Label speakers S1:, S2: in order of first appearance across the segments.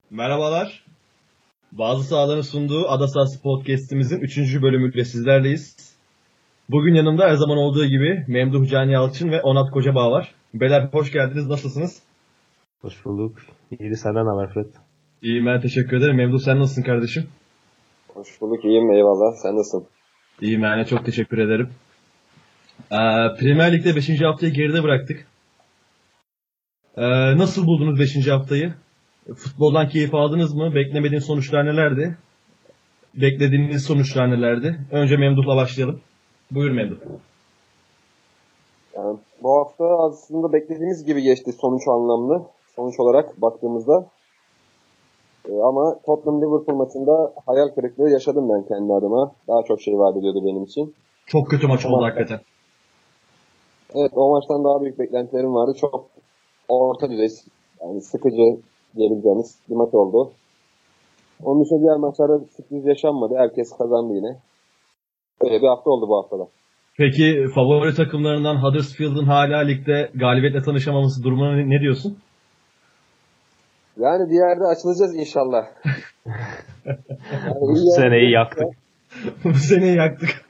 S1: Merhabalar. Bazı sahaların sunduğu Ada Sahası Podcast'imizin 3. bölümüyle sizlerleyiz. Bugün yanımda her zaman olduğu gibi Memduh Can Yalçın ve Onat Kocabağ var. Beyler hoş geldiniz. Nasılsınız?
S2: Hoş bulduk. İyi, senden ne haber Fred?
S1: İyiyim, ben teşekkür ederim. Memduh, sen nasılsın kardeşim?
S3: Hoş bulduk, iyiyim, eyvallah. Sen nasılsın?
S1: İyiyim, ben de çok teşekkür ederim. Premier Lig'de 5. haftayı geride bıraktık. Nasıl buldunuz 5. haftayı? Futboldan keyif aldınız mı? Beklemediğiniz sonuçlar nelerdi? Beklediğiniz sonuçlar nelerdi? Önce Memduh'la başlayalım. Buyur Memduh.
S3: Yani bu hafta aslında beklediğimiz gibi geçti sonuç anlamlı. Sonuç olarak baktığımızda. Ama Tottenham-Liverpool maçında hayal kırıklığı yaşadım ben kendi adıma. Daha çok şey vaat ediyordu benim için.
S1: Çok kötü maç oldu hakikaten.
S3: Evet, o maçtan daha büyük beklentilerim vardı. Çok orta düzey, yani sıkıcı diyebileceğimiz bir maç oldu. Onun dışında diğer maçlarda sürpriz yaşanmadı. Herkes kazandı yine. Öyle bir hafta oldu bu haftada.
S1: Peki favori takımlarından Huddersfield'ın hala ligde galibiyetle tanışamaması durumuna ne diyorsun?
S3: Yani bir yerde açılacağız inşallah.
S2: Bu seneyi yaktık.
S1: Bu seneyi yaktık.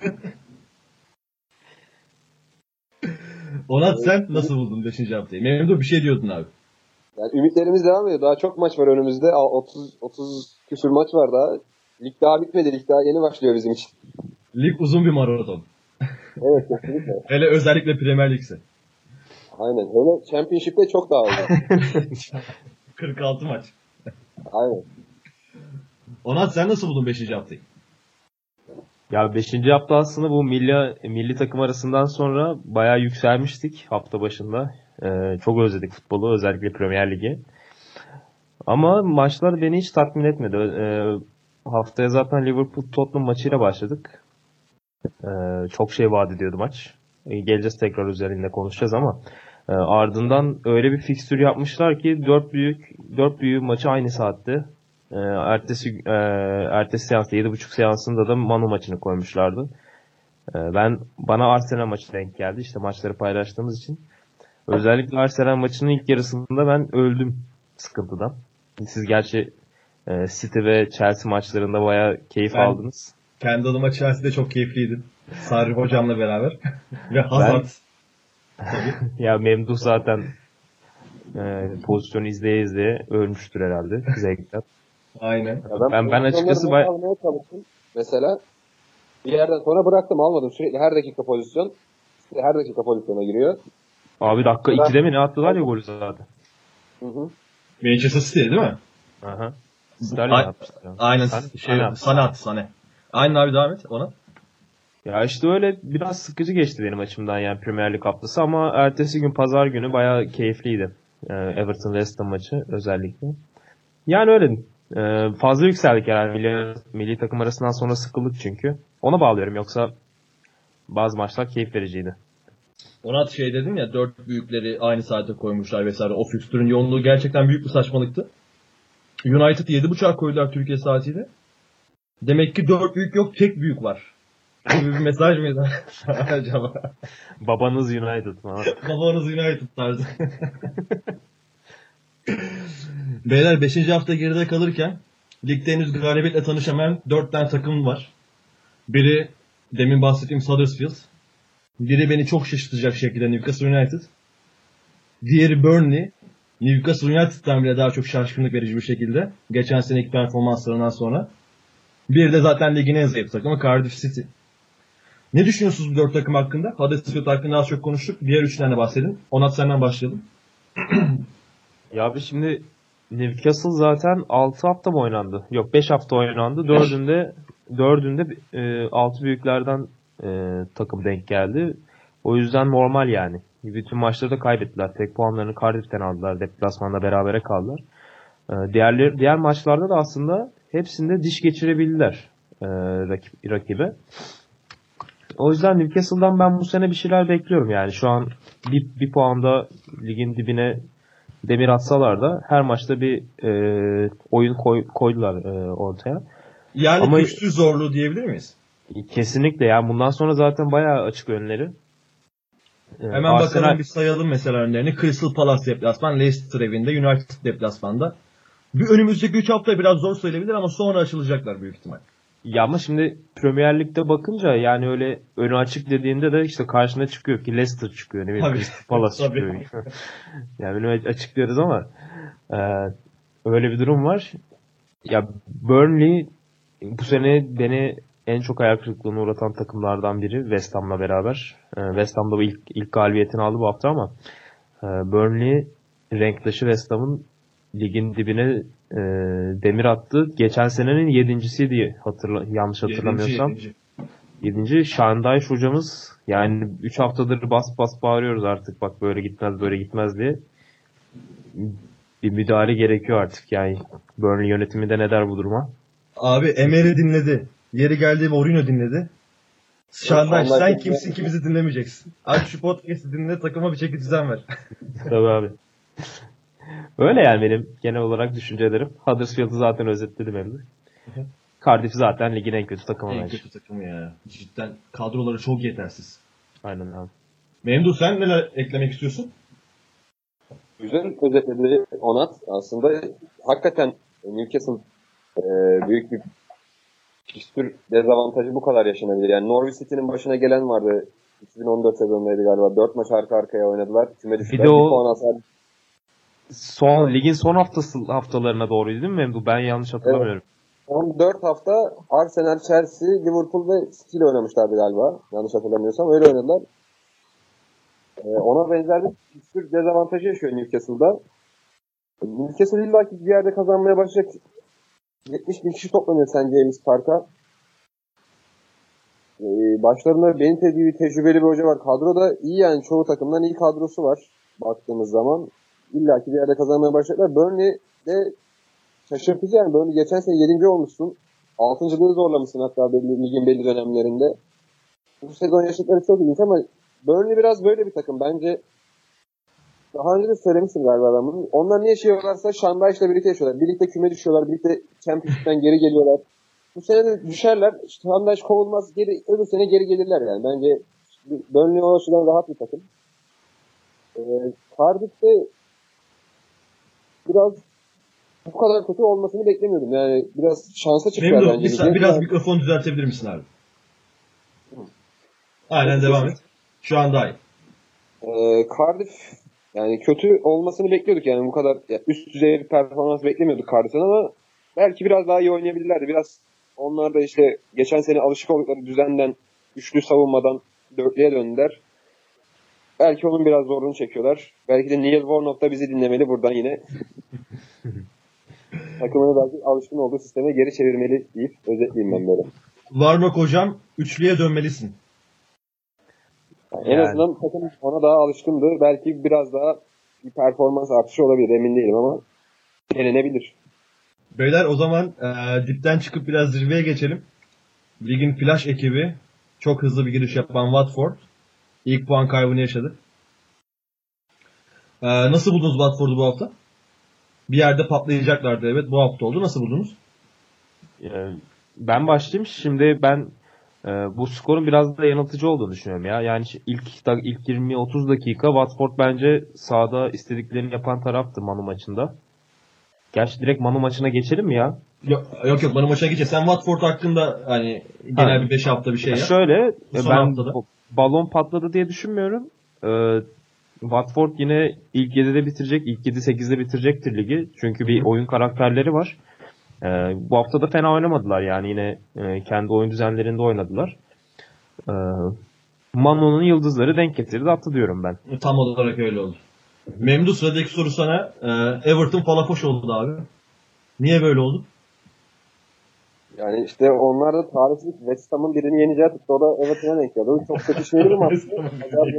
S1: Onat, sen nasıl buldun 5. haftayı? Memduh bir şey diyordun abi.
S3: Yani ümitlerimiz devam ediyor. Daha çok maç var önümüzde. 30 küsur maç var daha. Lig daha bitmedi. Lig daha yeni başlıyor bizim için.
S1: Lig uzun bir maraton.
S3: Evet, kesinlikle.
S1: Hele özellikle Premier Lig'se.
S3: Aynen. Hele Championship'te çok daha oldu.
S1: 46 maç.
S3: Aynen.
S1: Onat, sen nasıl buldun 5. haftayı?
S2: Ya 5. hafta aslında bu milli takım arasından sonra bayağı yükselmiştik hafta başında. Çok özledik futbolu, özellikle Premier Ligi. Ama maçlar beni hiç tatmin etmedi. Haftaya zaten Liverpool-Tottenham maçıyla başladık. Çok şey vaat ediyordu maç. Geleceğiz, tekrar üzerinde konuşacağız ama ardından öyle bir fikstür yapmışlar ki 4 büyük maçı aynı saatte. Ertesi seansta 7.30 seansında da Manu maçını koymuşlardı. Bana Arsenal maçı denk geldi. İşte maçları paylaştığımız için. Özellikle Arsenal maçının ilk yarısında ben öldüm sıkıntıdan. Siz gerçi City ve Chelsea maçlarında bayağı keyif aldınız.
S1: Kendi adıma Chelsea'de çok keyifliydim. Sarri hocamla beraber. Ve Hazard.
S2: Ya Memduh zaten pozisyonu izleye ölmüştür herhalde zevkten.
S1: Aynen.
S2: Ben açıkçası
S3: almaya çalıştım. Mesela bir yerden sonra bıraktım, almadım. Sürekli her dakika pozisyon. Her dakika pozisyona giriyor.
S2: Abi dakika 2'de mi ne attılar ya golü zaten.
S3: Hı.
S1: Manchester City değil mi?
S2: Aha. Sterling atmıştı.
S1: Aynen. Sana attı. Aynen abi, devam et ona.
S2: Ya işte öyle biraz sıkıcı geçti benim açımdan yani Premier Lig haftası, ama ertesi gün pazar günü bayağı keyifliydi. Everton West Ham maçı özellikle. Yani öyle fazla yükseldik herhalde milli takım arasından sonra, sıkıldık çünkü. Ona bağlıyorum, yoksa bazı maçlar keyif vericiydi.
S1: Onat dedim ya, 4 büyükleri aynı saate koymuşlar vesaire. O fikstürün yoğunluğu gerçekten büyük bir saçmalıktı. United 7.30'a koydular Türkiye saatiyle. Demek ki 4 büyük yok, tek büyük var. Bu bir mesaj mıydı acaba?
S2: Babanız United mı?
S1: Babanız United tarzı. Beyler, 5. hafta geride kalırken ligde henüz galibiyetle tanışamayan 4 tane takım var. Biri demin bahsettiğim Huddersfield. Biri beni çok şaşırtacak şekilde Newcastle United. Diğeri Burnley. Newcastle United'dan bile daha çok şaşkınlık verici bir şekilde. Geçen seneki performanslarından sonra. Bir de zaten ligin en zayıf takımı Cardiff City. Ne düşünüyorsunuz bu 4 takım hakkında? Huddersfield hakkında az çok konuştuk. Diğer 3'ten de bahsedin. Onat, senden başlayalım.
S2: Ya abi şimdi Newcastle zaten 6 hafta mı oynandı? Yok, 5 hafta oynandı. Dördünde 6 büyüklerden takım denk geldi. O yüzden normal yani. Bütün maçları da kaybettiler. Tek puanlarını Cardiff'ten aldılar. Deplasmanda berabere kaldılar. Diğer maçlarda da aslında hepsinde diş geçirebildiler rakibe. O yüzden Newcastle'dan ben bu sene bir şeyler bekliyorum yani. Şu an bir puanda ligin dibine demir atsalar da her maçta bir oyun koydular ortaya.
S1: Yani ama güçlü zorluğu diyebilir miyiz?
S2: Kesinlikle ya. Bundan sonra zaten bayağı açık önleri.
S1: Hemen bakalım, bir sayalım mesela önlerini. Crystal Palace deplasman, Leicester evinde, United deplasmanda. Bir önümüzdeki 3 hafta biraz zor sayılabilir ama sonra açılacaklar büyük ihtimal.
S2: Ya ama şimdi Premier Lig'de bakınca yani öyle önü açık dediğinde de işte karşına çıkıyor ki Leicester çıkıyor, ne bileyim
S1: Tabii.
S2: Crystal Palace
S1: Tabii.
S2: çıkıyor. Yani önü açık diyoruz ama e, öyle bir durum var. Ya Burnley bu sene beni en çok hayal kırıklığına uğratan takımlardan biri West Ham'la beraber. West Ham'da bu ilk galibiyetini aldı bu hafta ama Burnley renktaşı West Ham'ın ligin dibine demir attı. Geçen senenin yedincisiydi yanlış hatırlamıyorsam. Yedinci. Sean Dyche hocamız yani 3 haftadır bas bas bağırıyoruz artık bak böyle gitmez böyle gitmez diye. Bir müdahale gerekiyor artık yani. Burnley yönetimi de ne der bu duruma?
S1: Abi Emery dinledi. Yeri geldi Mourinho dinledi. Şandaş sen kimsin ki bizi dinlemeyeceksin. Aç şu podcast'i dinle, takıma bir çeki düzen ver.
S2: Tabii abi. Öyle yani benim genel olarak düşüncelerim. Huddersfield'ı zaten özetledim hem de. Cardiff zaten ligin en kötü takımı
S1: En
S2: bence.
S1: kötü takımı ya. Cidden kadroları çok yetersiz.
S2: Aynen abi.
S1: Memduh sen neler eklemek istiyorsun?
S3: Güzel özetledi Onat. Aslında hakikaten Newcastle büyük bir fikstür dezavantajı bu kadar yaşanabilir. Yani Norwich City'nin başına gelen vardı. 2014 sezonundaydı galiba. 4 maç arka arkaya oynadılar. Küme düştüler.
S2: Bir de o
S3: puan hasar.
S2: ligin son haftalarına doğruydu değil mi Memduh? Ben yanlış hatırlamıyorum.
S3: Son 4 hafta Arsenal, Chelsea, Liverpool ve City ile oynamışlardı galiba. Yanlış hatırlamıyorsam. Öyle oynadılar. Ona benzer bir fikstür dezavantajı yaşıyor Newcastle'da. Newcastle illaki bir yerde kazanmaya başlayacak. 70 bin kişi toplanıyor St. James Park'a. Başlarında Benitez gibi tecrübeli bir hoca var. Kadroda iyi yani çoğu takımdan iyi kadrosu var baktığımız zaman. İlla ki bir yerde kazanmaya başlayacaklar. Burnley de şaşırtıcı yani. Burnley geçen sene 7. olmuşsun. 6.'lığı zorlamışsın hatta ligin belli dönemlerinde. Bu sezon yaşadıkları çok ilginç ama Burnley biraz böyle bir takım. Bence daha önce de söylemiştim galiba ben bunu. Onlar ne yaşıyorlarsa Şandayş'la birlikte yaşıyorlar. Birlikte küme düşüyorlar. Birlikte Championship'ten geri geliyorlar. Bu sene de düşerler. Şandayş kovulmaz. Öbür sene geri gelirler yani. Bence Burnley o açıdan rahat bir takım. Cardiff'te biraz bu kadar kötü olmasını beklemiyordum. Yani biraz şansa çıkıyor bence.
S1: Biraz mikrofonu düzeltebilir misin abi? Aynen devam et. Şu an daha iyi.
S3: Cardiff yani kötü olmasını bekliyorduk yani bu kadar üst düzey bir performans beklemiyorduk Cardiff'ten ama belki biraz daha iyi oynayabilirlerdi. Biraz onlar da işte geçen sene alışık oldukları düzenden üçlü savunmadan dörtlüye döndüler. Belki onun biraz zorluğunu çekiyorlar. Belki de Neil Warnock da bizi dinlemeli buradan yine. Takımını belki alışkın olduğu sisteme geri çevirmeli deyip özetleyeyim ben böyle.
S1: Warnock hocam üçlüye dönmelisin.
S3: Yani en azından takım ona daha alışkındı. Belki biraz daha bir performans artışı olabilir emin değilim ama denenebilir.
S1: Beyler o zaman dipten çıkıp biraz zirveye geçelim. Ligin flash ekibi çok hızlı bir giriş yapan Watford ilk puan kaybını yaşadı. Nasıl buldunuz Watford'u bu hafta? Bir yerde patlayacaklardı evet. Bu hafta oldu. Nasıl buldunuz?
S2: Ben başlayayım. Şimdi ben bu skorun biraz da yanıltıcı olduğunu düşünüyorum ya. Yani ilk 20-30 dakika Watford bence sahada istediklerini yapan taraftı Manu maçında. Gerçi direkt Manu maçına geçelim mi ya?
S1: Yok Manu maçına geçelim. Sen Watford hakkında hani genel bir 5 hafta bir şey yap.
S2: Şöyle ben
S1: haftada.
S2: balon patladı diye düşünmüyorum. Watford yine ilk 7'de bitirecek, ilk 7-8'de bitirecektir ligi. Çünkü bir oyun karakterleri var. Bu hafta da fena oynamadılar yani yine kendi oyun düzenlerinde oynadılar. Manu'nun yıldızları denk getirdi attı diyorum ben.
S1: Tam olarak öyle oldu. Memduh sıradaki soru sana. Everton falafoş oldu abi. Niye böyle oldu?
S3: Yani işte onlar da tarihçilik West Ham'ın birini yeneceği tuttu. O da Everton'a denk geldi. Çok kötü bir maçtı.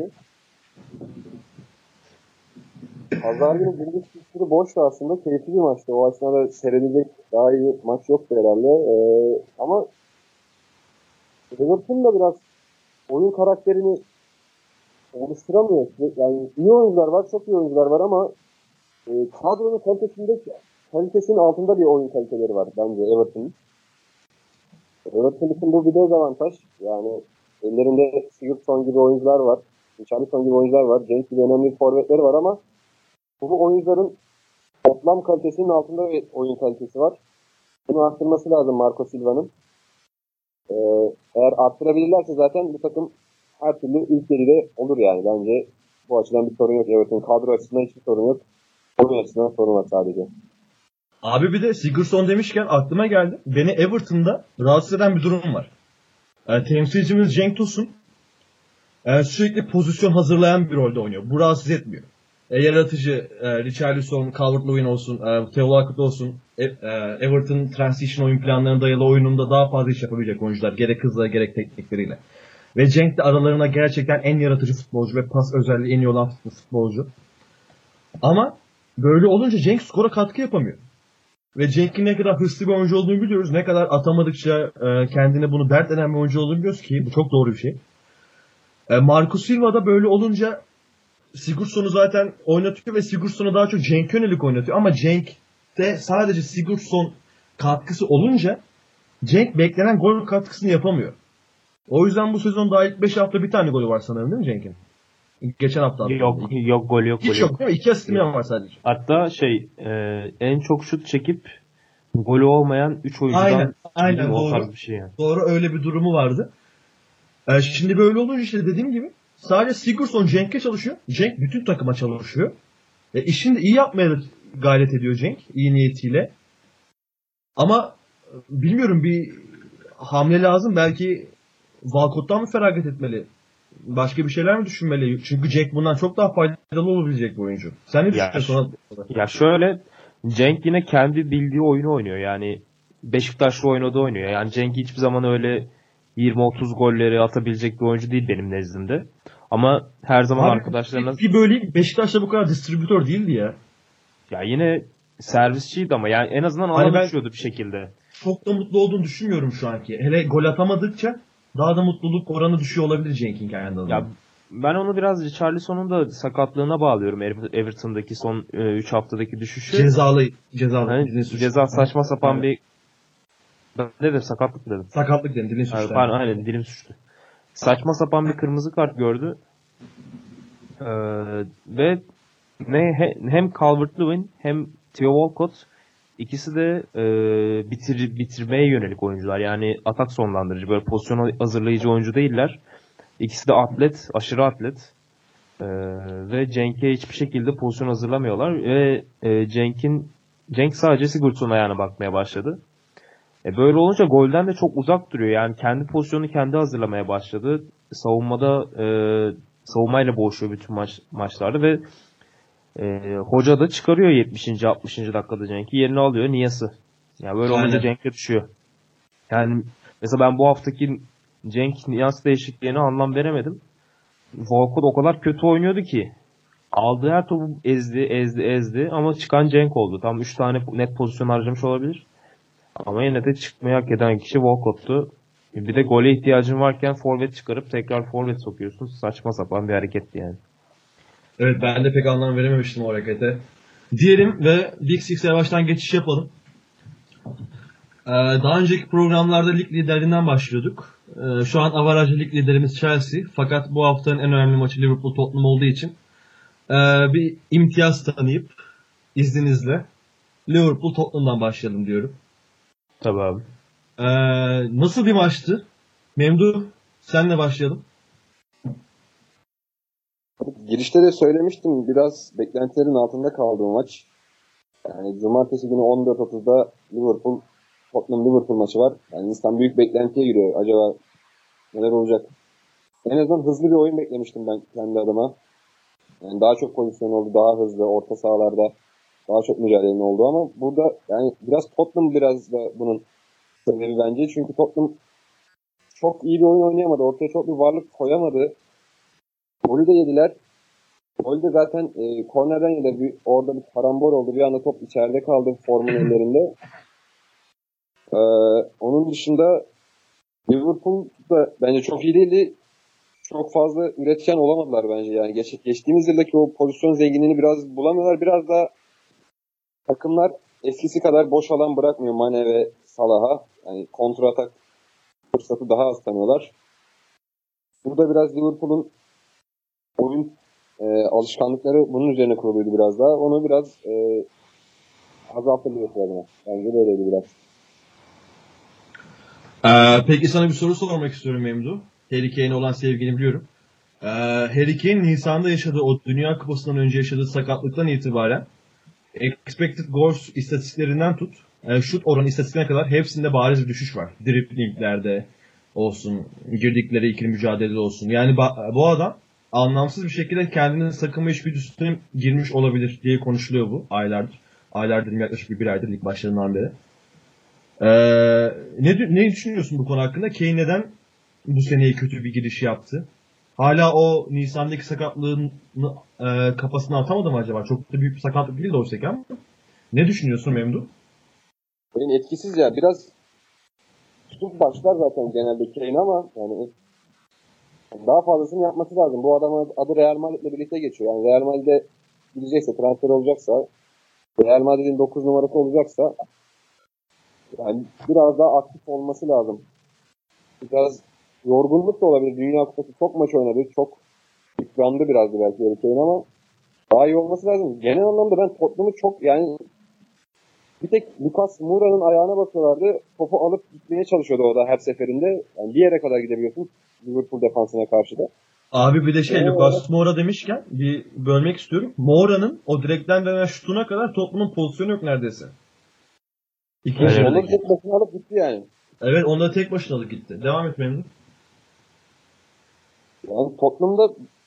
S3: Pazar günü gündüz fikstürü boştu aslında. Keyifli bir maçtı. O aslında seyredilecek daha iyi maç yoktu herhalde. Ama Everton da biraz oyun karakterini oluşturamıyor. Yani iyi oyuncular var, çok iyi oyuncular var ama kadronun kalitesinin altında bir oyun kaliteleri var bence Everton'un. Everton için bu bir dezavantaj. Yani ellerinde Sigurdsson gibi oyuncular var. Richarlison gibi oyuncular var. Cenk gibi önemli forvetleri var ama bu oyuncuların toplam kalitesinin altında bir oyun kalitesi var. Bunu arttırması lazım Marco Silva'nın. Eğer arttırabilirlerse zaten bu takım her türlü ilk 7'de olur yani. Bence bu açıdan bir sorun yok. Everton kadro açısından hiçbir sorun yok. Oyun açısından sorun var sadece.
S1: Abi bir de Sigurdsson demişken aklıma geldi. Beni Everton'da rahatsız eden bir durum var. Temsilcimiz Cenk Tosun sürekli pozisyon hazırlayan bir rolde oynuyor. Bu rahatsız etmiyor. Yaratıcı Richarlison, Calvert-Lewin olsun, Theo Walcott olsun, Everton transition oyun planlarına dayalı oyununda daha fazla iş yapabilecek oyuncular. Gerek hızla gerek teknikleriyle. Ve Cenk de aralarına gerçekten en yaratıcı futbolcu ve pas özelliği en iyi olan futbolcu. Ama böyle olunca Cenk skora katkı yapamıyor. Ve Cenk'in ne kadar hırslı bir oyuncu olduğunu biliyoruz. Ne kadar atamadıkça kendine bunu dert eden bir oyuncu olduğunu biliyoruz ki bu çok doğru bir şey. Marco Silva da böyle olunca Sigurdsson'u zaten oynatıyor ve Sigurdsson'u daha çok Cenk yönelik oynatıyor. Ama Cenk'te sadece Sigurdsson katkısı olunca Cenk beklenen gol katkısını yapamıyor. O yüzden bu sezon daha ilk 5 hafta bir tane golü var sanırım değil mi Cenk'in? Geçen hafta.
S2: Yok gol yok.
S1: Hiç yok değil mi? 2 asistim var sadece.
S2: Hatta en çok şut çekip golü olmayan 3 oyuncudan
S1: aynen
S2: o
S1: doğru.
S2: tarz bir şey yani.
S1: Doğru öyle bir durumu vardı. Şimdi böyle olunca işte dediğim gibi sadece Sigurdsson Cenk'e çalışıyor. Cenk bütün takıma çalışıyor. İşini de iyi yapmaya gayret ediyor Cenk. İyi niyetiyle. Ama bilmiyorum bir hamle lazım. Belki Walcott'tan mı feragat etmeli? Başka bir şeyler mi düşünmeli? Çünkü Cenk bundan çok daha faydalı olabilecek bir oyuncu. Sen ne düşünüyorsun?
S2: Ya şöyle Cenk yine kendi bildiği oyunu oynuyor. Yani Beşiktaş'la oynadığı oynuyor. Yani Cenk hiçbir zaman öyle 20-30 golleri atabilecek bir oyuncu değil benim nezdimde. Ama her zaman arkadaşlarına...
S1: Bir böyle Beşiktaş'ta bu kadar distribütör değildi ya.
S2: Ya yine servisçiydi ama yani en azından alan uçuyordu bir şekilde.
S1: Çok da mutlu olduğunu düşünmüyorum şu anki. Hele gol atamadıkça daha da mutluluk oranı düşüyor olabilir Cenk'in kendi adına.
S2: Ya ben onu biraz Richarlison'un da sakatlığına bağlıyorum. Everton'daki son 3 haftadaki düşüşü.
S1: Cezalı.
S2: Yani, ceza saçma sapan bir... Ben ne dedim? Sakatlık dedim.
S1: Sakatlık dedim. Dilin suçtu.
S2: Pardon, aynen dilim suçtu. Saçma sapan bir kırmızı kart gördü. Ve hem Calvert-Lewin hem Theo Walcott ikisi de bitirmeye yönelik oyuncular. Yani atak sonlandırıcı, böyle pozisyon hazırlayıcı oyuncu değiller. İkisi de atlet, aşırı atlet. Ve Cenk'e hiçbir şekilde pozisyon hazırlamıyorlar. Ve Cenk sadece Sigurdsson'un ayağına bakmaya başladı. Böyle olunca golden de çok uzak duruyor. Yani kendi pozisyonunu kendi hazırlamaya başladı. Savunmayla boğuşuyor bütün maçlarda ve hoca da çıkarıyor 70. 60. dakikada Cenk'i yerine alıyor. Niyası. Yani böyle olunca Cenk de düşüyor. Yani mesela ben bu haftaki Cenk Niyas değişikliğine anlam veremedim. Walcott o kadar kötü oynuyordu ki aldığı her topu ezdi ama çıkan Cenk oldu. Tam 3 tane net pozisyon harcamış olabilir. Ama yine de çıkmayı hak eden kişi Walcott'tu. Bir de gole ihtiyacın varken forvet çıkarıp tekrar forvet sokuyorsun. Saçma sapan bir hareketti yani.
S1: Evet ben de pek anlam verememiştim o harekete. Diyelim ve Big Six'e yavaştan geçiş yapalım. Daha önceki programlarda lig liderliğinden başlıyorduk. Şu an avarajlı lig liderimiz Chelsea. Fakat bu haftanın en önemli maçı Liverpool Tottenham olduğu için bir imtiyaz tanıyıp izninizle Liverpool Tottenham'dan başlayalım diyorum.
S2: Tabii abi.
S1: Nasıl bir maçtı? Memduh, senle başlayalım.
S3: Girişte de söylemiştim, biraz beklentilerin altında kaldı maç. Yani cumartesi günü 14.30'da Tottenham Liverpool maçı var. Yani insan büyük beklentiye giriyor. Acaba neler olacak? En azından hızlı bir oyun beklemiştim ben kendi adıma. Yani daha çok pozisyon oldu, daha hızlı, orta sahalarda daha çok mücadelenin oldu ama burada yani Tottenham biraz da bunun sebebi bence. Çünkü Tottenham çok iyi bir oyun oynayamadı. Ortaya çok bir varlık koyamadı. Golü de yediler. Golde zaten kornerden yedi. Orada bir karambol oldu. Bir anda top içeride kaldı formun ellerinde. Onun dışında Liverpool da bence çok iyi değildi. Çok fazla üretken olamadılar bence. Yani geçtiğimiz yıldaki o pozisyon zenginliğini biraz bulamıyorlar. Biraz da takımlar eskisi kadar boş alan bırakmıyor Mane ve Salah'a. Yani kontra atak fırsatı daha az tanıyorlar. Burada biraz Liverpool'un oyun alışkanlıkları bunun üzerine kuruluydu biraz daha. Onu biraz azaltılıyor adına. Bence böyleydi biraz.
S1: Peki sana bir soru sormak istiyorum Memdu. Harry Kane'e olan sevgini biliyorum. Harry Kane Nisan'da yaşadığı o Dünya Kupası'ndan önce yaşadığı sakatlıktan itibaren expected goals istatistiklerinden tut, şut oranı istatistiklerine kadar hepsinde bariz bir düşüş var. Driblinglerde olsun, girdikleri ikili mücadelede olsun. Yani bu adam anlamsız bir şekilde kendinin takımı içgüdüsüne girmiş olabilir diye konuşuluyor bu aylardır. Aylardır, yaklaşık bir aydır lig başlarından beri. Ne düşünüyorsun bu konu hakkında? Kane neden bu seneyi kötü bir giriş yaptı? Hala o Nisan'daki sakatlığını kafasına atamadı mı acaba? Çok da büyük bir sakatlık değil de oysa ki ama. Ne düşünüyorsun Memduh?
S3: Benim etkisiz ya. Biraz tutup başlar zaten genelde Kane ama yani daha fazlasını yapması lazım. Bu adamın adı Real Madrid'le birlikte geçiyor. Yani Real Madrid'e gidecekse, transfer olacaksa, Real Madrid'in 9 numarası olacaksa yani biraz daha aktif olması lazım. Biraz yorgunluk da olabilir. Dünya Kupası çok maç oynadı. Çok yıprandı biraz belki Harry ama daha iyi olması lazım. Genel anlamda ben Tottenham'ı çok yani bir tek Lucas Moura'nın ayağına bakıyorlardı. Topu alıp gitmeye çalışıyordu o da her seferinde. Yani bir yere kadar gidebiliyorsun Liverpool defansına karşı da.
S1: Abi bir de Lucas Moura demişken bir bölmek istiyorum. Moura'nın o direkten dönen şutuna kadar Tottenham'ın pozisyonu yok neredeyse.
S3: İkinci onu tek başına alıp gitti yani.
S1: Evet, onu da tek başına alıp gitti. Devam et Memduh.
S3: Yani Tottenham'da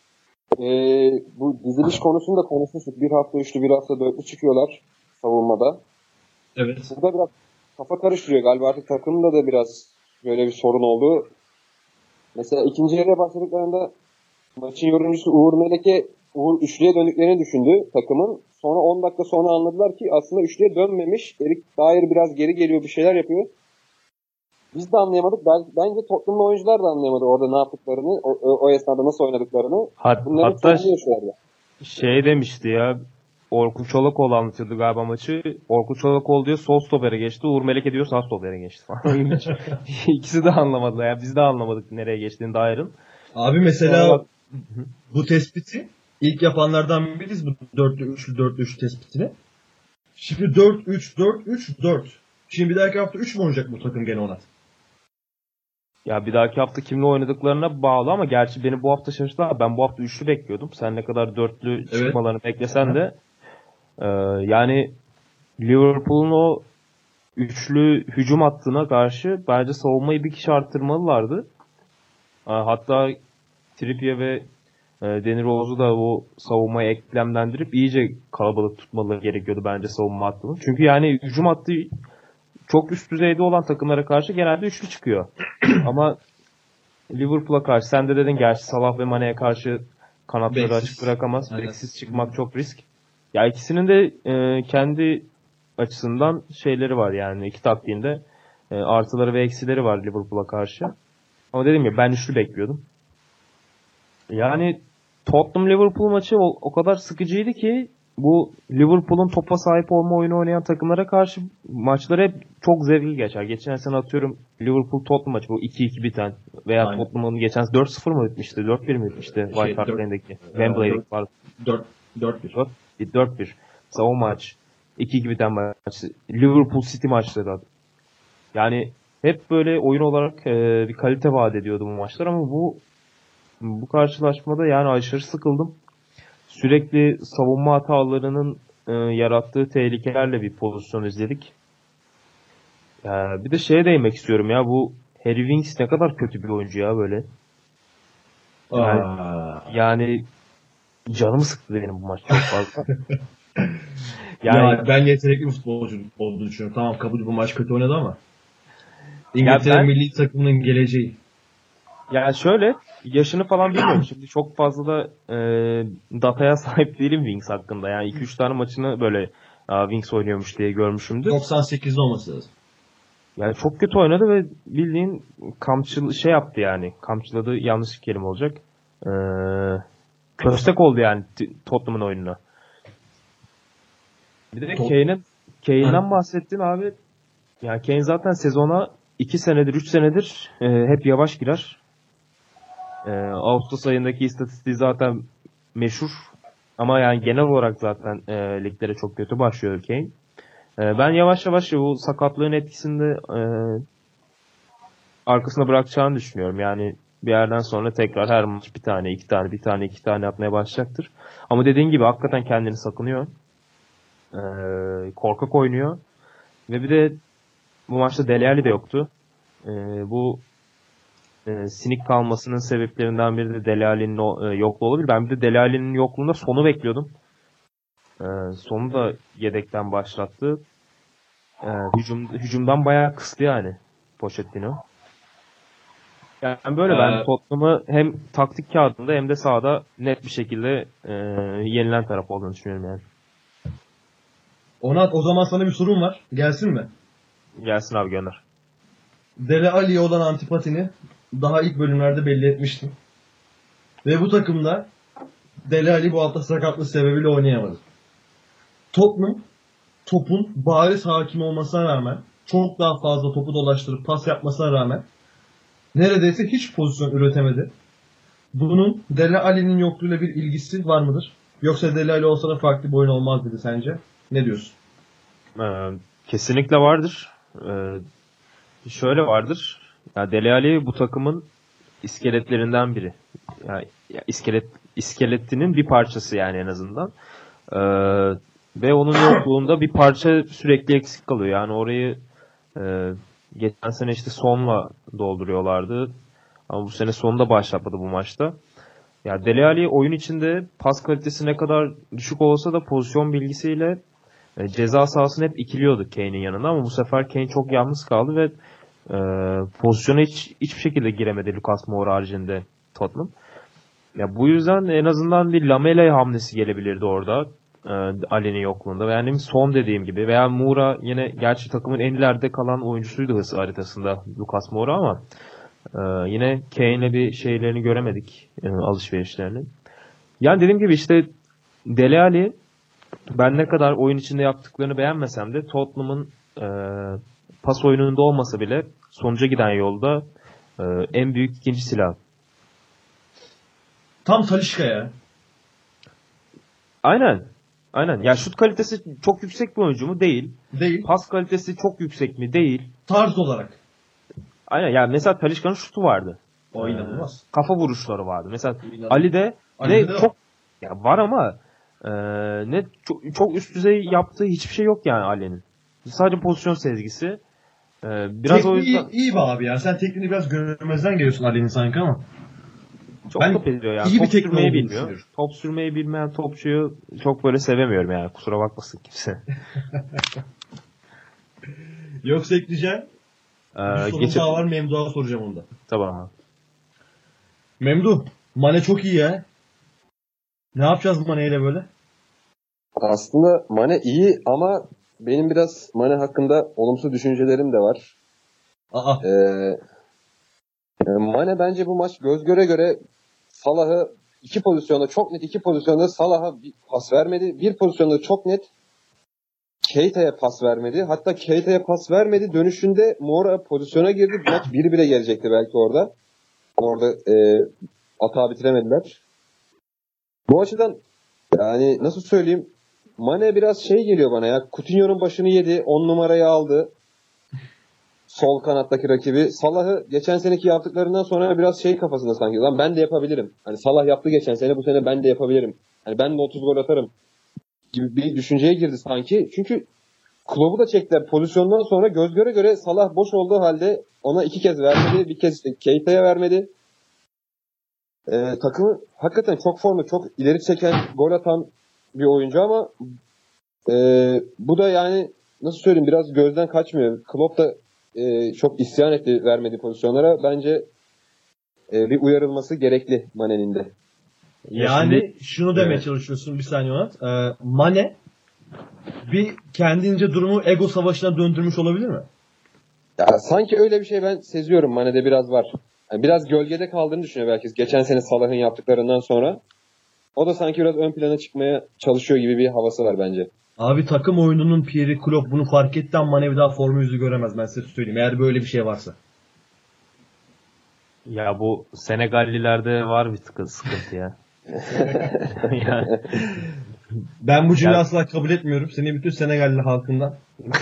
S3: bu diziliş konusunda konuşmuştuk. Bir hafta üçlü, bir hafta dörtlü çıkıyorlar savunmada.
S1: Evet.
S3: Burada biraz kafa karıştırıyor. Galiba artık takımda da biraz böyle bir sorun oldu. Mesela ikinci yarıya başladıklarında maçın yorumcusu Uğur Melek'e üçlüye döndüklerini düşündü takımın. Sonra 10 dakika sonra anladılar ki aslında üçlüye dönmemiş. Erik Dyer biraz geri geliyor, bir şeyler yapıyor. Biz de anlayamadık. Bence Tottenham'lı oyuncular da anlayamadı orada ne yaptıklarını, o esnada nasıl oynadıklarını.
S2: Hatta şey demişti ya, Orkun Çolakoğlu anlatıyordu galiba maçı. Orkun Çolakoğlu diyor sol stopere geçti. Uğur Meleke diyor sağ stopere geçti falan. İkisi de anlamadılar. Yani biz de anlamadık nereye geçtiğini Dyer'ın.
S1: Abi mesela bu tespiti ilk yapanlardan biriz, bu 4-3'lü 4-3 tespitini. Şimdi 4-3-4-3-4. Şimdi bir dahaki hafta 3 mü oynayacak bu takım gene Onat?
S2: Ya bir dahaki hafta kimle oynadıklarına bağlı ama gerçi beni bu hafta şaşırttılar. Ben bu hafta üçlü bekliyordum. Sen ne kadar dörtlü çıkmalarını beklesen de yani Liverpool'un o üçlü hücum hattına karşı bence savunmayı bir kişi arttırmalılardı. Hatta Trippier ve Danny Rose'u da o savunmaya eklemlendirip iyice kalabalık tutmaları gerekiyordu bence savunma hattının. Çünkü yani hücum hattı çok üst düzeyde olan takımlara karşı genelde üçlü çıkıyor. Ama Liverpool'a karşı sen de dedin gerçi Salah ve Mane'ye karşı kanatları açık bırakamaz. Beksiz çıkmak çok risk. Ya ikisinin de kendi açısından şeyleri var yani iki taktiğinde artıları ve eksileri var Liverpool'a karşı. Ama dediğim gibi ben üçlü bekliyordum. Yani Tottenham Liverpool maçı o kadar sıkıcıydı ki bu Liverpool'un topa sahip olma oyunu oynayan takımlara karşı maçları hep çok zevkli geçer. Geçen sene atıyorum Liverpool Tottenham maçı bu 2-2 biten veya Tottenham'ın geçen 4-0 mı bitmişti? 4-1 mi bitmişti? White Hart Lane'deki. Wembley'deki pardon.
S1: 4-1.
S2: 4-1. O maç. 2-2 biten maç. Liverpool City maçları. Yani hep böyle oyun olarak bir kalite vaat ediyordu bu maçlar ama bu karşılaşmada yani aşırı sıkıldım. Sürekli savunma hatalarının yarattığı tehlikelerle bir pozisyon izledik. Bir de şeye değinmek istiyorum ya, bu Harry Winks ne kadar kötü bir oyuncu ya böyle. Yani canımı sıktı benim bu maç çok fazla.
S1: Ya ben yetenekli bir futbolcu olduğunu düşünüyorum. Tamam, kabul, bu maç kötü oynadı ama İngiltere milli takımının geleceği.
S2: Yani şöyle, yaşını falan bilmiyorum. Şimdi çok fazla da dataya sahip değilim Winks hakkında. Yani 2-3 tane maçını böyle Winks oynuyormuş diye görmüşümdür.
S1: 98'de olması lazım.
S2: Yani çok kötü oynadı ve bildiğin şey yaptı yani. Kamçıladı, yanlış bir kelime olacak. Köstek oldu yani Tottenham'ın oyununa. Bir de Kane'den bahsettin abi. Yani Kane zaten sezona 2 senedir, 3 senedir hep yavaş girer. Ağustos ayındaki istatistiği zaten meşhur. Ama yani genel olarak zaten liglere çok kötü başlıyor Kane. Ben yavaş yavaş bu sakatlığın etkisinde arkasına bırakacağını düşünüyorum. Yani bir yerden sonra tekrar her maç bir tane, iki tane, bir tane, iki tane atmaya başlayacaktır. Ama dediğin gibi hakikaten kendini sakınıyor. Korkak oynuyor. Ve bir de bu maçta Dele Alli de yoktu. Bu sinik kalmasının sebeplerinden biri de Dele Alli'nin yokluğu olabilir. Ben bir de Dele Alli'nin yokluğunda Son'u bekliyordum. Son'u da yedekten başlattı. Hücumdan bayağı kıstı yani Pochettino. Yani böyle ben Tottenham'ı hem taktik kağıdında hem de sahada net bir şekilde yenilen taraf olduğunu düşünüyorum yani.
S1: Onat, o zaman sana bir sorum var. Gelsin mi?
S2: Gelsin abi, gönder.
S1: Dele Alli'ye olan antipatini daha ilk bölümlerde belli etmiştin. Ve bu takımda Dele Alli bu hafta sakatlığı sebebiyle oynayamadı. Tottenham topun bariz hakim olmasına rağmen, çok daha fazla topu dolaştırıp pas yapmasına rağmen neredeyse hiç pozisyon üretemedi. Bunun Dele Alli'nin yokluğuyla bir ilgisi var mıdır? Yoksa Dele Alli olsa da farklı bir oyun olmaz dedi sence? Ne diyorsun?
S2: Kesinlikle vardır. Şöyle vardır. Ya Dele Alli bu takımın iskeletlerinden biri. Yani iskeletinin bir parçası yani en azından. Ve onun yokluğunda bir parça sürekli eksik kalıyor. Yani orayı geçen sene işte Son'la dolduruyorlardı. Ama bu sene Son'da başlatmadı bu maçta. Ya Dele Alli oyun içinde pas kalitesi ne kadar düşük olsa da pozisyon bilgisiyle ceza sahasını hep ikiliyordu Kane'in yanında, ama bu sefer Kane çok yalnız kaldı ve pozisyona hiçbir şekilde giremedi Lucas Moura haricinde Tottenham. Ya bu yüzden en azından bir Lamela hamlesi gelebilirdi orada Ali'nin yokluğunda. Yani Son dediğim gibi, veya Moura yine, gerçi takımın en ileride kalan oyuncusuydu hız haritasında Lucas Moura, ama yine Kane'le bir şeylerini göremedik, alışverişlerini. Yani dediğim gibi işte Dele Alli, ben ne kadar oyun içinde yaptıklarını beğenmesem de Tottenham'ın pas oyununda olmasa bile sonuca giden yolda en büyük ikinci silah.
S1: Tam Talisca ya.
S2: Aynen. Aynen. Ya şut kalitesi çok yüksek bir oyuncu mu? Değil.
S1: Değil.
S2: Pas kalitesi çok yüksek mi? Değil.
S1: Tarz olarak.
S2: Aynen. Ya mesela Talisca'nın şutu vardı.
S1: O inanılmaz.
S2: Kafa vuruşları vardı. Mesela
S1: İnanılmaz.
S2: Ali'de
S1: Ali'de
S2: ne çok ya var ama ne çok üst düzey yaptığı hiçbir şey yok yani Ali'nin. Sadece pozisyon sezgisi. Biraz
S1: tekniği
S2: o yüzden
S1: iyi be abi ya. Sen tekniğini biraz görmezden geliyorsun Ali'nin sanki ama.
S2: çok top ediyor yani.
S1: İyi
S2: Top
S1: bir tekniği
S2: sürmeyi
S1: olduğunu
S2: bilmiyor.
S1: düşünüyorum.
S2: Top sürmeyi bilmeyen topçuyu çok böyle sevemiyorum yani. Kusura bakmasın kimse.
S1: Yoksa ekleyeceğim. Bir sorum daha var, Memduh'a soracağım onu da.
S2: Tamam.
S1: Memduh, Mane çok iyi ya. Ne yapacağız Mane ile böyle?
S3: Aslında Mane iyi ama benim biraz Mane hakkında olumsuz düşüncelerim de var. Mane bence bu maç göz göre göre Salah'ı çok net iki pozisyonda Salah'a bir pas vermedi. Bir pozisyonda çok net Keita'ya pas vermedi. Hatta Keita'ya pas vermedi. Dönüşünde Moura pozisyona girdi. Maç 1-1'e gelecekti belki orada. Orada hata bitiremediler. Bu açıdan yani nasıl söyleyeyim, Mane biraz şey geliyor bana ya. Coutinho'nun başını yedi. 10 numarayı aldı. Sol kanattaki rakibi. Salah'ı geçen seneki yaptıklarından sonra biraz şey kafasında sanki. Lan ben de yapabilirim. Hani Salah yaptı geçen sene, bu sene ben de yapabilirim. Hani ben de 30 gol atarım gibi bir düşünceye girdi sanki. Çünkü Klopp'u da çektiler. Pozisyondan sonra göz göre göre Salah boş olduğu halde ona 2 kez vermedi. Bir kez işte Keita'ya vermedi. Takımı hakikaten çok formda, çok ileri çeken, gol atan bir oyuncu ama bu da yani nasıl söyleyeyim, biraz gözden kaçmıyor. Klopp da çok isyan etti vermediği pozisyonlara. Bence bir uyarılması gerekli Mane'nin de.
S1: Yani
S2: şimdi,
S1: şunu demeye çalışıyorsun, bir saniye Onat. Mane bir kendince durumu ego savaşına döndürmüş olabilir mi?
S3: Ya, sanki öyle bir şey ben seziyorum, Mane'de biraz var. Yani biraz gölgede kaldığını düşünüyor belki geçen sene Salah'ın yaptıklarından sonra. O da sanki biraz ön plana çıkmaya çalışıyor gibi bir havası var bence.
S1: Abi takım oyununun piri Klopp bunu fark etti ama Mane bir daha formu yüzü göremez, ben size söyleyeyim. Eğer böyle bir şey varsa.
S2: ya bu Senegallilerde var bir sıkıntı ya.
S1: Ben bu cümleyi
S2: Ya-
S1: asla kabul etmiyorum. Seni bütün Senegalli halkından.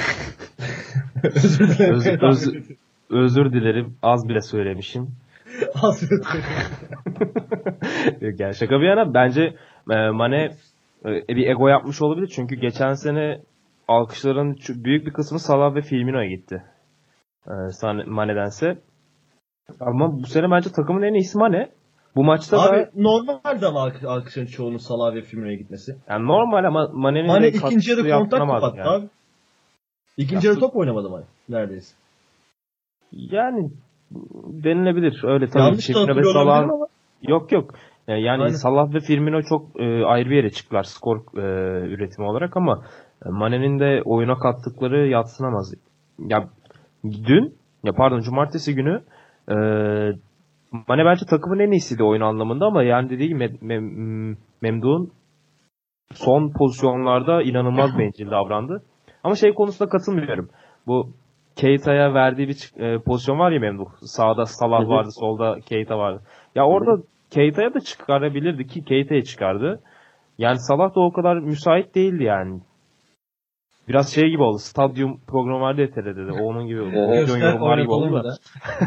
S1: Özür dilerim.
S2: Özür dilerim. Az bile söylemişim. Yani şaka bir yana bence Mane bir ego yapmış olabilir. Çünkü geçen sene alkışların büyük bir kısmı Salah ve Firmino'ya gitti. Mane'dense. Ama bu sene bence takımın en iyisi Mane. Bu maçta
S1: Abi
S2: da
S1: normalde ama alkışların çoğunun Salah ve Firmino'ya gitmesi.
S2: yani normal ama Mane'nin
S1: Mane
S2: de
S1: ikinci yarı
S2: katkısı
S1: kontak
S2: yaptıramadı
S1: kapattı
S2: yani.
S1: abi. İkinci yarı top oynamadı Mane neredeyse.
S2: Yani denilebilir. Öyle tabii.
S1: Yanlış da
S2: Firmino ve
S1: hatırlıyor
S2: Salah
S1: olabilirim ama.
S2: yok. Yani
S1: Aynen.
S2: Salah ve Firmino çok ayrı bir yere çıktılar skor üretimi olarak ama Mane'nin de oyuna kattıkları yadsınamaz. Ya cumartesi günü e, Mane bence takımın en iyisiydi oyun anlamında ama yani dediği gibi Memduh'un son pozisyonlarda inanılmaz bencil davrandı. Ama şey konusunda katılmıyorum. Bu Keita'ya verdiği bir pozisyon var ya Memduh. Sağda Salah vardı, solda Keita vardı. Ya orada Keita'ya da çıkarabilirdi ki Keita'ya çıkardı. Yani Salah da o kadar müsait değildi yani. Biraz şey gibi oldu. Stadyum programı vardı ya TRT'de. Onun gibi oldu. Pozisyon yorumlar gibi oldu da.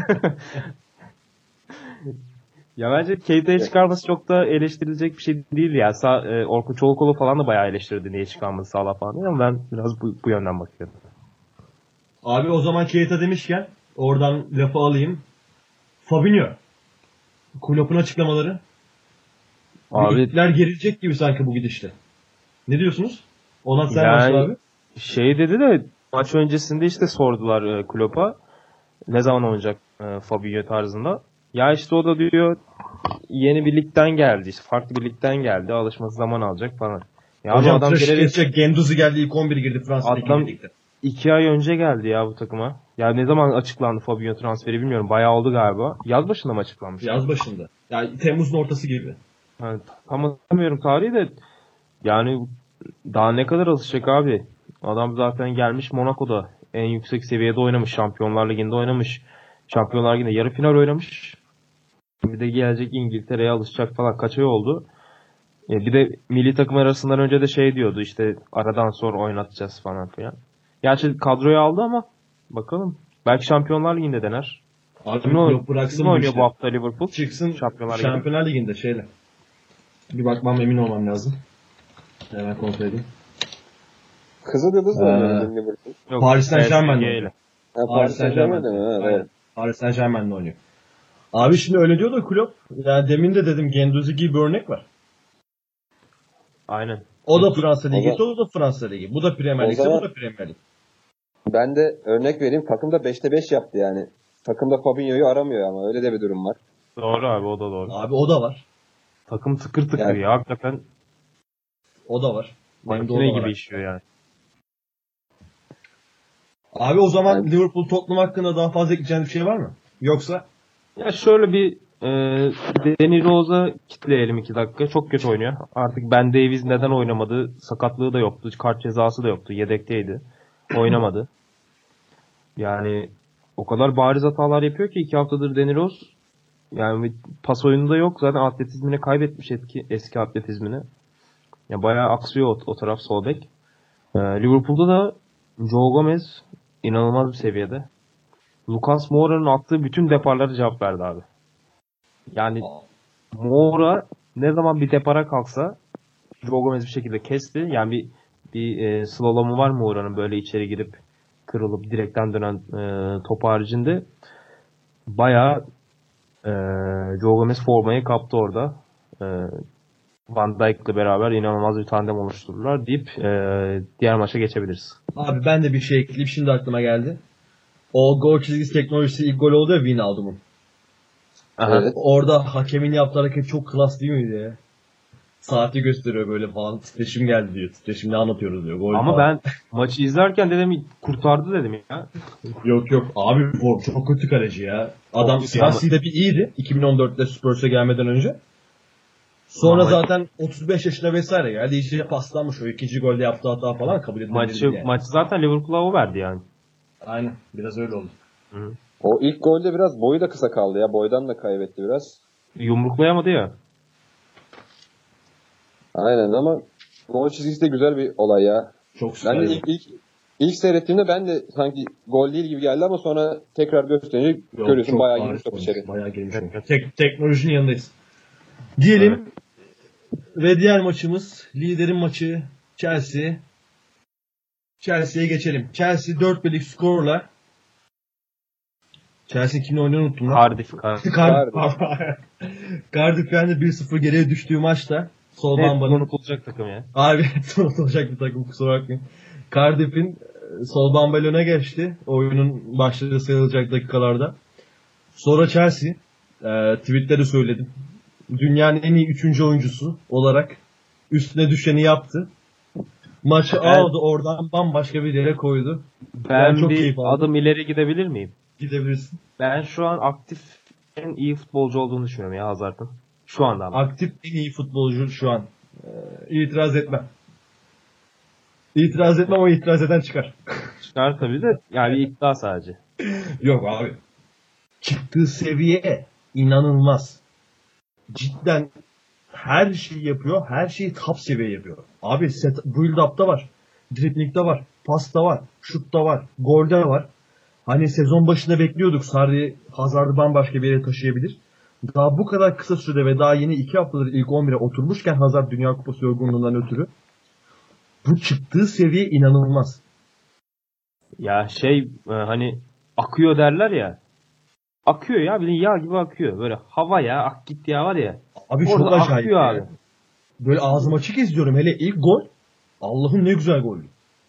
S2: Ya bence Keita'ya çıkarması çok da eleştirilecek bir şey değil ya. Orkun Çolakoğlu falan da bayağı eleştirdi niye çıkarmadı Salah falan diye ama ben biraz bu yönden bakıyorum.
S1: Abi o zaman Keita demişken oradan lafı alayım. Fabinho. Klopp'un açıklamaları.
S2: Abi
S1: İpler gerilecek gibi sanki bu gidişte. Ne diyorsunuz? Ona sen
S2: yani,
S1: başla abi.
S2: şey dedi de maç öncesinde işte sordular Klopp'a ne zaman oynayacak Fabinho tarzında. Ya işte o da diyor yeni bir ligden geldi. İşte farklı bir ligden geldi. Alışması zaman alacak falan. Ya
S1: Hocam
S2: adam
S1: tıraşı
S2: geleli
S1: kesecek. Genduzi geldi ilk 11 girdi Fransa'daki
S2: adam
S1: ligde.
S2: 2 ay önce geldi ya bu takıma. Ya ne zaman açıklandı Fabinho transferi bilmiyorum. Bayağı oldu galiba. Yaz başında mı açıklanmış?
S1: Yaz başında. Yani Temmuz'un ortası gibi.
S2: Yani, tam hatırlamıyorum tarihi de yani daha ne kadar alışacak abi? Adam zaten gelmiş Monaco'da en yüksek seviyede oynamış. Şampiyonlar Ligi'nde oynamış. Şampiyonlar Ligi'nde yarı final oynamış. Bir de gelecek İngiltere'ye alışacak falan kaç ay oldu. Bir de milli takım arasından önce de şey diyordu işte aradan sonra oynatacağız falan filan. Gerçi kadroyu aldı ama bakalım. Belki Şampiyonlar Ligi'nde dener.
S1: Abi
S2: Kim
S1: Klopp bıraksın bu
S2: oynuyor
S1: işte.
S2: bu hafta Liverpool?
S1: Çıksın
S2: Şampiyonlar Ligi'nde.
S1: Şampiyonlar Ligi'nde şeyle. Bir bakmam emin olmam lazım. Hemen kontrol edeyim.
S3: Kızılyıldız mı oynuyor Liverpool?
S2: Yok,
S1: Paris Saint-Germain'le
S2: PSG
S1: oynuyor.
S3: Ha, Paris Saint-Germain'de mi? Ha,
S1: Aynen.
S3: evet.
S1: Paris Saint-Germain'le oynuyor. Abi şimdi öyle diyor da Klopp. Yani demin de dedim Genduzi gibi bir örnek var.
S2: Aynen.
S1: O da Fransa Ligi,
S3: O
S1: o da Fransa Ligi. Bu da Premier
S3: O
S1: Lig'se
S3: zaman-
S1: bu da Premier Lig.
S3: Ben de örnek vereyim. Takımda 5'te 5 yaptı yani. Takımda Fabinho'yu aramıyor ama öyle de bir durum var.
S2: Doğru abi o da doğru.
S1: Abi o da var.
S2: Takım tıkır tıkır
S3: Yani-
S2: ya. Hakikaten
S1: O da var. Benim de o
S2: makine
S1: da var.
S2: gibi işiyor yani.
S1: Abi o zaman
S3: Yani-
S1: Liverpool Tottenham hakkında daha fazla ekleyeceğin bir şey var mı? Yoksa
S2: Ya şöyle bir Danny Rose'a kitleyelim 2 dakika. Çok kötü oynuyor. Artık Ben Davies neden oynamadı? Sakatlığı da yoktu. Kart cezası da yoktu. Yedekteydi. Oynamadı. Yani o kadar bariz hatalar yapıyor ki 2 haftadır Danny Rose. Yani pas oyunu da yok. Zaten atletizmini kaybetmiş eski atletizmini. Ya bayağı aksıyor o taraf sol bek. Liverpool'da da Joe Gomez inanılmaz bir seviyede. Lucas Moura'nın attığı bütün deparlara cevap verdi abi. Yani Moura ne zaman bir depara kalksa Joe Gomez bir şekilde kesti. Yani bir slalomu var Moura'nın böyle içeri girip kırılıp direkten dönen top haricinde. Bayağı Joe Gomez formayı kaptı orada. Van Dijk'le beraber inanılmaz bir tandem oluştururlar deyip diğer maça geçebiliriz.
S1: abi ben de bir şey ekleyip şimdi aklıma geldi. O gol çizgisi teknolojisi ilk gol oldu ya Wijnaldum'un.
S2: Aha.
S3: Evet.
S1: Orada hakemin yaptığı hareket çok klas değil miydi ya? Saati gösteriyor böyle falan. Titreşim geldi diyor. Titreşim ne anlatıyoruz diyor. Gol
S2: Ama
S1: falan.
S2: ben maçı izlerken dedim kurtardı dedim ya.
S1: Yok abi bu çok kötü kaleci ya. Adam
S2: Çok kötü ama-
S1: Swansea'de bir iyiydi. 2014'te Spurs'a gelmeden önce. Sonra
S2: Ama-
S1: zaten 35 yaşına vesaire geldi. İyice paslanmış o ikinci golde yaptığı hata falan kabul edilebilir yani.
S2: Maçı zaten Liverpool'a o verdi yani.
S1: Aynen. Biraz öyle oldu.
S2: Hı.
S3: O ilk golde biraz boyu da kısa kaldı ya. Boydan da kaybetti biraz.
S2: Yumruklayamadı ya.
S3: Aynen ama Gol çizgisi de güzel bir olay ya.
S1: Çok
S3: Ben de
S1: süper.
S3: ilk seyrettiğimde ben de sanki gol değil gibi geldi ama sonra tekrar gösterince
S1: Yok,
S3: görüyorsun
S1: çok
S3: bayağı
S1: bariz
S3: girmiş top
S1: olmuş.
S3: içeri.
S1: Bayağı girmiş olmuş. Teknolojinin yanındayız. Diyelim ve diğer maçımız liderin maçı Chelsea. Chelsea'ye geçelim. Chelsea 4-1'lik skorla Chelsea kimle oynadığını unuttum lan.
S2: Cardiff.
S1: Cardiff'ten de 1-0 geriye düştüğü maçta Sol
S2: Evet,
S1: Bamba'nın
S2: unutulacak takım ya.
S1: abi unutulacak bir takım, kusura bakmayın. Cardiff'in Sol Bamba ile öne geçti. Oyunun başladığı sayılacak dakikalarda. Sonra Chelsea tweetleri söyledim. Dünyanın en iyi 3. oyuncusu olarak üstüne düşeni yaptı. Maçı aldı, oradan bambaşka bir yere koydu.
S2: Ben
S1: çok
S2: bir
S1: keyif aldım.
S2: adım ileri gidebilir miyim?
S1: Gidebilirsin.
S2: Ben şu an aktif en iyi futbolcu olduğunu düşünüyorum ya Hazard'ın. Şu anda ama.
S1: Aktif en iyi futbolcu şu an. İtiraz etmem. İtiraz etmem ama itiraz eden çıkar.
S2: Çıkar tabii de yani bir iddia sadece.
S1: Yok abi. Çıktığı seviye inanılmaz. Cidden her şeyi yapıyor. Her şeyi top seviye yapıyor. Abi build up'ta var. Dribling'de var. Pasta var. Şutta var. Golde var. Hani sezon başında bekliyorduk. Sarri Hazard'ı bambaşka bir yere taşıyabilir. Daha bu kadar kısa sürede ve daha yeni 2 haftadır ilk 11'e oturmuşken Hazard Dünya Kupası yorgunluğundan ötürü bu çıktığı seviye inanılmaz.
S2: Ya hani akıyor derler ya. Akıyor ya, bir yağ gibi akıyor. Böyle hava ya, ak git ya var ya.
S1: Abi
S2: Orada
S1: çok acayip
S2: akıyor
S1: ya.
S2: abi.
S1: Böyle ağzım açık izliyorum. Hele ilk gol. Allah'ım ne güzel gol.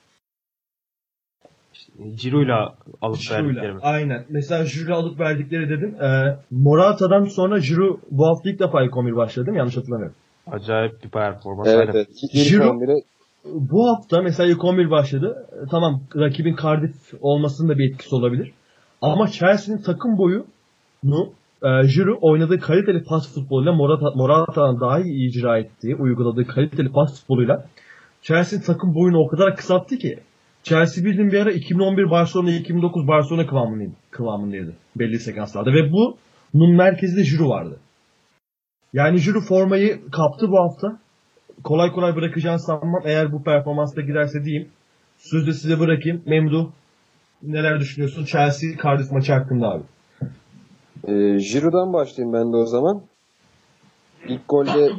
S2: Ciro'yla alıp verdiklerimiz.
S1: Aynen. Mesela Giroud'la alıp verdikleri dedim. Morata'dan sonra Giroud bu hafta ilk defa ilk 11 başladı değil mi? Yanlış hatırlamıyorum.
S2: Acayip bir performans.
S3: Evet
S2: Aynen.
S3: evet.
S1: Giroud bu hafta mesela ilk 11 başladı. Tamam, rakibin Cardiff olmasının da bir etkisi olabilir. Ama Chelsea'nin takım boyunu Giroud oynadığı kaliteli pas futboluyla Morata'dan daha iyi icra ettiği, uyguladığı kaliteli pas futboluyla Chelsea'nin takım boyunu o kadar kısalttı ki Chelsea bildiğim bir ara 2011 Barcelona, 2009 Barcelona kıvamındaydı belli sekanslarda ve bunun merkezinde Giroud vardı. Yani Giroud formayı kaptı bu hafta. Kolay kolay bırakacağını sanmam. Eğer bu performansla giderse diyeyim. Sözü size bırakayım. Memduh, neler düşünüyorsun Chelsea Cardiff maçı hakkında abi?
S3: Giroud'dan başlayayım ben de o zaman. İlk golde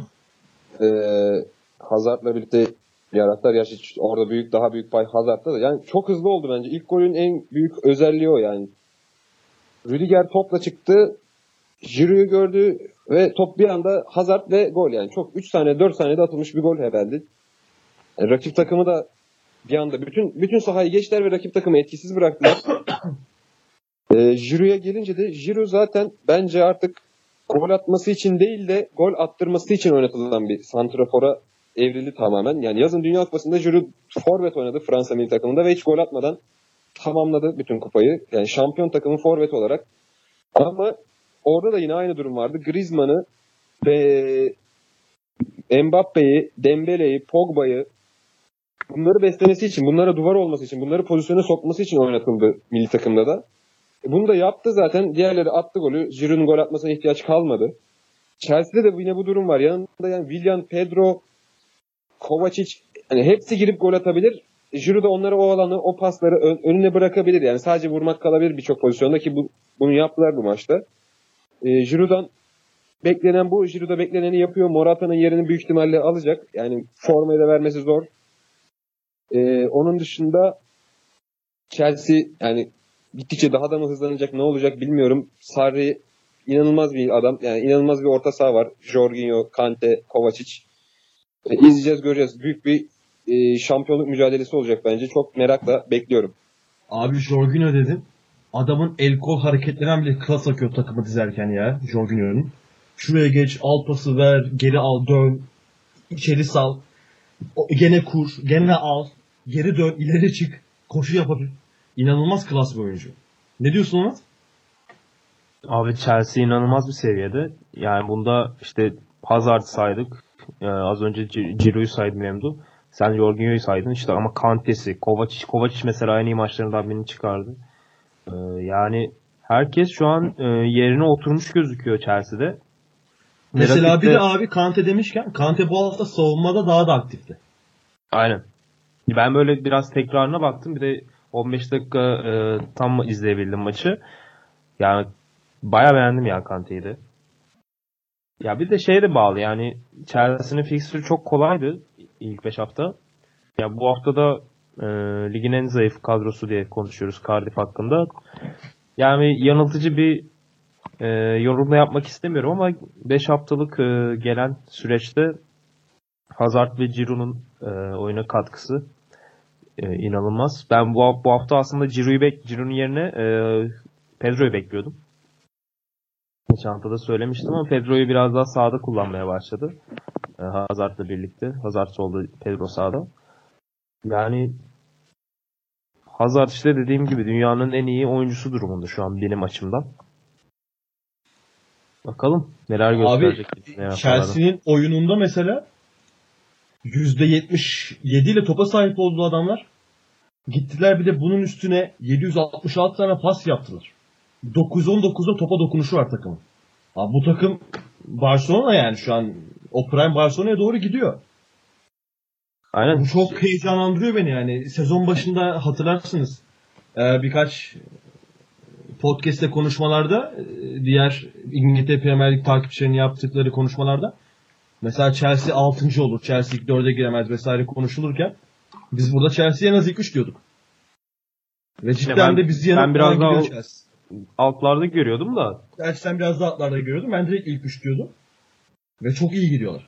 S3: Hazard'la birlikte yarattılar. Gerçi orada daha büyük pay Hazard'da da. Yani çok hızlı oldu bence. İlk golün en büyük özelliği o yani. Rüdiger topla çıktı. Giroud'u gördü ve top bir anda Hazard ve gol yani. Çok 3 saniye 4 saniyede atılmış bir gol herhalde. Rakip takımı da bir anda bütün sahayı geçtiler ve rakip takımı etkisiz bıraktılar. Giroud'a gelince de Giroud zaten bence artık gol atması için değil de gol attırması için oynatılan bir santrafora evrildi tamamen. Yani yazın Dünya Kupası'nda Giroud forvet oynadı Fransa milli takımında ve hiç gol atmadan tamamladı bütün kupayı. Yani şampiyon takımın forveti olarak. Ama orada da yine aynı durum vardı. Griezmann'ı ve Mbappe'yi, Dembele'yi, Pogba'yı bunları beslemesi için, bunlara duvar olması için, bunları pozisyona sokması için oynatıldı milli takımda da. Bunu da yaptı zaten. Diğerleri attı golü. Giroud'un gol atmasına ihtiyaç kalmadı. Chelsea'de de yine bu durum var. Yanında yani Willian, Pedro, Kovacic hani hepsi girip gol atabilir. Giroud da onlara o alanı, o pasları önüne bırakabilir. Yani sadece vurmak kalabilir birçok pozisyonda ki bunu yaptılar bu maçta. Giroud'dan beklenen bu. Giroud'a bekleneni yapıyor. Morata'nın yerini büyük ihtimalle alacak. Yani formayı da vermesi zor. Onun dışında Chelsea yani gittikçe daha da mı hızlanacak, ne olacak bilmiyorum. Sarri inanılmaz bir adam. Yani inanılmaz bir orta saha var. Jorginho, Kante, Kovacic. İzleyeceğiz, göreceğiz. Büyük bir şampiyonluk mücadelesi olacak bence. Çok merakla bekliyorum.
S1: Abi Jorginho dedin. Adamın el kol hareketlerinden bile klas akıyor takımı dizerken ya Jorginho'nun. Şuraya geç, al pası ver, geri al, dön, içeri sal, gene kur, gene al, geri dön, ileri çık, koşu yapabilir. İnanılmaz klas bir oyuncu. Ne diyorsun Onat?
S2: Abi Chelsea inanılmaz bir seviyede. Yani bunda işte Hazard saydık. Az önce Giroud'u saydım Memdu. Sen Jorginho'yu saydın işte ama Kante'si, Kovacic mesela en iyi maçlarından birini çıkardı. Yani herkes şu an yerine oturmuş gözüküyor Chelsea'de.
S1: Mesela bir de abi Kante demişken Kante bu hafta savunmada daha da aktifti.
S2: Aynen. Ben böyle biraz tekrarına baktım. Bir de 15 dakika tam izleyebildim maçı. Yani bayağı beğendim ya Kante'yi de. Ya bir de şeye de bağlı yani Chelsea'nin fixtürü çok kolaydı ilk 5 hafta. Ya bu hafta da ligin en zayıf kadrosu diye konuşuyoruz Cardiff hakkında. Yani yanıltıcı bir yorum da yapmak istemiyorum ama 5 haftalık gelen süreçte Hazard ve Giroud'un oyuna katkısı inanılmaz. Ben bu hafta aslında Giroud'un yerine Pedro'yu bekliyordum. Geçen hafta da söylemiştim ama Pedro'yu biraz daha sağda kullanmaya başladı. Hazard'la birlikte. Hazard solda, Pedro sağda. Yani Hazard işte dediğim gibi dünyanın en iyi oyuncusu durumunda şu an benim açımdan. Bakalım neler gösterecek.
S1: Abi Chelsea'nin oyununda mesela %77 ile topa sahip olduğu adamlar gittiler bir de bunun üstüne 766 tane pas yaptılar. 9-19'da topa dokunuşu var takımın. Abi bu takım Barcelona yani şu an o prime Barcelona'ya doğru gidiyor.
S2: Aynen.
S1: Bu çok heyecanlandırıyor beni yani. Sezon başında hatırlarsınız birkaç podcast'te konuşmalarda diğer İngiltere Premier Lig takipçilerinin yaptıkları konuşmalarda mesela Chelsea 6. olur, Chelsea ilk 4'e giremez vesaire konuşulurken biz burada Chelsea'ye en az ilk 3 diyorduk. Ve cidden de bizi
S2: ben biraz daha
S1: Chelsea.
S2: Altlarda görüyordum da.
S1: Gerçekten biraz daha altlarda görüyordum. Ben direkt ilk 3 diyordum. Ve çok iyi gidiyorlar.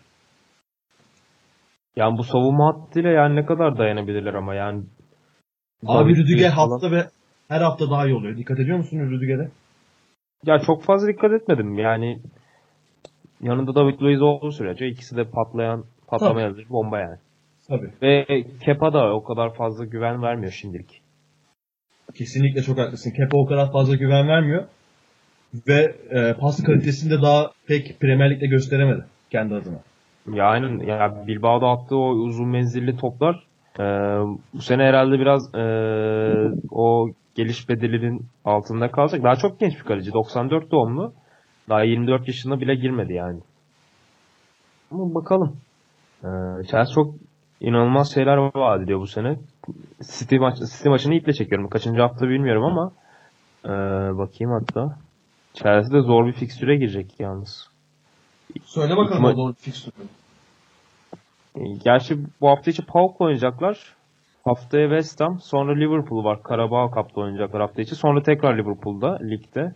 S2: Yani bu savunma hattıyla yani ne kadar dayanabilirler ama yani.
S1: Abi Rüdiger hafta ve her hafta daha iyi oluyor. Dikkat ediyor musun Rüdiger'e?
S2: Ya çok fazla dikkat etmedim. Yani yanında David Luiz olduğu sürece ikisi de patlamaya hazır bomba yani.
S1: Tabii.
S2: Ve Kepa da o kadar fazla güven vermiyor şimdilik.
S1: Kesinlikle çok haklısın. Kepa o kadar fazla güven vermiyor. Ve pas kalitesini de daha pek Premier Lig'de gösteremedi kendi adına.
S2: Ya aynen. Ya Bilbao'da attığı o uzun menzilli toplar bu sene herhalde biraz o geliş bedelinin altında kalacak. Daha çok genç bir kaleci. 94 doğumlu. Daha 24 yaşına bile girmedi yani. Ama bakalım. Chelsea çok inanılmaz şeyler vaat ediyor bu sene. City maçını iple çekiyorum. Kaçıncı hafta bilmiyorum ama bakayım hatta. Chelsea de zor bir fikstüre girecek yalnız.
S1: Söyle bakalım o zor bir fikstürü.
S2: Gerçi bu hafta içi PAOK'la oynayacaklar. Haftaya West Ham, sonra Liverpool var. Carabao Cup'ta oynayacaklar hafta içi. Sonra tekrar Liverpool'da ligde.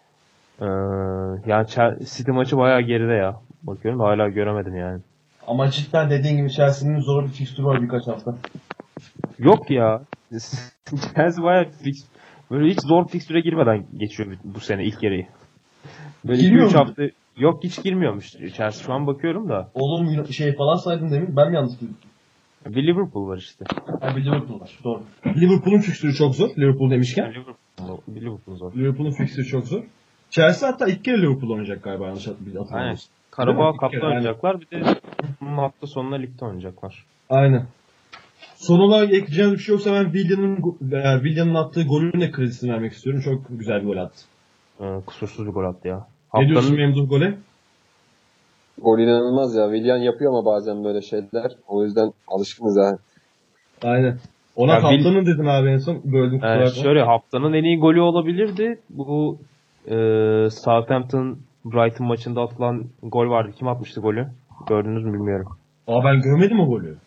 S2: Yani City maçı bayağı geride ya. Bakıyorum da hala göremedim yani.
S1: Ama cidden dediğin gibi Chelsea'nin zor bir fikstürü var birkaç hafta.
S2: Yok ya. Chelsea bayağı böyle hiç zor fikstüre girmeden geçiyor bu sene ilk yarıyı. Böyle 2-3 hafta yok hiç girmiyormuş Chelsea şu an bakıyorum da.
S1: Oğlum falan saydın demin ben mi yanlış duydum?
S2: Bir Liverpool var işte.
S1: Bir Liverpool var doğru. Liverpool'un fikstürü çok zor. Liverpool demişken.
S2: Liverpool zor.
S1: Liverpool'un fikstürü çok zor. Chelsea hatta ilk kere Liverpool oynayacak galiba yanlış hatırlamıyorsam.
S2: Aynen. Carabao Cup'ta oynayacaklar. Bir de hafta sonunda ligde oynayacaklar.
S1: Aynen. Son olarak ekleyeceğim bir şey yoksa ben Willian'ın attığı golüne kredisini vermek istiyorum. Çok güzel bir gol attı.
S2: Kusursuz bir gol attı ya.
S1: Ne diyorsun Memduh gole?
S3: Gol inanılmaz ya. Willian yapıyor ama bazen böyle şeyler. O yüzden alışkınız ha.
S1: Aynen. Ona ya haftanın dedin abi en son. Böldüm
S2: şöyle haftanın en iyi golü olabilirdi. Bu Southampton Brighton maçında atılan gol vardı. Kim atmıştı golü? Gördünüz mü bilmiyorum.
S1: Ben görmedim o golü.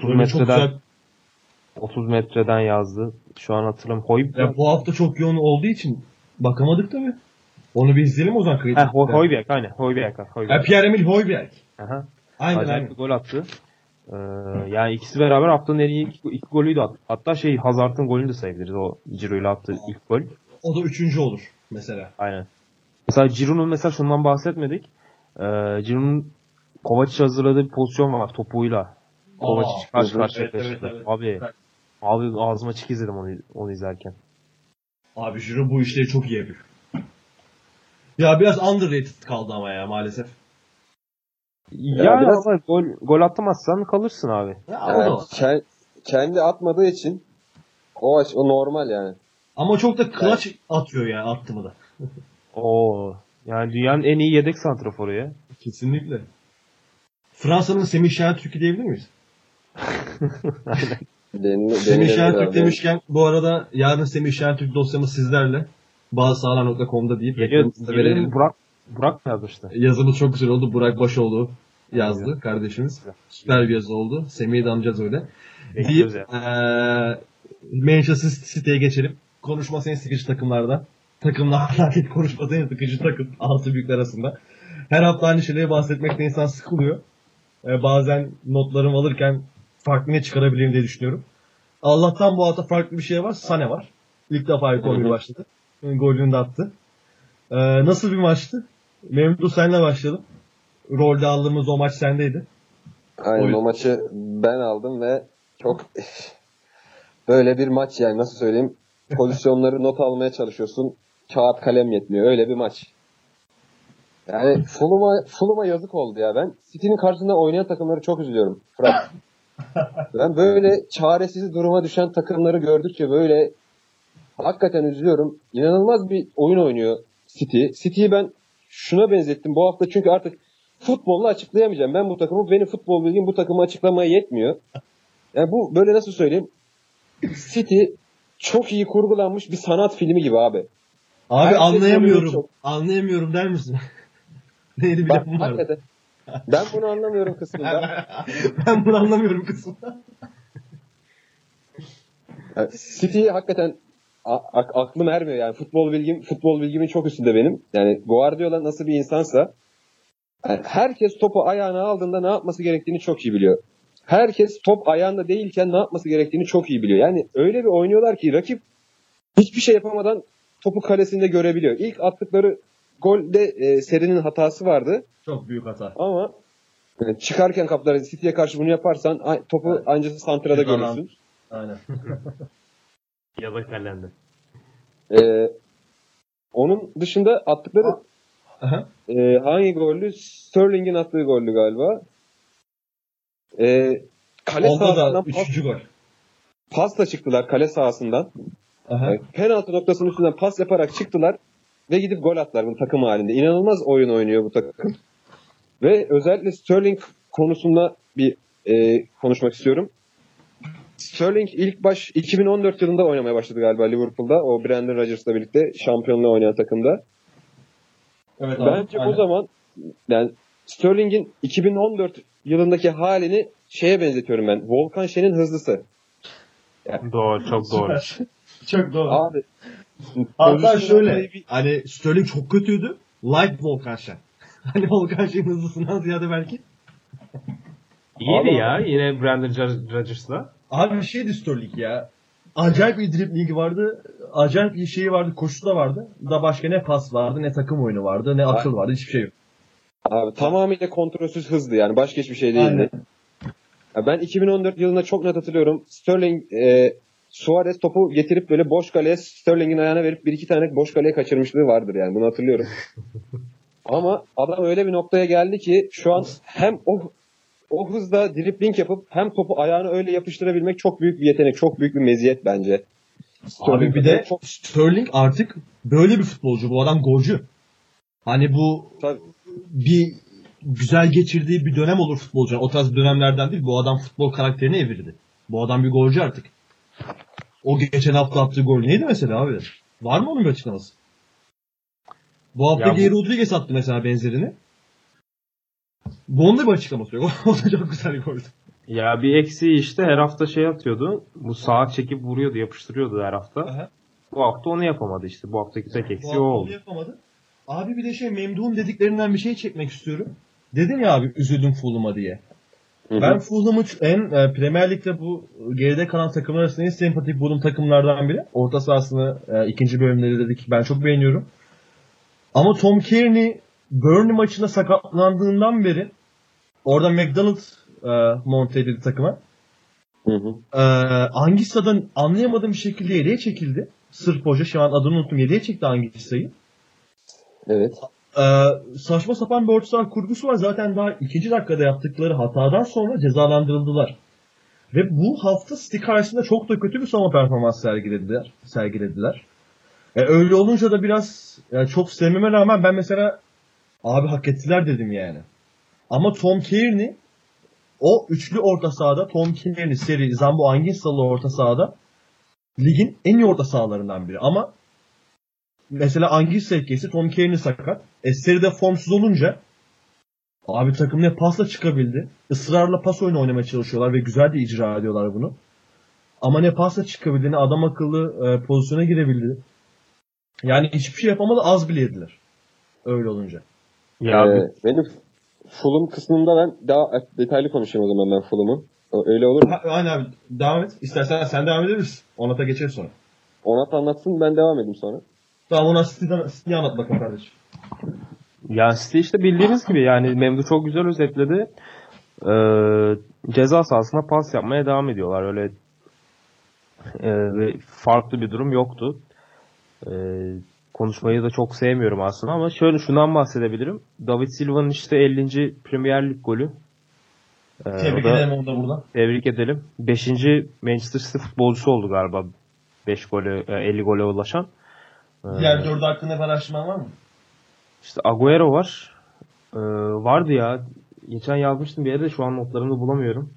S2: 30 metreden yazdı. Şu an hatırlamıyorum.
S1: Bu hafta çok yoğun olduğu için bakamadık tabii. Onu bir izleyelim o zaman.
S2: Højbjerg aynen. Højbjerg.
S1: Pierre-Emil Højbjerg.
S2: Aynen. Bir gol attı. Yani ikisi beraber haftanın en iyi iki golüydü. Hatta Hazard'ın golünü de sayabiliriz. O Giroud'la attığı ilk gol.
S1: O da 3. olur mesela.
S2: Aynen. Mesela Giroud'un mesela şundan bahsetmedik. Giroud'un Kovacic hazırladığı bir pozisyon var topuğuyla. Kovacic karşı karşıya taşıdı. Abi ağzıma çık izledim onu izlerken.
S1: Abi Giroud bu işleri çok iyi yapıyor. Ya biraz underrated kaldı ama ya maalesef.
S2: Ya biraz... ama gol atamazsan kalırsın abi.
S3: Kendi atmadığı için o normal yani.
S1: Ama çok da clutch atıyor yani attı mı da.
S2: Yani dünyanın en iyi yedek santraforu ya.
S1: Kesinlikle. Fransa'nın Semih Şentürk'ü diyebilir miyiz? Semih Şentürk demişken bu arada yarın Semih Şentürk dosyamız sizlerle. Bazısağlar.com'da deyip
S2: Geliyor Burak mı yazmıştı?
S1: Yazımız çok güzel oldu. Burak Başoğlu yazdı kardeşimiz. Süper bir yazı oldu. Semih'i de anacağız öyle. Deyip Manchester City'ye geçelim. Konuşması en sıkıcı takımlardan. Takımlardan değil, konuşması en sıkıcı takım. 6 büyükler arasında. Her hafta aynı şeyleri bahsetmekte insan sıkılıyor. Bazen notlarımı alırken farklı ne çıkarabilirim diye düşünüyorum. Allah'tan bu hafta farklı bir şey var. Sane var. İlk defa golü başladı. Golünü de attı. Nasıl bir maçtı? Memduh senle başlayalım. Rolde aldığımız o maç sendeydi.
S3: Aynen o maçı ben aldım ve çok böyle bir maç yani nasıl söyleyeyim, pozisyonları not almaya çalışıyorsun. Kağıt kalem yetmiyor. Öyle bir maç. Yani Fulham'a yazık oldu ya. Ben City'nin karşısında oynayan takımları çok üzülüyorum. Fırat. Ben böyle çaresiz duruma düşen takımları gördükçe böyle hakikaten üzülüyorum. İnanılmaz bir oyun oynuyor City. City'yi ben şuna benzettim bu hafta çünkü artık futbolla açıklayamayacağım. Ben bu takımı, benim futbol bilgim bu takımı açıklamaya yetmiyor. Yani bu böyle nasıl söyleyeyim? City çok iyi kurgulanmış bir sanat filmi gibi abi.
S1: Abi anlayamıyorum. Anlayamıyorum der misin? Neydi bir
S3: Bak,
S1: lafım vardı.
S3: hakikaten. Ben bunu anlamıyorum kısmında.
S1: Ben bunu anlamıyorum kısmında.
S3: Yani City'yi hakikaten aklım ermiyor yani futbol bilgimin çok üstünde benim. Yani Guardiola nasıl bir insansa yani herkes topu ayağına aldığında ne yapması gerektiğini çok iyi biliyor. Herkes top ayağında değilken ne yapması gerektiğini çok iyi biliyor. Yani öyle bir oynuyorlar ki rakip hiçbir şey yapamadan topu kalesinde görebiliyor. İlk attıkları golde Seri'nin hatası vardı.
S1: Çok büyük hata.
S3: Ama yani çıkarken kapıları City'ye karşı bunu yaparsan topu ancak santrada görürsün.
S1: Aynen.
S2: Ya da kalende.
S3: Onun dışında attıkları hangi gollü? Sterling'in attığı gollü galiba. Kale sahasından
S1: 3. gol.
S3: Pasla çıktılar kale sahasından. Penaltı noktasının üstünden pas yaparak çıktılar ve gidip gol attılar bu takım halinde. İnanılmaz oyun oynuyor bu takım. Ve özellikle Sterling konusunda bir konuşmak istiyorum. Sterling ilk baş 2014 yılında oynamaya başladı galiba Liverpool'da. O Brendan Rodgers'la birlikte şampiyonluğa oynayan takımda. Evet, bence o zaman yani Sterling'in 2014 yılındaki halini şeye benzetiyorum ben. Volkan Şen'in hızlısı.
S2: Yani, doğru, çok doğru.
S1: Çok doğru.
S3: Abi.
S1: Hatta şöyle, hani Sterling çok kötüydü. Like Volkan Şen. Hani Volkan Şen'in hızlısından ziyade belki.
S2: İyiydi ya yine Brendan Rodgers'la.
S1: Abi bir şeydi Sterling ya. Acayip bir driblingi vardı. Acayip bir şeyi vardı. Koşusu da vardı. Da başka ne pas vardı, ne takım oyunu vardı, ne akıl vardı. Hiçbir şey yok.
S3: Abi tamamıyla kontrolsüz hızlı yani. Başka hiçbir şey değildi. Ya ben 2014 yılında çok net hatırlıyorum. Sterling Suarez topu getirip böyle boş kaleye Sterling'in ayağına verip bir iki tane boş kaleye kaçırmışlığı vardır yani. Bunu hatırlıyorum. Ama adam öyle bir noktaya geldi ki şu an hem o hızda dribling yapıp hem topu ayağına öyle yapıştırabilmek çok büyük bir yetenek. Çok büyük bir meziyet bence.
S1: Abi bir de Sterling artık böyle bir futbolcu. Bu adam golcü. Hani bu bir güzel geçirdiği bir dönem olur futbolcu. O tarz dönemlerden değil. Bu adam futbol karakterini evirdi. Bu adam bir golcü artık. O geçen hafta attığı gol neydi mesela abi? Var mı onun bir açıklaması? Bu hafta Geri Rodriguez attı mesela benzerini. Bunun da bir açıklaması yok. O da çok güzel bir goldü.
S2: Ya bir eksiği işte her hafta şey atıyordu. Bu sağa çekip vuruyordu, yapıştırıyordu her hafta. Aha. Bu hafta onu yapamadı işte. Bu haftaki tek eksiği o oldu.
S1: Onu yapamadı. Abi bir de Memduh'un dediklerinden bir şey çekmek istiyorum. Dedin ya abi üzüldüm Fulham'a diye. Hı-hı. Ben Fulham'ı Premier Lig'de bu geride kalan takımlar arasında en sempatik bulduğum takımlardan biri. Orta sahasını ikinci bölümleri dedik ben çok beğeniyorum. Ama Tom Kearney Burnley maçında sakatlandığından beri orada McDonald monte edildi takıma. Angisa'dan anlayamadığım bir şekilde yediye çekildi. Sırf hoca şu an adını unuttum. Yediye çekti Angisa'yı.
S3: Evet.
S1: Saçma sapan bir orta saha kurgusu var. Zaten daha ikinci dakikada yaptıkları hatadan sonra cezalandırıldılar. Ve bu hafta City karşısında çok da kötü bir savunma performans sergilediler. Öyle olunca da biraz çok sevmeme rağmen ben mesela abi hak ettiler dedim yani. Ama Tom Kearney O üçlü orta sahada Tom Kearney, Seri, Zambo Anguissalı orta sahada ligin en iyi orta sahalarından biri. Ama mesela Anguissa kesi, Tom Kearney sakat. Seri'de formsuz olunca abi takım ne pasla çıkabildi. Israrla pas oyunu oynamaya çalışıyorlar ve güzel de icra ediyorlar bunu. Ama ne pasla çıkabildi ne adam akıllı pozisyona girebildi. Yani hiçbir şey yapamadı, az bile yediler. Öyle olunca.
S3: Benim Fulham kısmında ben daha detaylı konuşayım o zaman ben Fulham'ı. Öyle olur mu?
S1: Aynen abi. Devam et. İstersen sen devam edebilirsin. Onat'a geçeriz sonra.
S3: Onat anlatsın ben devam edeyim sonra.
S1: Tamam, ona City'yi anlat bakalım kardeşim.
S2: Ya City işte bildiğiniz gibi yani Memdu çok güzel özetledi. Ceza sahasına pas yapmaya devam ediyorlar. Öyle ve farklı bir durum yoktu. Konuşmayı da çok sevmiyorum aslında ama şöyle şundan bahsedebilirim. David Silva'nın işte 50. Premier Lig golü.
S1: Tebrik edelim onu da buradan.
S2: Tebrik edelim. 5. Manchester City futbolcusu oldu galiba. 5 golü 50 gole ulaşan.
S1: Diğer 4'ü hakkında bir araştırman var mı?
S2: İşte Agüero var. Vardı ya. Geçen yazmıştım bir yere de şu an notlarımı bulamıyorum.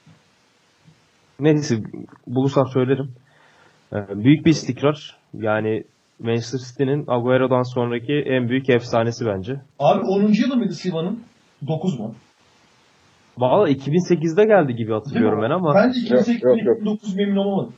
S2: Neyse bulursam söylerim. Büyük bir istikrar. Yani Manchester City'nin Agüero'dan sonraki en büyük efsanesi bence.
S1: Abi 10. yılı mıydı Silva'nın? 9 mu?
S2: Valla 2008'de geldi gibi hatırlıyorum ben ama.
S1: Bence 2008-2009
S3: Yok.
S1: memnun olamadım.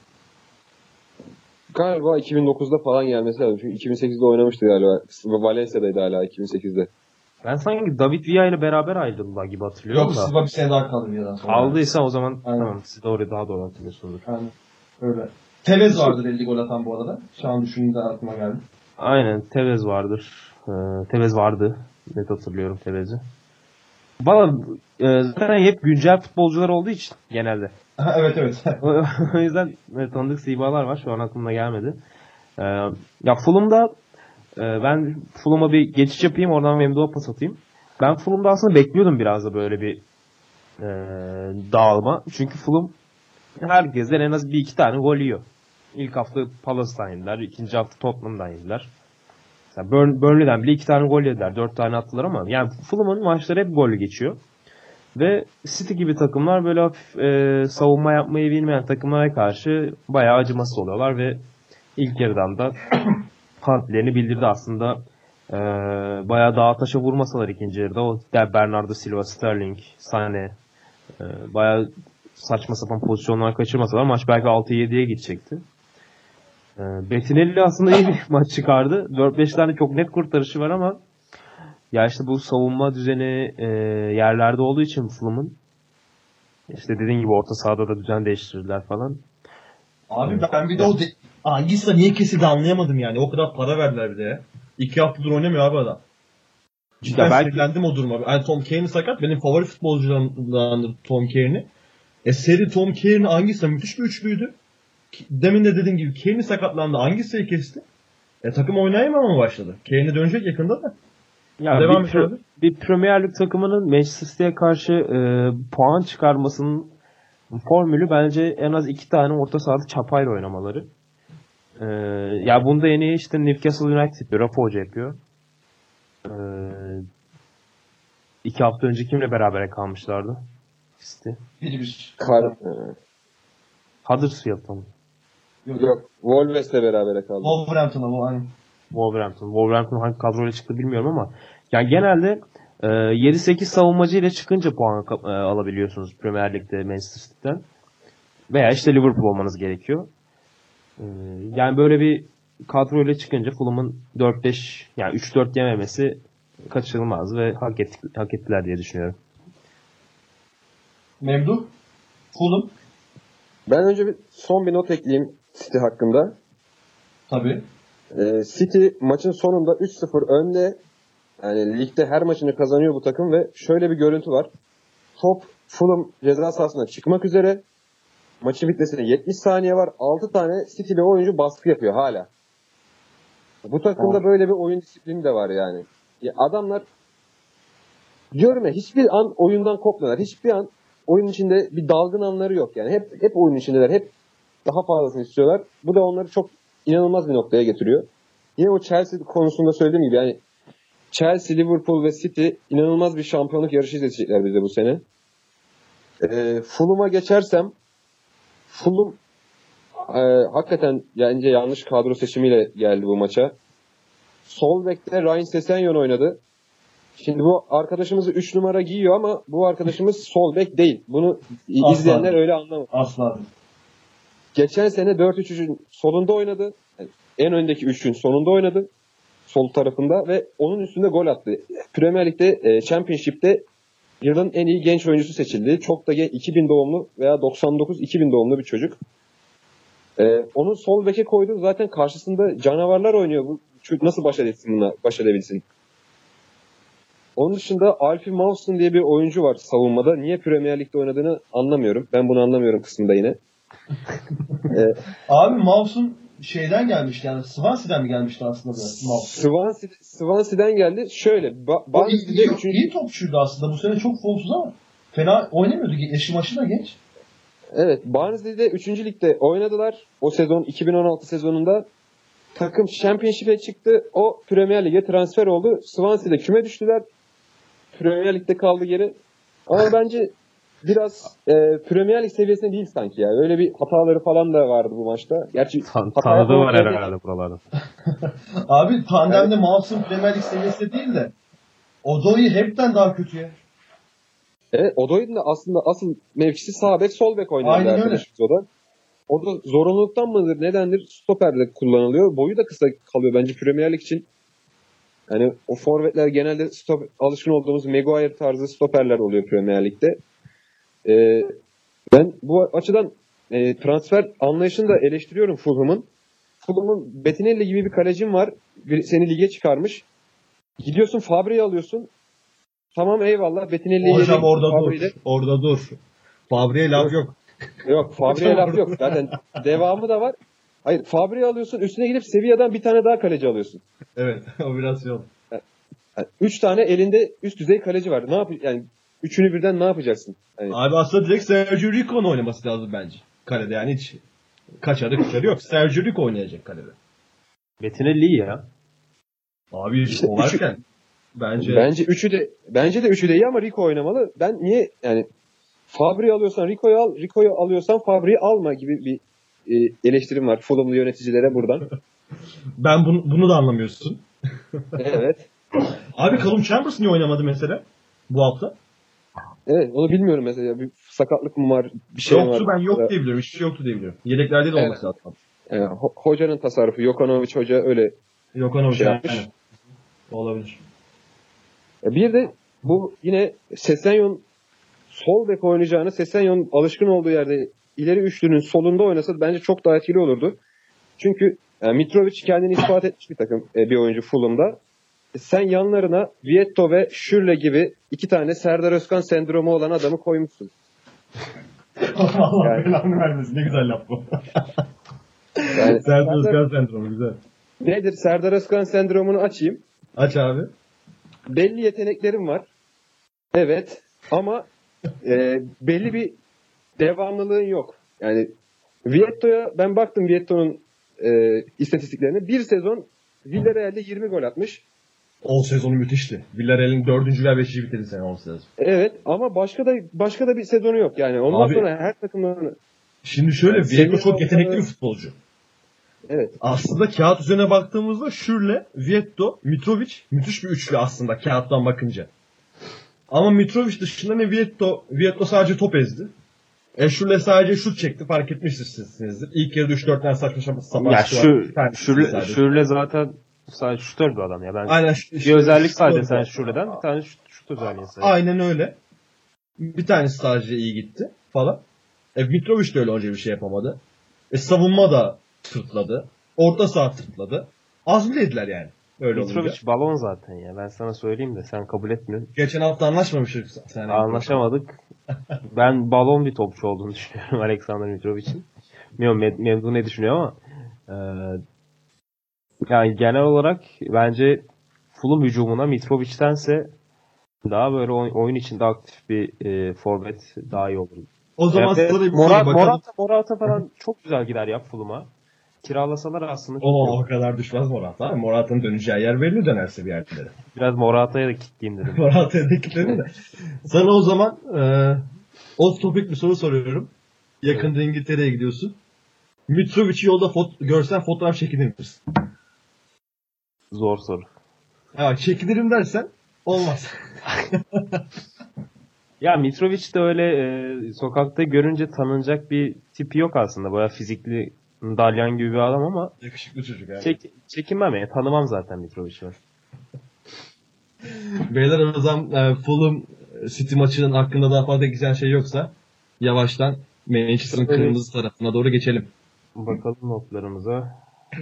S3: Galiba 2009'da falan gelmesi lazım. Çünkü 2008'de oynamıştı galiba. Valencia'daydı hala 2008'de.
S2: Ben sanki David Villa ile beraber ayrıldılar gibi hatırlıyorum
S1: Yok,
S2: da.
S1: Silva bir sene daha kaldı Villa'dan sonra.
S2: Aldıysa o zaman
S1: aynen.
S2: Tamam siz daha doğru hatırlıyorsunuzdur.
S1: Aynen. Öyle. Tevez vardır 50 gol atan bu arada. Şu an düşündüğümde aklıma geldi.
S2: Aynen Tevez vardır. Tevez vardı. Net hatırlıyorum Tevez'i. Valla zaten hep güncel futbolcular olduğu için genelde.
S1: Evet.
S2: O yüzden tanıdık simalar var. Şu an aklıma gelmedi. Ya Fulham'da ben Fulham'a bir geçiş yapayım. Oradan Memduh'a pas atayım. Ben Fulham'da aslında bekliyordum biraz da böyle bir dağılma. Çünkü Fulham herkesten en az bir iki tane gol yiyor. İlk hafta Palace'dan yediler. İkinci hafta Tottenham'dan yediler. Burnley'den bile 2 tane gol yediler. 4 tane attılar ama yani Fulham'ın maçları hep gollü geçiyor. Ve City gibi takımlar böyle hafif savunma yapmayı bilmeyen takımlara karşı bayağı acımasız oluyorlar ve ilk yarıdan da partilerini bildirdi aslında. Bayağı dağa taşa vurmasalar ikinci yarıda o Bernardo Silva, Sterling, Sané bayağı saçma sapan pozisyonlar kaçırmasalar maç belki 6-7'ye gidecekti. Bettinelli aslında iyi bir maç çıkardı. 4-5 tane çok net kurtarışı var ama ya işte bu savunma düzeni yerlerde olduğu için Fulham'ın işte dediğin gibi orta sahada da düzen değiştirdiler falan.
S1: Abi ben bir de o Anguissa niye kesildi anlayamadım yani. O kadar para verdiler bir de ya. 2 haftadır oynamıyor abi adam. Cidden sinirlendim o duruma. Yani Tom Kearney sakat. Benim favori futbolcularımdandır Tom Kearney. Seri Tom Kearney Anguissa müthiş bir üçlüydü. Demin de dediğim gibi Kearney sakatlandı. Angissa'yı kesti. Takım oynayamama başladı. Kearney dönecek yakında da.
S2: Ya
S1: devam
S2: bir Premier Lig takımının Manchester City'ye karşı puan çıkarmasının formülü bence en az 2 tane orta sahada çapayla oynamaları. Ya bunu da yeni işte Newcastle United yapıyor. Rafa Hoca yapıyor. 2 hafta önce kimle berabere kalmışlardı? City. Huddersfield'da mı?
S3: Yok. Wolves'le berabere kaldı.
S1: Wolverhampton'a bu aynı.
S2: Wolverhampton hangi kadroyla çıktı bilmiyorum ama yani genelde 7-8 savunmacı ile çıkınca puan alabiliyorsunuz Premier Lig'de Manchester City'den. Veya işte Liverpool olmanız gerekiyor. Yani böyle bir kadroyla çıkınca Fulham'ın 4-5 yani 3-4 yememesi kaçınılmaz ve hak ettiler diye düşünüyorum.
S1: Memduh? Fulham?
S3: Ben önce son bir not ekleyeyim City hakkında.
S1: Tabii.
S3: City maçın sonunda 3-0 önde. Yani ligde her maçını kazanıyor bu takım ve şöyle bir görüntü var. Top Fulham ceza sahasına çıkmak üzere. Maçın bitmesine 70 saniye var. 6 tane City'li oyuncu baskı yapıyor hala. Bu takımda böyle bir oyun disiplini de var yani. Ya adamlar diyorum ya hiçbir an oyundan kopmuyorlar. Hiçbir an oyun içinde bir dalgın anları yok yani. Hep oyun içindeler. Hep daha fazlasını istiyorlar. Bu da onları çok inanılmaz bir noktaya getiriyor. Yine o Chelsea konusunda söylediğim gibi yani Chelsea, Liverpool ve City inanılmaz bir şampiyonluk yarışı izleyecekler bize bu sene. Fulham'a geçersem Fulham hakikaten bence yanlış kadro seçimiyle geldi bu maça. Sol bekte Ryan Sessegnon oynadı. Şimdi bu arkadaşımız 3 numara giyiyor ama bu arkadaşımız sol bek değil. Bunu izleyenler öyle anlamaz.
S1: Asla.
S3: Geçen sene 4-3-3'ün solunda oynadı. Yani en öndeki 3'ün sonunda oynadı. Sol tarafında ve onun üstünde gol attı. Premier Lig'de, Championship'te yılın en iyi genç oyuncusu seçildi. Çok da 2000 doğumlu veya 99-2000 doğumlu bir çocuk. Onu sol beke koydu. Zaten karşısında canavarlar oynuyor. Bu çocuk nasıl baş edebilsin? Onun dışında Alfie Mawson diye bir oyuncu var savunmada. Niye Premier Lig'de oynadığını anlamıyorum. Ben bunu anlamıyorum kısmında yine.
S1: Abi Mawson şeyden gelmişti yani Swansea'den mi gelmişti aslında
S3: Swansea'den geldi. Şöyle
S1: iyi topçuydu aslında. Bu sene çok formsuz ama fena oynamıyordu. Yaşı maşı da genç.
S3: Evet. Barnsley'de 3. ligde oynadılar. O sezon 2016 sezonunda takım Championship'e çıktı. O Premier Lig'e transfer oldu. Swansea'de küme düştüler. Premier Lig'de kaldı geri. Ama bence biraz Premier Lig seviyesinde değil sanki ya. Öyle bir hataları falan da vardı bu maçta. Gerçi
S2: tanıdığı var herhalde buralarda.
S1: Abi tandemde Mawson Premier Lig seviyesinde değil de Odoi hepten daha kötü ya.
S3: Evet, Odoi'nin de aslında asıl mevkisi sağ bek sol bek oynayan
S1: Aynen
S3: arkadaşımız o da. O da zorunluluktan mıdır nedendir stoperde kullanılıyor. Boyu da kısa kalıyor bence Premier Lig için. Yani o forvetler genelde alışkın olduğumuz Maguire tarzı stoperler oluyor Premier Lig'de. Ben bu açıdan transfer anlayışını da eleştiriyorum Fulham'ın. Fulham'ın Bettinelli gibi bir kalecim var. Seni lige çıkarmış. Gidiyorsun Fabre'yi alıyorsun. Tamam eyvallah. Bettinelli'yi
S1: hocam orada dur. Fabre'ye laf yok.
S3: Yok Fabre'ye laf yok. Zaten devamı da var. Hayır Fabre'yi alıyorsun. Üstüne gidip Sevilla'dan bir tane daha kaleci alıyorsun.
S1: Evet. O biraz şey oldu.
S3: Yani 3 tane elinde üst düzey kaleci var. Ne yani üçünü birden ne yapacaksın? Yani...
S1: Abi aslında direkt Sergio Rico'nun oynaması lazım bence. Kalede yani hiç kaçarı yok. Sergio Rico oynayacak kalede.
S2: Bettinelli iyi ya.
S1: Abi işte o varken bence
S3: de üçü de iyi ama Rico oynamalı. Ben niye yani Fabre'yi alıyorsan Rico'yu al, Rico'yu alıyorsan Fabre'yi alma gibi bir eleştirim var Fulham'lı yöneticilere buradan.
S1: Ben bunu da anlamıyorsun.
S3: Evet.
S1: Abi Callum Chambers niye oynamadı mesela bu hafta?
S3: Evet onu bilmiyorum mesela. Bir sakatlık mı var? Bir şey
S1: yoktu,
S3: var.
S1: Ben yok diye biliyorum. Hiçbir şey yoktu diye biliyorum. Yedeklerde de olması lazım.
S3: Yani, hocanın tasarrufu. Jokanovic hoca öyle
S1: şey yapmış. Olabilir.
S3: Bir de bu yine Sessegnon sol bek oynayacağını Sessegnon alışkın olduğu yerde ileri üçlünün solunda oynasa bence çok daha etkili olurdu. Çünkü Mitrovic kendini ispat etmiş bir oyuncu Fulham'da. Sen yanlarına Vietto ve Schürrle gibi 2 tane Serdar Özkan sendromu olan adamı koymuşsun.
S1: Allah belanı vermesin. Ne güzel laf bu. Yani, Serdar Özkan sendromu güzel.
S3: Nedir? Serdar Özkan sendromunu açayım.
S1: Aç abi.
S3: Belli yeteneklerim var. Evet. Ama belli bir devamlılığın yok. Yani Vietto'ya ben baktım Vietto'nun istatistiklerine. Bir sezon Villarreal'de 20 gol atmış.
S1: O sezonu müthişti. Villarreal'in 4. veya 5. bitirdi sene o sezon.
S3: Evet ama başka da bir sezonu yok yani. Ondan sonra her takımların
S1: şimdi şöyle Vietto çok yetenekli bir futbolcu.
S3: Evet.
S1: Aslında kağıt üzerine baktığımızda Schürrle, Vietto, Mitrovic müthiş bir üçlü aslında kağıttan bakınca. Ama Mitrovic dışında ne Vietto sadece top ezdi. Schürrle sadece şut çekti. Fark etmişsinizdir. İlk yarıda 3-4 tane saçma sapan
S2: ya Schürrle zaten sadece şutör bir adam ya.
S1: Aynen,
S2: bir özellik sadece sen Schürrle'den bir tane şut özelliği sadece.
S1: Aynen öyle. Bir tanesi sadece iyi gitti falan. Mitrovic de öyle önce bir şey yapamadı. Savunma da tırtladı. Orta saha tırtladı. Az bile yediler yani. Öyle
S2: Mitrovic
S1: olunca.
S2: balon zaten ya. Ben sana söyleyeyim de sen kabul etmiyorsun.
S1: Geçen hafta anlaşmamıştık.
S2: Anlaşamadık. Ben balon bir topçu olduğunu düşünüyorum Aleksandar Mitrovic'in. Bilmiyorum Memdu ne düşünüyor ama yani genel olarak bence Fulham hücumuna Mitrovic'tense daha böyle oyun içinde aktif bir forvet daha iyi olur.
S1: O zaman
S2: Morata falan çok güzel gider ya Fulham'a. Kiralasalar aslında çok
S1: o kadar düşmez Morata. Morata'nın döneceği yer belli dönerse bir yerlere.
S2: Biraz Morata'ya da kilitleyeyim dedim.
S1: Morata'ya da kilitledim de. Sana o zaman Off topic bir soru soruyorum. Yakında İngiltere'ye gidiyorsun. Mitrovic'i yolda görsen fotoğraf çekinir misin?
S2: Zor soru.
S1: Ya çekinirim dersen olmaz.
S2: Ya Mitrovic de öyle sokakta görünce tanınacak bir tipi yok aslında. Bayağı fizikli, dalyan gibi bir adam ama
S1: Yakışıklı çocuk abi.
S2: çekinmem ya. Tanımam zaten Mitrovic'i.
S1: Beyler o zaman Fulham City maçının hakkında daha fazla güzel şey yoksa yavaştan Manchester'ın kırmızı tarafına doğru geçelim.
S2: Bakalım notlarımıza.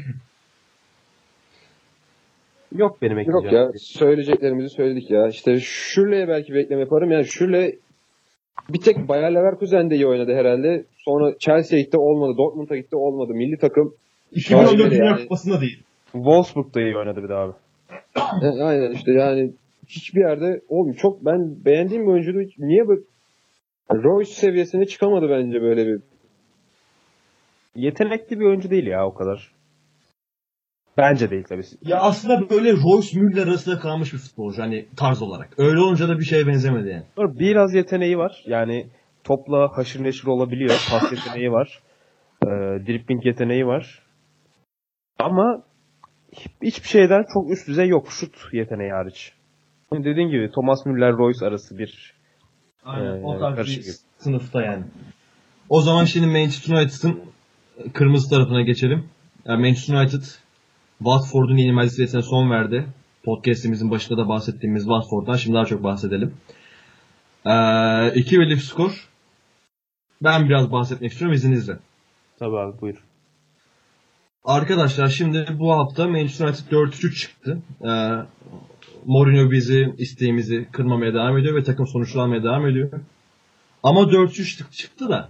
S2: Yok benim
S3: Yok
S2: ekleyeceğim.
S3: ya, söyleyeceklerimizi söyledik ya. İşte Schürrle'ye belki bir ekleme yaparım. Yani Schürrle bir tek Bayer Leverkusen'de iyi oynadı herhalde. Sonra Chelsea'ye gitti olmadı. Dortmund'a gitti olmadı. Milli takım
S1: 2014 Dünya
S3: yani.
S1: Kupası'nda değil.
S2: Wolfsburg'da iyi oynadı bir daha abi.
S3: Aynen işte yani hiçbir yerde olmuyor. Çok ben beğendiğim bir oyuncuydu. Niye böyle Royce seviyesine çıkamadı bence böyle bir.
S2: Yetenekli bir oyuncu değil ya o kadar. Bence değil tabii.
S1: Ya aslında böyle Royce Müller arasında kalmış bir futbolcu hani tarz olarak. Öyle olunca da bir şeye benzemedi yani.
S2: Biraz yeteneği var. Yani topla haşır neşir olabiliyor. Pas yeteneği var. Dribbling yeteneği var. Ama hiçbir şeyden çok üst düzey yok. Şut yeteneği hariç. Dediğim gibi Thomas Müller-Royce arası bir
S1: Aynen o tarz
S2: karışık
S1: bir
S2: gibi.
S1: sınıfta yani. O zaman şimdi Manchester United'ın kırmızı tarafına geçelim. Yani Manchester United Watford'un yenilmezlik serisine son verdi. Podcast'imizin başında da bahsettiğimiz Watford'dan şimdi daha çok bahsedelim. 2-1'lik skor. Ben biraz bahsetmek istiyorum izninizle.
S2: Tabii abi buyur.
S1: Arkadaşlar şimdi bu hafta Manchester United 4-3 çıktı. Mourinho bizi isteğimizi kırmamaya devam ediyor ve takım sonuçlanmaya devam ediyor. Ama 4-3 çıktı da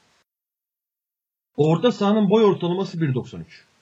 S1: orta sahanın boy ortalaması 1.93.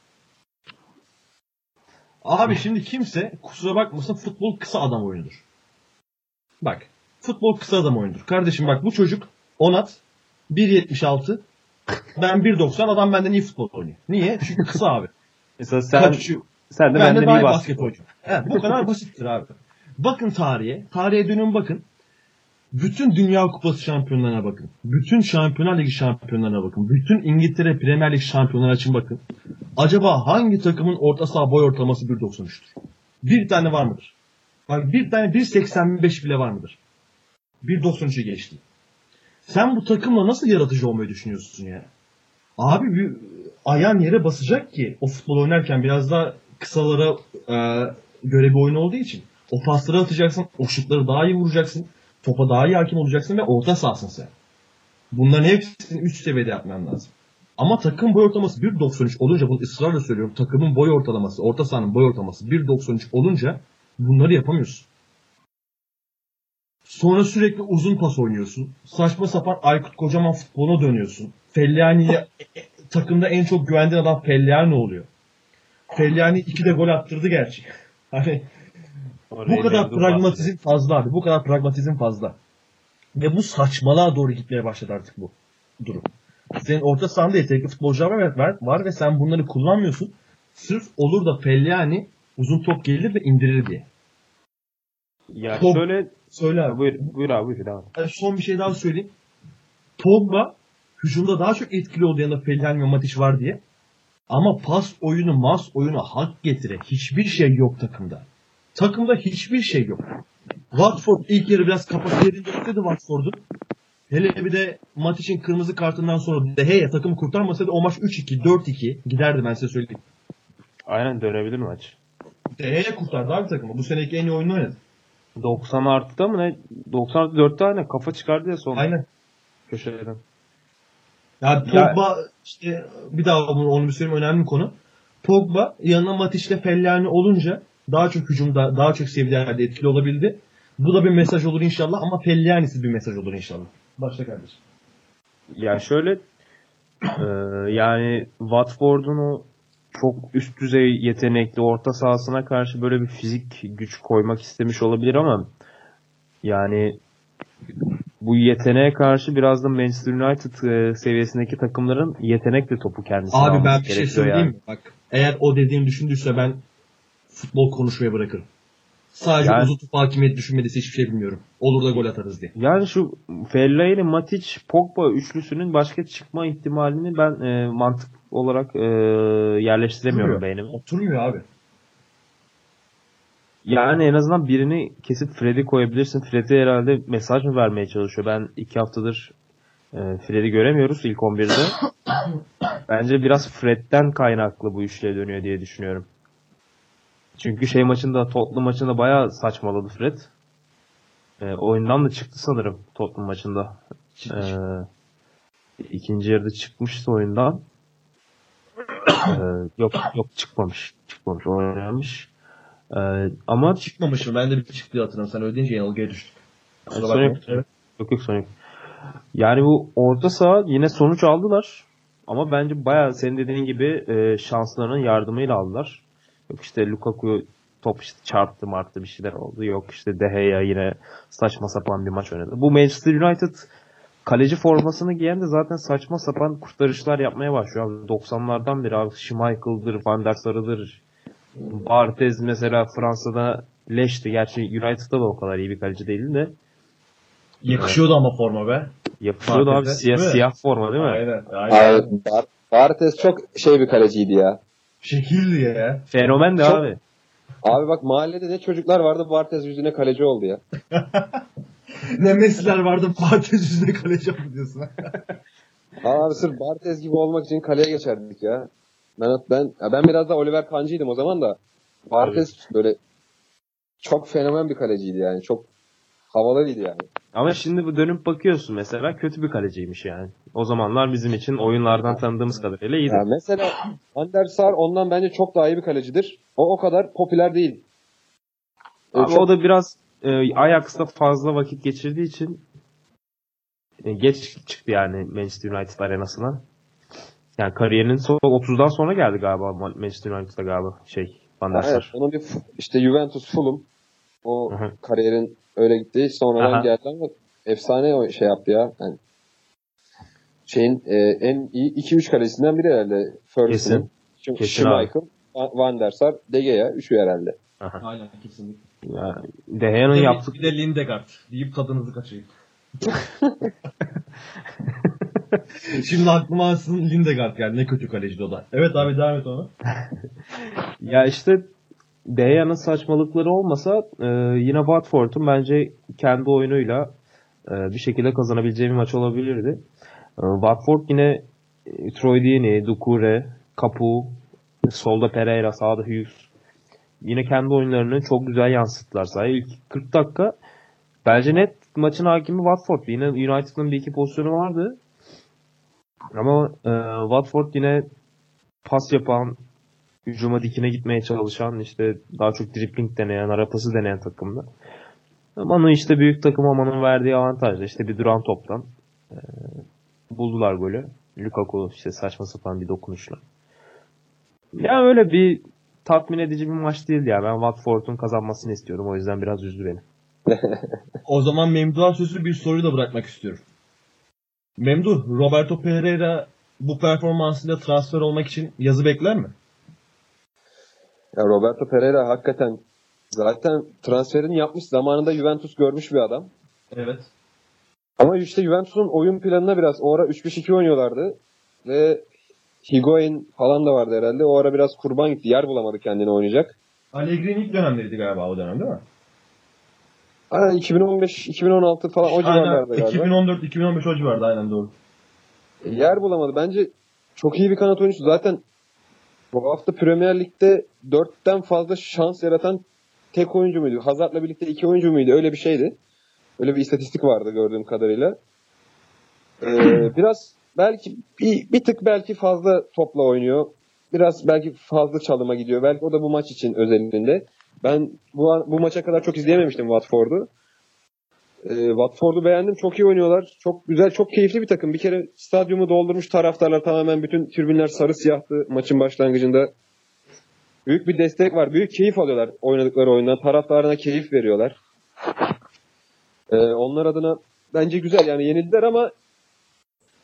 S1: Abi şimdi kimse kusura bakmasın futbol kısa adam oyunudur. Bak futbol kısa adam oyunudur. Kardeşim bak bu çocuk Onat 1.76 ben 1.90 adam benden iyi futbol oynuyor. Niye? Çünkü kısa abi.
S2: Mesela sen de
S1: ben de
S2: benden
S1: daha
S2: iyi
S1: iyi
S2: basket
S1: basket oynuyorum. Evet, bu kadar basittir abi. Bakın tarihe. Tarihe dönün bakın. Bütün Dünya Kupası şampiyonlarına bakın. Bütün Şampiyonlar Ligi şampiyonlarına bakın. Bütün İngiltere Premier Lig şampiyonları için bakın. Acaba hangi takımın orta saha boy ortalaması 1.93'tür? Bir tane var mıdır? Bak bir tane 1.85 bile var mıdır? 1.93'ü geçti. Sen bu takımla nasıl yaratıcı olmayı düşünüyorsun ya? Abi bir ayağın yere basacak ki o futbol oynarken biraz daha kısalara göre bir oyun olduğu için o pasları atacaksın, o şutları daha iyi vuracaksın, topa daha iyi hakim olacaksın ve orta sahasın sen. Bunların hepsini üst seviyede yapman lazım. Ama takım boy ortalaması 1.93 olunca, bunu ısrarla söylüyorum, takımın boy ortalaması, orta sahanın boy ortalaması 1.93 olunca bunları yapamıyorsun. Sonra sürekli uzun pas oynuyorsun. Saçma sapan Aykut Kocaman futboluna dönüyorsun. Fellaini'ye takımda en çok güvendiğin adam Fellaini oluyor. Fellaini 2 de gol attırdı gerçi. Hani bu kadar pragmatizm fazla abi. Bu kadar pragmatizm fazla. Ve bu saçmalığa doğru gitmeye başladı artık bu durum. Senin orta sahanda yetenekli futbolcular var ve sen bunları kullanmıyorsun. Sırf olur da Fellaini uzun top gelir de indirir diye.
S2: Ya
S1: Top,
S2: şöyle
S1: söyle abi.
S2: Buyur abi buyur devam.
S1: Son bir şey daha söyleyeyim. Pogba hücumda daha çok etkili olduğu yanında Fellaini ve Matic var diye. Ama pas oyunu hak getire. Hiçbir şey yok takımda. Takımda hiçbir şey yok. Watford ilk yarı biraz kafası yerinde istedi Watford'un. Hele bir de Matic'in kırmızı kartından sonra De Gea takımı kurtarmasaydı o maç 3-2, 4-2 giderdi ben size söyleyeyim.
S2: Aynen dönebilir maç.
S1: De Gea kurtardı abi takımı. Bu seneki en iyi oyunu oynadı.
S2: 90 artıda mı ne? 94 tane kafa çıkardı ya son
S1: Aynen.
S2: köşeden.
S1: Ya Pogba işte bir daha onu bir söyleyeyim önemli bir konu. Pogba yanına Matic'le Fellaini olunca daha çok hücumda, daha çok seviyelerde etkili olabildi. Bu da bir mesaj olur inşallah ama Fellaini'siz bir mesaj olur inşallah. Başla kardeşim.
S2: Ya şöyle yani Watford'un o çok üst düzey yetenekli orta sahasına karşı böyle bir fizik güç koymak istemiş olabilir ama yani bu yeteneğe karşı biraz da Manchester United seviyesindeki takımların yetenekle topu kendisine
S1: Abi
S2: alması
S1: ben bir şey söyleyeyim
S2: yani.
S1: mi? Bak eğer o dediğim düşündüyse ben futbol konuşmaya bırakırım. Sadece
S2: Yani-
S1: uzun top hakimiyet düşünmediyse hiçbir şey bilmiyorum. Olur da gol atarız diye.
S2: Yani şu Fellaini, Matic, Pogba üçlüsünün başka çıkma ihtimalini ben mantık olarak yerleştiremiyorum beynime.
S1: Oturmuyor abi.
S2: Yani en azından birini kesip Fred'i koyabilirsin. Fred'i herhalde mesaj mı vermeye çalışıyor? Ben 2 haftadır Fred'i göremiyoruz ilk 11'de. Bence biraz Fred'den kaynaklı bu işle dönüyor diye düşünüyorum. Çünkü Tottenham maçında bayağı saçmaladı Fred. Oyundan da çıktı sanırım Tottenham maçında. İkinci yarıda çıkmıştı oyundan. Yok çıkmamış. Çıkmamış. Oynamış. Ama
S1: Çıkmamış mı? Ben de bir çıktı diye hatırlıyorum. Sen öyle deyince yanılgıya düştük. Kusura
S2: Son
S1: bakmayın.
S2: yok. Yok son yok. Yani bu orta saha yine sonuç aldılar. Ama bence bayağı senin dediğin gibi şanslarının yardımıyla aldılar. Yok işte Lukaku top işte çarptı marttı bir şeyler oldu. Yok işte De Gea yine saçma sapan bir maç oynadı. Bu Manchester United kaleci formasını giyen de zaten saçma sapan kurtarışlar yapmaya başlıyor. Abi 90'lardan beri abi Schmeichel'dır, Van der Sar'ıdır. Barthez mesela Fransa'da leşti. Gerçi United'da da o kadar iyi bir kaleci değildi de.
S1: Yakışıyordu ama forma be.
S2: Yapışıyordu abi
S1: Bartez'e, değil mi?
S2: siyah forma değil mi?
S1: Aynen.
S3: Evet, Barthez çok bir kaleciydi ya.
S1: Şekildi ya.
S2: Fenomen de
S3: Çok-
S2: abi.
S3: Abi bak mahallede ne çocuklar vardı, Barthez yüzüne kaleci oldu ya.
S1: Ne Messi'ler vardı Barthez yüzüne kaleci yaptı diyorsun.
S3: Abi sırf Barthez gibi olmak için kaleye geçerdik ya. Ben biraz da Oliver Kancı'ydım o zaman da. Barthez böyle çok fenomen bir kaleciydi yani. Çok havalıydı yani.
S2: Ama şimdi bu dönüp bakıyorsun mesela kötü bir kaleciymiş yani. O zamanlar bizim için oyunlardan tanıdığımız kadarıyla iyiydi.
S3: Ya mesela Van der Sar ondan bence çok daha iyi bir kalecidir. O kadar popüler değil.
S2: Ama
S3: Çok-
S2: o da biraz Ajax'ta fazla vakit geçirdiği için geç çıktı yani Manchester United arenasına. Yani kariyerinin son 30'dan sonra geldi galiba Manchester United'a galiba Van der
S3: Evet,
S2: Sar.
S3: onun bir işte Juventus, Fulham o
S2: Hı hı.
S3: kariyerin öyle gitti. Sonradan
S2: Aha.
S3: geldi ama efsane o şey yaptı ya. Yani en iyi 2-3 kalecisinden biri herhalde Ferguson'ın.
S2: Kesin
S3: Schmeichel, Van der Sar, De Gea üçü herhalde.
S2: Aha.
S1: Aynen kesinlikle.
S2: Yani De Gea'nın yaptık
S1: Bir de Lindegaard deyip tadınızı kaçırayım. Şimdi aklıma aslında Lindegaard geldi. Ne kötü kaleciydi o da. Evet abi devam et ona.
S2: ya işte De Gea'nın saçmalıkları olmasa yine Watford'un bence kendi oyunuyla bir şekilde kazanabileceği bir maç olabilirdi. Watford yine Troy Deeney, Doucouré, Capu, solda Pereira, sağda Hughes. Yine kendi oyunlarını çok güzel yansıttılar sahaya. İlk 40 dakika bence net maçın hakimi Watford'du. Yine United'ın bir iki pozisyonu vardı. Ama Watford yine pas yapan, hücuma dikine gitmeye çalışan, işte daha çok dribbling deneyen, ara pası deneyen takımda. Ama işte büyük takım olmanın verdiği avantajla işte bir duran toptan buldular golü. Lukaku işte saçma sapan bir dokunuşla. Ya öyle bir tatmin edici bir maç değildi ya. Ben Watford'un kazanmasını istiyorum. O yüzden biraz üzdü beni.
S1: O zaman Memduh'a sözü bir soruyu da bırakmak istiyorum. Memduh, Roberto Pereira bu performansıyla transfer olmak için yazı bekler mi?
S3: Ya Roberto Pereira hakikaten zaten transferini yapmış, zamanında Juventus görmüş bir adam.
S1: Evet.
S3: Ama işte Juventus'un oyun planına biraz o ara 3-5-2 oynuyorlardı ve Higuain falan da vardı herhalde. O ara biraz kurban gitti. Yer bulamadı kendini oynayacak.
S1: Allegri'nin ilk dönemleriydi galiba o dönem değil mi?
S3: Aynen 2015-2016 falan o civarlarda galiba.
S1: 2014-2015 o civarda aynen doğru.
S3: Yer bulamadı. Bence çok iyi bir kanat oyuncusu. Zaten bu hafta Premier Lig'de 4'ten fazla şans yaratan tek oyuncu muydu? Hazard'la birlikte 2 oyuncu muydu? Öyle bir şeydi. Öyle bir istatistik vardı gördüğüm kadarıyla. Biraz belki bir tık belki fazla topla oynuyor. Biraz belki fazla çalıma gidiyor. Belki o da bu maç için özelinde. Ben bu maça kadar çok izleyememiştim Watford'u. Watford'u beğendim. Çok iyi oynuyorlar. Çok güzel, çok keyifli bir takım. Bir kere stadyumu doldurmuş taraftarlar. Tamamen bütün tribünler sarı siyahtı maçın başlangıcında. Büyük bir destek var. Büyük keyif alıyorlar oynadıkları oyundan. Taraftarına keyif veriyorlar. Onlar adına bence güzel. Yani yenildiler ama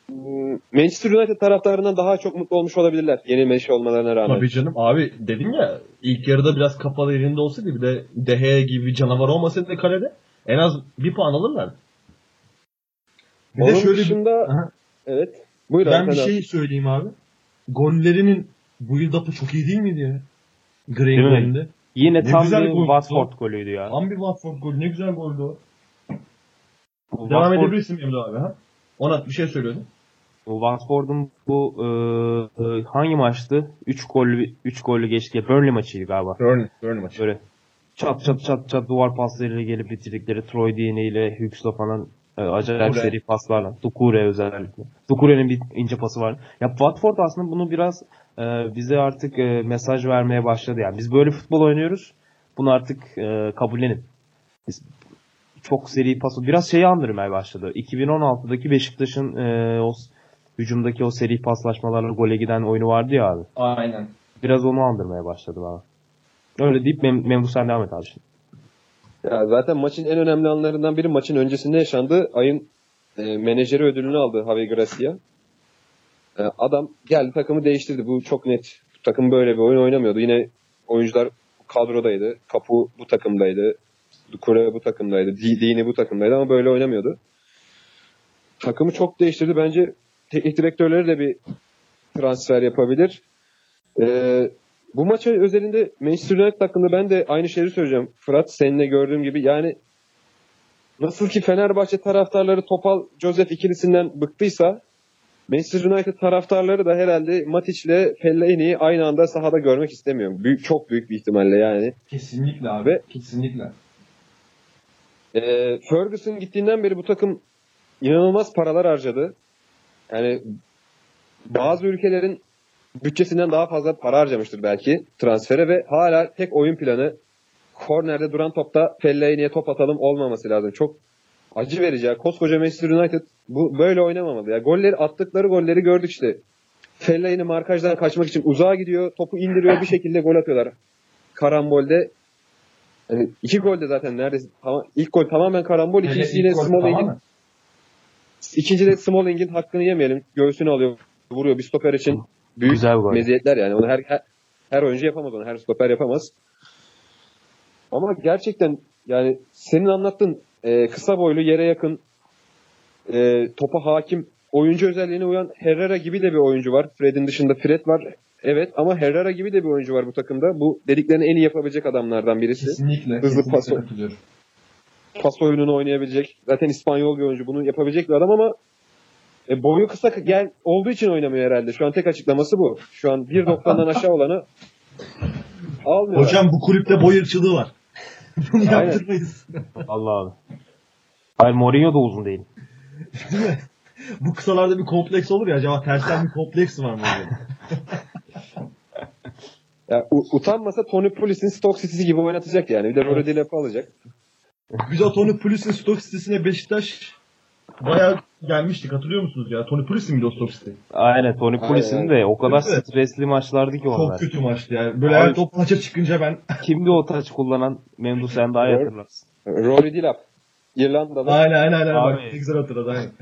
S3: Manchester United taraftarından daha çok mutlu olmuş olabilirler. Yenilmiş olmalarına rağmen.
S1: Tabii canım. Abi dedim ya ilk yarıda biraz kapalı yerinde olsaydı bir de De Gea gibi bir canavar olmasaydı kalede en az bir puan alırlar. Bir
S3: Onun
S1: de şöyle
S3: dışında
S1: Aha.
S3: evet. Buyur
S1: Ben
S3: abi,
S1: bir
S3: sen
S1: şey söyleyeyim abi. Gollerinin build-up'ı çok iyi değil miydi ya? Gray'in
S2: Değil mi?
S1: golünde.
S2: Yine
S1: Ne
S2: tam
S1: güzel
S2: bir
S1: goldü
S2: Watford golüydü ya.
S1: Tam bir Watford golü. Ne güzel goldü o.
S2: Bu
S1: Devam
S2: Watford,
S1: edebilirsin Emre abi. Ha? Onat bir şey söylüyordun.
S2: bu Watford'un bu hangi maçtı? 3 gollü geçti. Burnley maçıydı galiba.
S1: Burnley maçı.
S2: Böyle çat çat çat çat duvar paslarıyla gelip bitirdikleri Troy Deeney ile Hughes'la falan acayip
S1: Doucouré.
S2: seri paslarla. Doucouré özellikle. Doucouré'nin bir ince pası var. Ya Watford aslında bunu biraz bize artık mesaj vermeye başladı. Yani biz böyle futbol oynuyoruz. Bunu artık kabullenin. Biz çok seri pası. Biraz şeyi andırmaya başladı. 2016'daki Beşiktaş'ın o hücumdaki o seri paslaşmalarla gole giden oyunu vardı ya abi.
S1: Aynen.
S2: Biraz onu andırmaya başladı bana. Öyle deyip Memduh sen devam et abi şimdi.
S3: Ya zaten maçın en önemli anlarından biri maçın öncesinde yaşandı. Ayın menajeri ödülünü aldı Javi Gracia. Adam geldi takımı değiştirdi. Bu çok net. Bu takım böyle bir oyun oynamıyordu. Yine oyuncular kadrodaydı. Capu bu takımdaydı. Doucouré bu takımdaydı. Dini bu takımdaydı ama böyle oynamıyordu. Takımı çok değiştirdi. Bence teknik direktörleri de bir transfer yapabilir. Bu maçın özelinde Manchester United hakkında ben de aynı şeyi söyleyeceğim. Fırat seninle gördüğüm gibi yani nasıl ki Fenerbahçe taraftarları Topal Joseph ikilisinden bıktıysa Manchester United taraftarları da herhalde Matic'le Fellaini'yi aynı anda sahada görmek istemiyor. Çok büyük bir ihtimalle yani.
S1: Kesinlikle abi.
S3: Ve
S1: kesinlikle.
S3: Ferguson gittiğinden beri bu takım inanılmaz paralar harcadı. Yani bazı ülkelerin bütçesinden daha fazla para harcamıştır belki transfere ve hala tek oyun planı kornerde duran topta Fellaini'ye top atalım olmaması lazım. Çok acı verici ya. Koskoca Manchester United bu böyle oynamamalı ya. Attıkları golleri gördük işte. Fellaini markajdan kaçmak için uzağa gidiyor, topu indiriyor, bir şekilde gol atıyorlar. Karambolde yani 2 gol de zaten neredeyse ilk gol tamamen karambol, ikincisi yine Smalling'in. İkinci de Smalling'in hakkını yemeyelim. Göğsünü alıyor, vuruyor. Bir stoper için büyük meziyetler yani. Onu her oyuncu yapamaz onu. Her stoper yapamaz. Ama gerçekten yani senin anlattığın kısa boylu, yere yakın, topa hakim, oyuncu özelliğine uyan Herrera gibi de bir oyuncu var. Fred'in dışında Fred var. Evet ama Herrera gibi de bir oyuncu var bu takımda. Bu dediklerini en iyi yapabilecek adamlardan birisi.
S1: Kesinlikle.
S3: Hızlı
S1: Kesinlikle
S3: pas oyununu oynayabilecek. Zaten İspanyol bir oyuncu. Bunu yapabilecek bir adam ama boyu kısa olduğu için oynamıyor herhalde. Şu an tek açıklaması bu. Şu an 1.90'dan aşağı olanı almıyor.
S1: Hocam bu kulüpte boy ırkçılığı var. Bunu yaptırmayız.
S2: Allah abi. Hayır, Mourinho da uzun değil.
S1: Değil mi? Bu kısalarda bir kompleks olur ya. Acaba tersten bir kompleks var mı?
S3: Ya, utanmasa Tony Pulis'in Stoke City'si gibi oynatacak yani. Bir de Rory Delap'ı alacak.
S1: Biz o Tony Pulis'in Stoke City'sine Beşiktaş bayağı gelmiştik. Hatırlıyor musunuz ya? Tony Pulis'in miydi o Stoke City?
S2: Aynen, Tony Pulis'in de o kadar
S1: Evet.
S2: stresli maçlardı ki onlar.
S1: Çok kötü maçtı yani. Böyle her top maça çıkınca ben...
S2: Kimdi o taç kullanan? Memduh sen daha iyi hatırlarsın.
S3: Rory Delap. İrlanda'da.
S1: Aynen.
S2: Abi.
S1: Bak, ne güzel hatırladı. Aynen.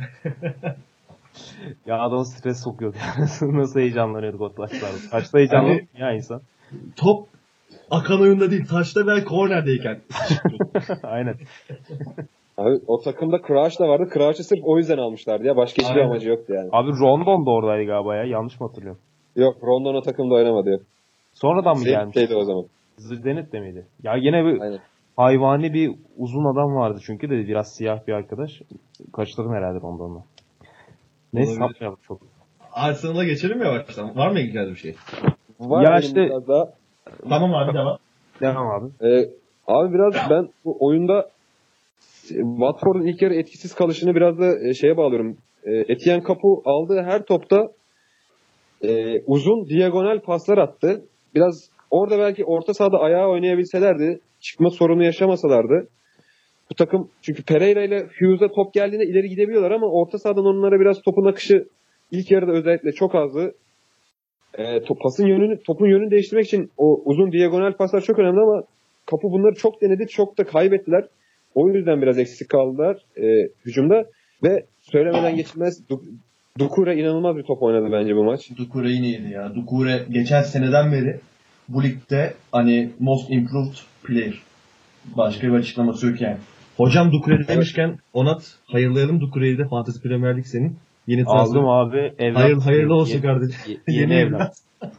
S2: Ya adamı stres sokuyordu. Nasıl heyecanlanıyorduk o taçlarda. Taçta heyecanlanıyor ya insan.
S1: Top akan oyunda değil. Taçta ve kornerdeyken.
S2: Aynen.
S3: Abi, o takımda Crouch da vardı. Crouch'ı sırf o yüzden almışlardı ya. Başka hiçbir amacı yoktu yani.
S2: Abi Rondon da oradaydı galiba ya. Yanlış mı hatırlıyorum?
S3: Yok, Rondon o takımda oynamadı yok.
S2: Sonradan mı gelmiş?
S3: Zenit'teydi o zaman.
S2: Zenit de miydi? Ya yine bir
S3: Aynen.
S2: hayvani bir uzun adam vardı çünkü de biraz siyah bir arkadaş. Kaçtırdım herhalde Rondon'la. Neyse sapmayalım çok.
S1: Arsenal'a geçelim mi yavaştan? Var mı ilgili bir şey?
S3: Var
S2: ya
S3: benim
S2: işte
S3: biraz daha.
S1: Tamam abi devam.
S2: Devam abi.
S3: Abi biraz ben bu oyunda Watford'un ilk yarı etkisiz kalışını biraz da şeye bağlıyorum. Etienne Capoue aldığı her topta uzun diagonal paslar attı. Biraz orada belki orta sahada ayağa oynayabilselerdi, çıkma sorunu yaşamasalardı. Bu takım çünkü Pereira ile Hughes'a top geldiğinde ileri gidebiliyorlar ama orta sahadan onlara biraz topun akışı ilk yarıda özellikle çok azdı. Topun yönünü değiştirmek için o uzun diagonal paslar çok önemli ama Capoue bunları çok denedi, çok da kaybettiler. O yüzden biraz eksik kaldılar hücumda ve söylemeden geçilmez Doucouré inanılmaz bir top oynadı bence bu maç.
S1: Doucouré yine iyiydi ya. Doucouré geçen seneden beri bu ligde hani most improved player. Başka bir açıklaması yok yani. Hocam Doucouré demişken Onat hayırlayalım Doucouré'yi de Fantasy Premier Lig senin. Yeni transfer.
S2: Aldım abi. Evlat.
S1: Hayırlı olsun kardeşim.
S2: Yeni evlat.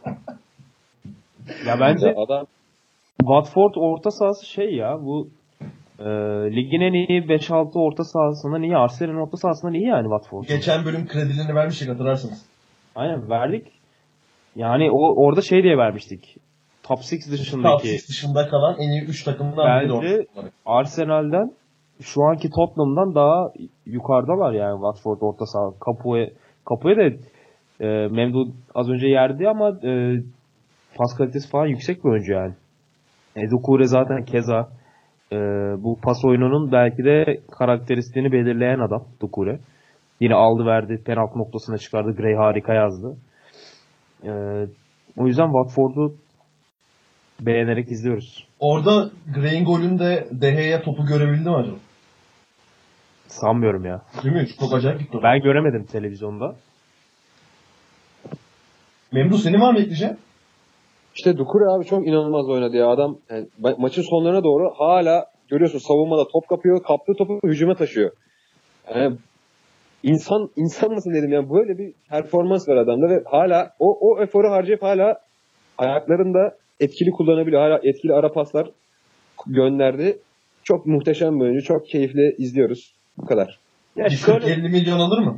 S2: Ya bence
S3: Adam
S2: Watford orta sahası şey ya bu ligin en iyi 5-6 orta sahasından iyi. Arsenal'in orta sahasından iyi yani Watford.
S1: Geçen bölüm kredilerini vermiştik hatırlarsınız.
S2: Aynen verdik. Yani orada şey diye vermiştik. Top 6 dışındaki.
S1: Top 6 dışında kalan en iyi 3 takımdan biri
S2: bence
S1: orada.
S2: Arsenal'den şu anki Tottenham'dan daha yukarıdalar yani Watford orta saha. Capoue de Memdu az önce yerdi ama pas kalitesi falan yüksek bir oyuncu yani. Doucouré zaten keza bu pas oyununun belki de karakteristiğini belirleyen adam Doucouré. Yine aldı verdi, penaltı noktasına çıkardı, Gray harika yazdı. O yüzden Watford'u beğenerek izliyoruz.
S1: Orada Gray'in golünde De Gea topu görebildi mi acaba?
S2: Sanmıyorum ya.
S1: Değil mi? Çok acayip gitti o.
S2: Ben göremedim televizyonda.
S1: Memduh senin var mı ekleyeceğin?
S3: işte Doucouré abi çok inanılmaz oynadı ya. Adam yani maçın sonlarına doğru hala görüyorsun savunmada top kapıyor, kaptığı topu hücuma taşıyor. Yani insan mısın dedim yani böyle bir performans var adamda ve hala o eforu harcayıp hala ayaklarında etkili kullanabiliyor. Hala etkili ara paslar gönderdi. Çok muhteşem bir oyuncu. Çok keyifli izliyoruz. Bu kadar.
S2: Ya
S1: Bir
S2: şöyle
S1: 40-50 milyon alır mı?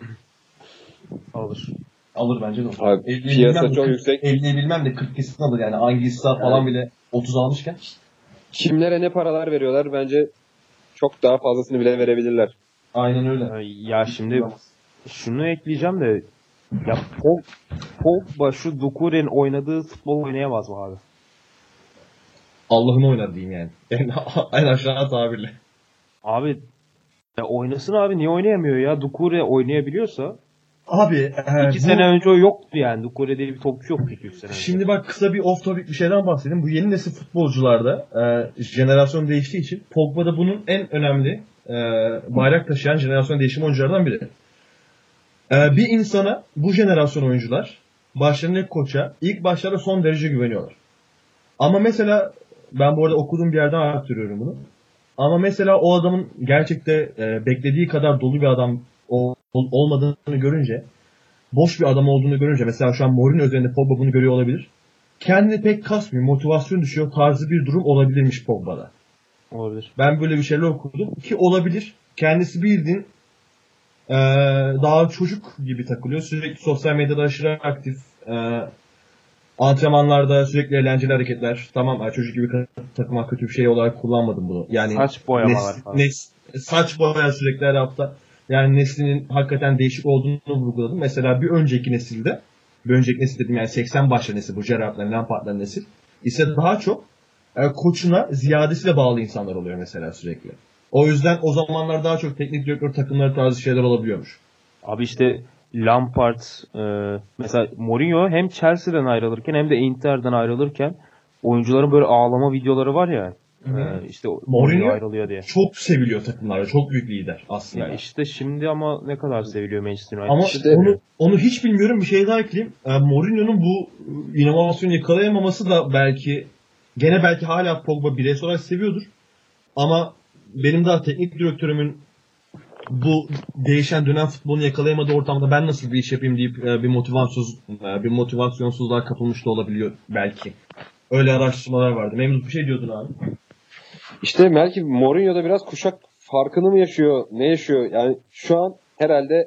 S2: alır.
S1: Alır bence de.
S3: Abi,
S1: 50
S3: piyasa
S1: bilmem de
S3: çok
S1: 40,
S3: yüksek.
S1: 50 bilmem de 40 kesin alır yani. Angissa falan bile 30 almışken.
S3: Kimlere ne paralar veriyorlar bence çok daha fazlasını bile verebilirler.
S1: Aynen öyle.
S2: Ya şimdi şunu ekleyeceğim de ya Pogba şu Doucouré'nin oynadığı futbol oynayamaz mı abi?
S1: Allah'ını oynar diyeyim yani. En aşağı tabirle.
S2: Abi oynasın abi niye oynayamıyor ya? Doucouré oynayabiliyorsa
S1: Abi
S2: 2 sene önce o yoktu yani. Doucouré diye bir topçu yoktu 2-3 sene önce.
S1: şimdi bak kısa bir off topic bir şeyden bahsedeyim. Bu yeni nesil futbolcularda jenerasyon değiştiği için Pogba da bunun en önemli bayrak taşıyan jenerasyon değişim oyunculardan biri. Bir insana bu jenerasyon oyuncular başlarındaki koça ilk başlarda son derece güveniyorlar. Ama mesela ben bu arada okuduğum bir yerden aktarıyorum bunu. Ama mesela o adamın gerçekte beklediği kadar dolu bir adam olmadığını görünce, boş bir adam olduğunu görünce, mesela şu an Mourinho üzerinde Pogba bunu görüyor olabilir. Kendini pek kasmıyor, motivasyon düşüyor tarzı bir durum olabilirmiş Pogba'da.
S2: Olabilir.
S1: Ben böyle bir şeyler okudum ki olabilir. Kendisi bildiğin daha çocuk gibi takılıyor. Sürekli sosyal medyada aşırı aktif. Antrenmanlarda sürekli eğlenceli hareketler. Tamam çocuk gibi takılmak kötü bir şey olarak kullanmadım bunu. Yani
S2: Saç boyamalar falan.
S1: saç boyayan sürekli her hafta. Yani neslinin hakikaten değişik olduğunu vurguladım. Mesela bir önceki nesil dedim yani 80 başlı nesil bu Gerrard'ların, Lampard'ların nesil ise daha çok koçuna ziyadesiyle bağlı insanlar oluyor mesela sürekli. O yüzden o zamanlar daha çok teknik direktör takımları tarzı şeyler olabiliyormuş.
S2: Abi işte Lampard mesela Mourinho hem Chelsea'den ayrılırken hem de Inter'den ayrılırken oyuncuların böyle ağlama videoları var ya. İşte Mourinho ayrılıyor diye.
S1: Çok seviliyor takımlarda. Çok büyük lider aslında.
S2: Ya işte şimdi ama ne kadar seviliyor Manchester United.
S1: Ama
S3: İşte
S1: onu hiç bilmiyorum. Bir şey daha ekleyeyim. Mourinho'nun bu inovasyonu yakalayamaması da belki hala Pogba bireysel olarak seviyordur. Ama benim daha teknik direktörümün bu değişen dönem futbolunu yakalayamadığı ortamda ben nasıl bir iş yapayım deyip bir motivasyonsuzluğa kapılmış da olabiliyor belki. Öyle araştırmalar vardı. Memnun bir şey diyordun abi.
S3: İşte belki Mourinho'da biraz kuşak farkını mı yaşıyor, ne yaşıyor? Yani şu an herhalde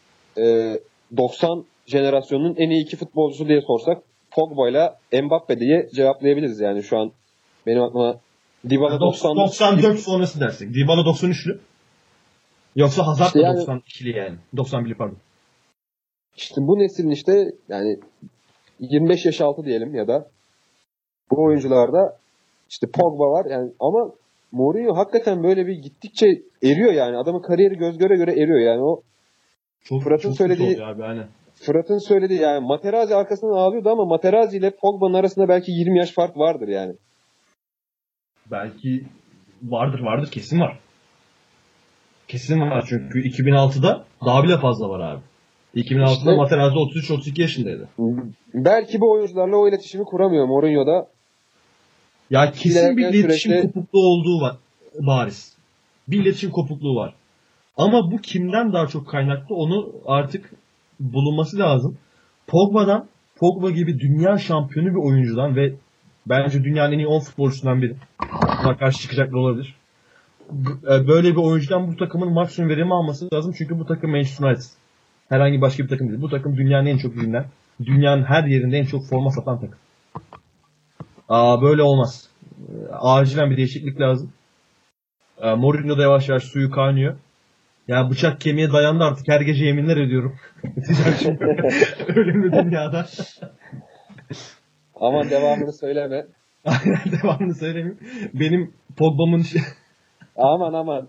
S3: 90 jenerasyonunun en iyi iki futbolcusu diye sorsak Pogba ile Mbappe diye cevaplayabiliriz yani şu an. Benim aklıma Dybala
S1: 94 sonrası dersek. Dybala 93'lü. Yoksa Hazard
S3: İşte
S1: da
S3: yani,
S1: 92'li yani. 91'li pardon.
S3: İşte bu neslin işte yani 25 yaş altı diyelim ya da bu oyuncularda işte Pogba var yani ama Mourinho hakikaten böyle bir gittikçe eriyor yani. Adamın kariyeri göz göre göre eriyor yani o Fırat'ın söylediği
S1: abi, aynen.
S3: Fırat'ın söylediği yani Materazzi arkasından ağlıyordu ama Materazzi ile Pogba'nın arasında belki 20 yaş fark vardır yani.
S1: Belki vardır kesin var. Kesin var çünkü 2006'da daha bile fazla var abi. 2006'da
S3: İşte-
S1: Materazzi 33-32 yaşındaydı.
S3: Belki bu oyuncularla o iletişimi kuramıyor Mourinho da.
S1: Ya kesin bir
S3: İlerleyen
S1: iletişim
S3: süreçte-
S1: kopukluğu olduğu var bariz. Bir iletişim kopukluğu var. Ama bu kimden daha çok kaynaklı onu artık bulunması lazım. Pogba gibi dünya şampiyonu bir oyuncudan ve bence dünyanın en iyi 10 futbolcusundan biri. Buna karşı çıkacaklar olabilir. Böyle bir oyuncudan bu takımın maksimum verimi alması lazım. Çünkü bu takım Manchester United. Herhangi başka bir takım değil. Bu takım dünyanın en çok bilinen, dünyanın her yerinde en çok forma satan takım. Böyle olmaz. Acilen bir değişiklik lazım. Mourinho da yavaş yavaş suyu kaynıyor. Ya bıçak kemiğe dayandı artık. Her gece yeminler ediyorum. Ölümlü dünyada.
S3: Aman devamını söyleme.
S1: Aynen devamını söylemeyeyim. Benim Pogba'mın
S3: Aman.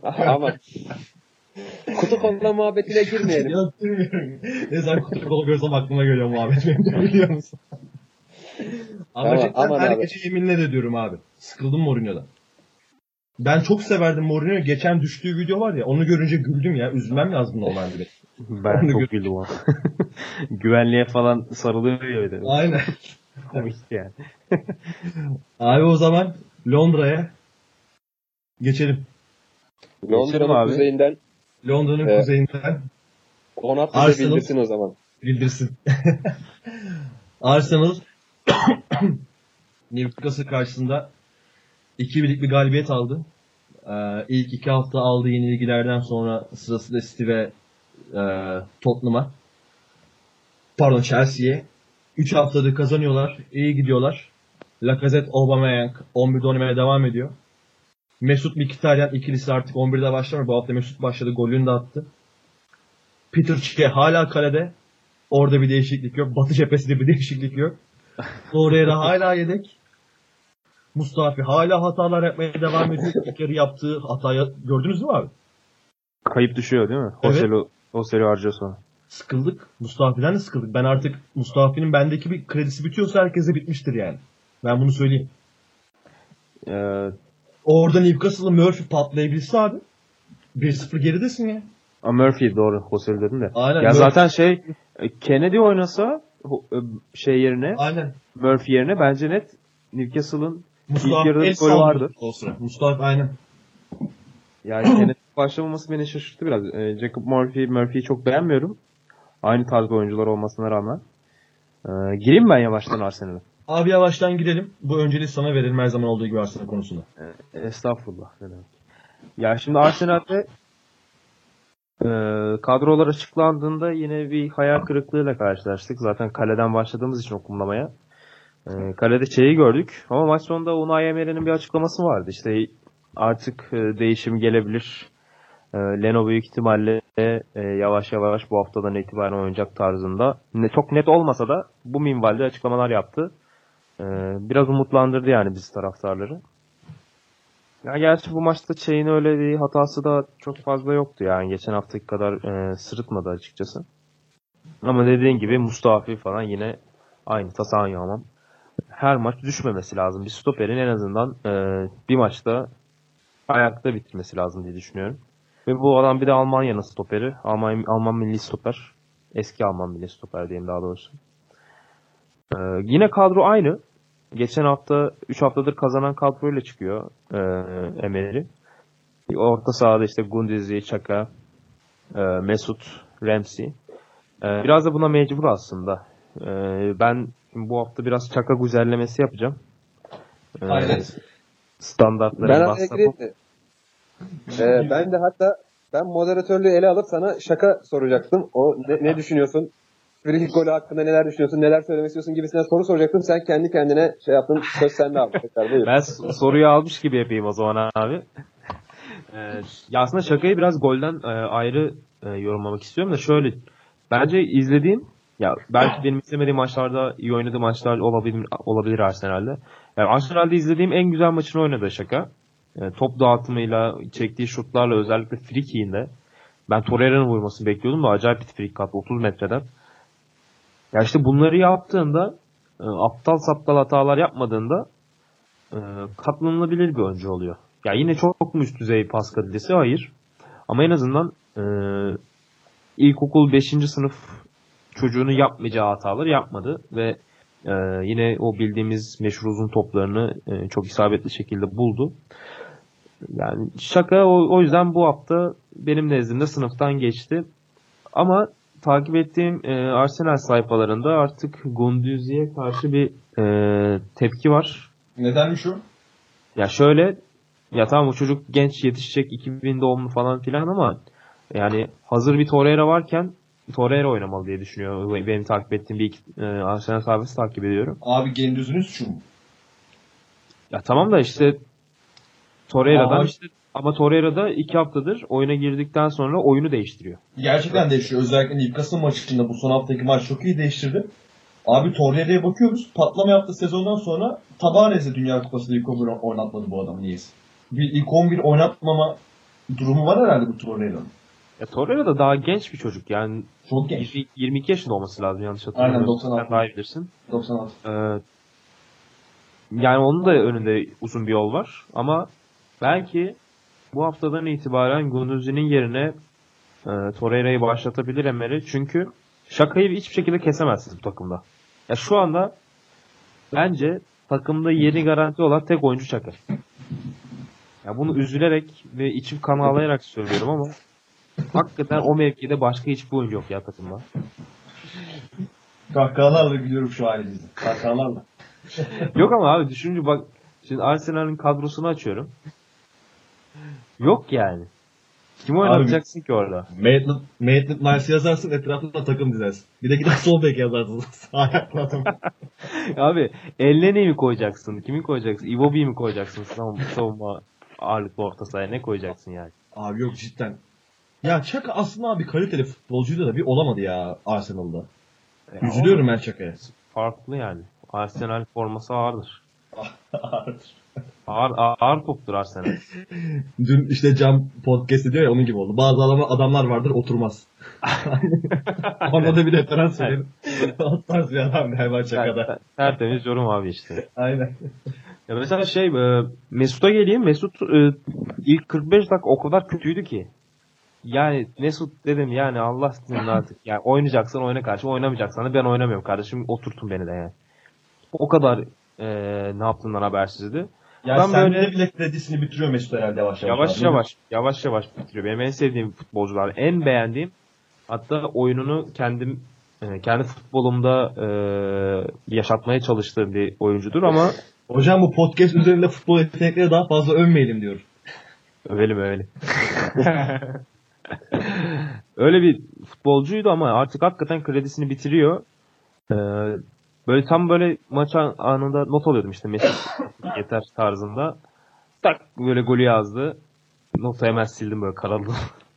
S3: Kutu kolla muhabbetine girmeyelim.
S1: Yok bilmiyorum. Ne zaman kutu kolu görsem aklıma geliyor muhabbet. Benim de biliyor musun? Ama
S3: Tamam,
S1: cidden
S3: aman
S1: her
S3: abi.
S1: gece yeminler ediyorum abi. Sıkıldım Mourinho'dan. Ben çok severdim Mourinho'yu. Geçen düştüğü video var ya, onu görünce güldüm ya. Üzülmem lazım normalde.
S2: Ben
S1: Onu
S2: çok güldüm abi. Güvenliğe falan sarılıyor ya bir de.
S1: Aynen.
S2: Komikti yani.
S1: Abi o zaman Londra'ya geçelim.
S2: Geçelim
S3: Londra'nın
S2: abi.
S3: kuzeyinden
S1: Londra'nın
S3: Evet.
S1: kuzeyinden
S3: Onat bize
S1: Arsenal.
S3: bildirsin o zaman.
S1: bildirsin. Arsenal Newcastle karşısında 2-1'lik bir galibiyet aldı. İlk 2 hafta aldığı yenilgilerden sonra sırasıyla City ve Tottenham'a, pardon Chelsea'ye 3 haftadır kazanıyorlar. İyi gidiyorlar. Lacazette, Aubameyang 11'de oynamaya devam ediyor. Mesut Mkhitaryan ikilisi artık 11'de başlamıyor. Bu hafta Mesut başladı. Golünü de attı. Peter Cech hala kalede. Orada bir değişiklik yok. Batı cephesinde bir değişiklik yok. Torreira hala yedek. Mustafi hala hatalar yapmaya devam ediyor. İlk yarı yaptığı hatayı gördünüz mü abi?
S2: Kayıp düşüyor değil mi?
S1: Evet.
S2: Joselu harcıyor sonra.
S1: Sıkıldık. Mustafi'den de sıkıldık. Ben artık Mustafi'nin bendeki bir kredisi bitiyorsa herkese bitmiştir yani. Ben bunu söyleyeyim. Orada Newcastle'ın Murphy patlayabilse abi 1-0 geridesin ya.
S2: Murphy doğru. Joselu dedim de.
S1: Aynen,
S2: Ya
S1: Murphy.
S2: zaten Kennedy oynasa yerine
S1: Aynen.
S2: Murphy yerine bence net Newcastle'ın ilk
S1: Mustafi
S2: yarıda
S1: el
S2: bir golü vardı.
S1: sallıyor o sıra. Mustafi aynen.
S2: Yani Kennedy başlamaması beni şaşırttı biraz. Jacob Murphy'yi çok beğenmiyorum. Aynı tarz oyuncular olmasına rağmen. Gireyim ben yavaştan Arsenal'e.
S1: Abi yavaştan gidelim. Bu önceliği sana verelim her zaman olduğu gibi Arsenal konusunda.
S2: Estağfurullah. Ne demek. Ya şimdi Arsenal'de kadrolar açıklandığında yine bir hayal kırıklığıyla karşılaştık. Zaten kaleden başladığımız için okumlamaya. Kalede Çe'yi gördük. Ama maç sonunda Unai Emery'nin bir açıklaması vardı. İşte artık değişim gelebilir. Leno büyük ihtimalle yavaş yavaş bu haftadan itibaren oynayacak tarzında. Çok net olmasa da bu minvalde açıklamalar yaptı. Biraz umutlandırdı yani biz taraftarları. Ya gerçi bu maçta Çey'in öyle bir hatası da çok fazla yoktu yani. Geçen haftaki kadar sırıtmadı açıkçası. Ama dediğin gibi Mustafi falan yine aynı tasan yağmam. Her maç düşmemesi lazım. Bir stoperin en azından bir maçta ayakta bitirmesi lazım diye düşünüyorum. Ve bu adam bir de Almanya'nın stoperi. Alman milli stoper. Eski Alman milli stoper diyeyim daha doğrusu. Yine kadro aynı. Geçen hafta 3 haftadır kazanan kadroyla çıkıyor Emery. Orta sahada işte Gundizi, Xhaka, Mesut, Ramsey. Biraz da buna mecbur aslında. Ben bu hafta biraz Xhaka güzellemesi yapacağım.
S1: Aynen.
S3: Ben
S2: Standartları
S3: araya gireyim mi? Ben de hatta moderatörlüğü ele alıp sana şaka soracaktım. Ne düşünüyorsun? Frikik golü hakkında neler düşünüyorsun? Neler söylemek istiyorsun gibisinden soru soracaktım. Sen kendi kendine şey yaptın. Söz sende abi. Tekrar buyur.
S2: Ben soruyu almış gibi yapayım o zaman abi. Ya aslında şakayı biraz golden ayrı yorumlamak istiyorum da şöyle. Bence izlediğim, ya belki benim izlemediğim maçlarda iyi oynadığı maçlar olabilir Arsenal'de. Yani Arsenal'de izlediğim en güzel maçını oynadı Şaka. Top dağıtımıyla, çektiği şutlarla, özellikle frikikinde. Ben Torreira'nın vurmasını bekliyordum da acayip bir frikik attı 30 metreden. Ya işte bunları yaptığında, aptal saptal hatalar yapmadığında katlanılabilir bir oyuncu oluyor. Ya yine çok mu üst düzey pas kalitesi? Hayır. Ama en azından ilkokul 5. sınıf çocuğunu yapmayacağı hataları yapmadı ve yine o bildiğimiz meşhur uzun toplarını çok isabetli şekilde buldu. Yani şaka o yüzden bu hafta benim nezdimde sınıftan geçti. Ama takip ettiğim Arsenal sayfalarında artık Guendouzi'ye karşı bir tepki var.
S1: Nedenmiş o?
S2: Ya şöyle, ya tamam o çocuk genç yetişecek 2000 doğumlu falan filan ama yani hazır bir Torreira varken Torreira oynamalı diye düşünüyor. Benim takip ettiğim bir iki Arsenal sayfası takip ediyorum.
S1: Abi Gendüz'ün suçu mu?
S2: Ya tamam da işte Torreira'dan
S1: Abi,
S2: işte ama Torreira'da 2 haftadır oyuna girdikten sonra oyunu değiştiriyor.
S1: gerçekten değişiyor. Özellikle Newcastle maçında bu son haftaki maç çok iyi değiştirdi. Abi Torreira'ya bakıyoruz. Patlama yaptı sezondan sonra Tabares'e Dünya Kupası'nda ilk 11 oynatmadı bu adam niyeyse. Bir ilk 11 oynatmama durumu var herhalde bu Torreira'nın.
S2: Ya Torreira da daha genç bir çocuk yani
S1: Çok genç.
S2: 22 yaşında olması lazım yanlış hatırlamıyorum.
S1: Aynen 96.
S2: Sen daha iyi bilirsin.
S1: 96.
S2: Yani onun da önünde uzun bir yol var ama belki bu haftadan itibaren Guendouzi'nin yerine Torreira'yı başlatabilir Emery. Çünkü şakayı hiçbir şekilde kesemezsiniz bu takımda. Ya şu anda bence takımda yeni garanti olan tek oyuncu Çaka. Ya bunu üzülerek ve içim kan ağlayarak söylüyorum ama hakikaten o mevkide başka hiçbir oyuncu yok ya takımda.
S1: Kahkahalarla gülüyorum şu halimizde. Kahkahalarla.
S2: Yok ama abi düşününce bak şimdi Arsenal'in kadrosunu açıyorum. Yok yani. Kim oynatacaksın ki orada?
S1: Maitland Niles yazarsın etrafında takım dizersin. Bir de gider sol bek yazarsın. Sağ ayaklı adam.
S2: Abi Elneny'i mi koyacaksın? Kimi koyacaksın? Iwobi'yi mi koyacaksın? Savunma ağırlıklı orta sahaya ne koyacaksın yani?
S1: Abi yok cidden. Ya Çaka aslında abi kaliteli futbolcuydu da bir olamadı ya Arsenal'da. Üzülüyorum ben Çaka'ya.
S2: Farklı yani. Arsenal forması ağırdır.
S1: Ağırdır.
S2: Ağır toptur Arsenal.
S1: Dün işte Cam podcast ediyor ya onun gibi oldu. Bazı adamlar vardır oturmaz. Ona da bir referans verelim. O tarz bir adam galiba Çaka'da.
S2: Tertemiz yorum abi işte.
S1: Aynen.
S2: Ya mesela Mesut'a geleyim. Mesut ilk 45 dakika o kadar kötüydü ki. Yani Mesut dedim yani Allah senin artık. Yani oynayacaksan oyna karşı, oynamayacaksan da ben oynamıyorum kardeşim. Oturtun beni de yani. O kadar ne yaptığından habersizdi.
S1: Yani
S2: ben
S1: sen
S2: böyle
S1: bile kredisini bitiriyor Mesut herhalde
S2: yavaş yavaş bitiriyor. Benim en sevdiğim futbolcular, en beğendiğim, hatta oyununu kendi futbolumda yaşatmaya çalıştığım bir oyuncudur ama
S1: Hocam bu podcast üzerinde futbol yetenekleri daha fazla övmeyelim diyor.
S2: övelim. Öyle bir futbolcuydu ama artık hakikaten kredisini bitiriyor. Böyle tam böyle maç anında not alıyordum işte Mesut yeter tarzında. Tak böyle golü yazdı. Notu hemen sildim böyle karaladım.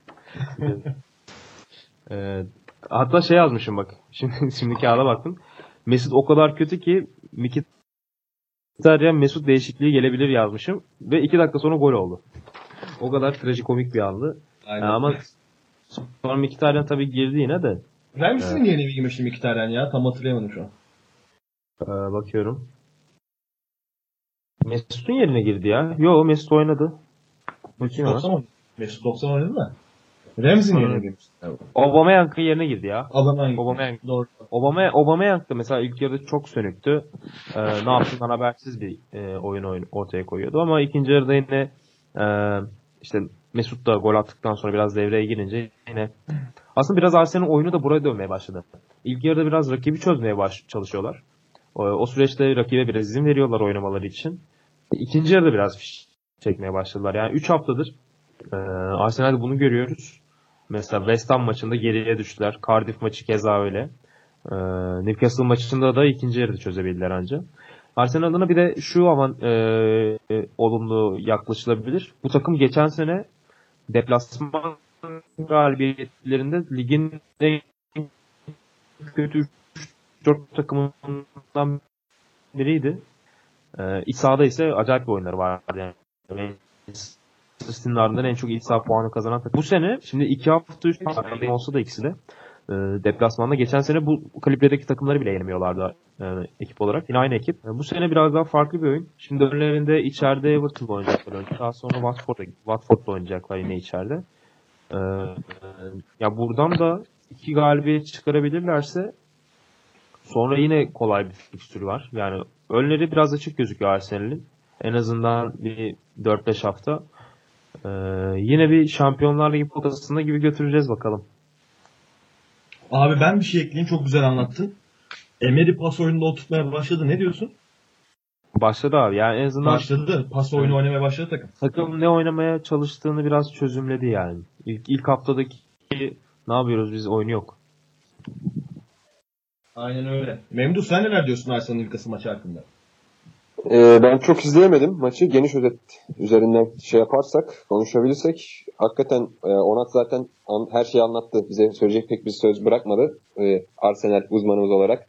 S2: Hatta şey yazmışım bak. Şimdi kağıda baktım. Mesut o kadar kötü ki Mkhitaryan Mesut değişikliği gelebilir yazmışım. Ve 2 dakika sonra gol oldu. O kadar trajikomik bir andı.
S1: Aynen.
S2: Ama sonra Mkhitaryan tabii girdi yine de.
S1: Ramsey'nin yerine mi girmiştim iki tane ya? Tam hatırlayamadım şu an.
S2: Bakıyorum. Mesut'un yerine girdi ya. Yo Mesut oynadı.
S1: Mesut 90 oynadı. Mesut 90 oynadı da. Ramsey'nin yerine girmişti.
S2: Aubameyang'ın yerine girdi ya.
S1: Aubameyang. Doğru.
S2: Aubameyang da mesela ilk yarıda çok sönüktü. Ne yaptığından habersiz bir oyun ortaya koyuyordu ama ikinci yarıda yine işte Mesut da gol attıktan sonra biraz devreye girince yine aslında biraz Arsenal'in oyunu da buraya dönmeye başladı. İlk yarıda biraz rakibi çözmeye çalışıyorlar. O süreçte rakibe biraz izin veriyorlar oynamaları için. İkinci yarıda biraz fiş çekmeye başladılar. Yani 3 haftadır Arsenal'de bunu görüyoruz. Mesela West Ham maçında geriye düştüler. Cardiff maçı keza öyle. Newcastle maçında da ikinci yarıda çözebildiler ancak. Arsenal adına bir de şu olumlu yaklaşılabilir. Bu takım geçen sene deplasman galibiyetlerinde ligin en kötü 4 takımından biriydi. İç sahada ise acayip bir oyunları vardı yani. Manchester'ın ardından en çok iç saha puanı kazanan takım. Bu sene şimdi 2 hafta üst olsa da ikisi de deplasmanda geçen sene bu kalibredeki takımları bile yenemiyorlardı ekip olarak. Yine aynı ekip. Bu sene biraz daha farklı bir oyun. Şimdi önlerinde içeride Everton'la oynayacaklar. Daha sonra Watford'la oynayacaklar yine içeride. Ya buradan da 2 galibiyet çıkarabilirlerse sonra yine kolay bir fikstürü var. Yani önleri biraz açık gözüküyor Arsenal'in. En azından bir 4-5 hafta. Yine bir Şampiyonlar Ligi potasında gibi götüreceğiz bakalım.
S1: Abi ben bir şey ekleyeyim. Çok güzel anlattın. Emery pas oyununda oturtmaya başladı. Ne diyorsun?
S2: Başladı abi. Yani en azından
S1: Başladı. Pas oyunu oynamaya başladı takım.
S2: takım ne oynamaya çalıştığını biraz çözümledi yani. İlk haftadaki ne yapıyoruz biz oyunu yok.
S1: Aynen öyle. Memduh sen neler diyorsun Arsenal Newcastle maçı hakkında?
S3: Ben çok izleyemedim maçı. Geniş özet üzerinden şey yaparsak, konuşabilirsek hakikaten Onat zaten her şeyi anlattı. Bize söyleyecek pek bir söz bırakmadı. Arsenal uzmanımız olarak.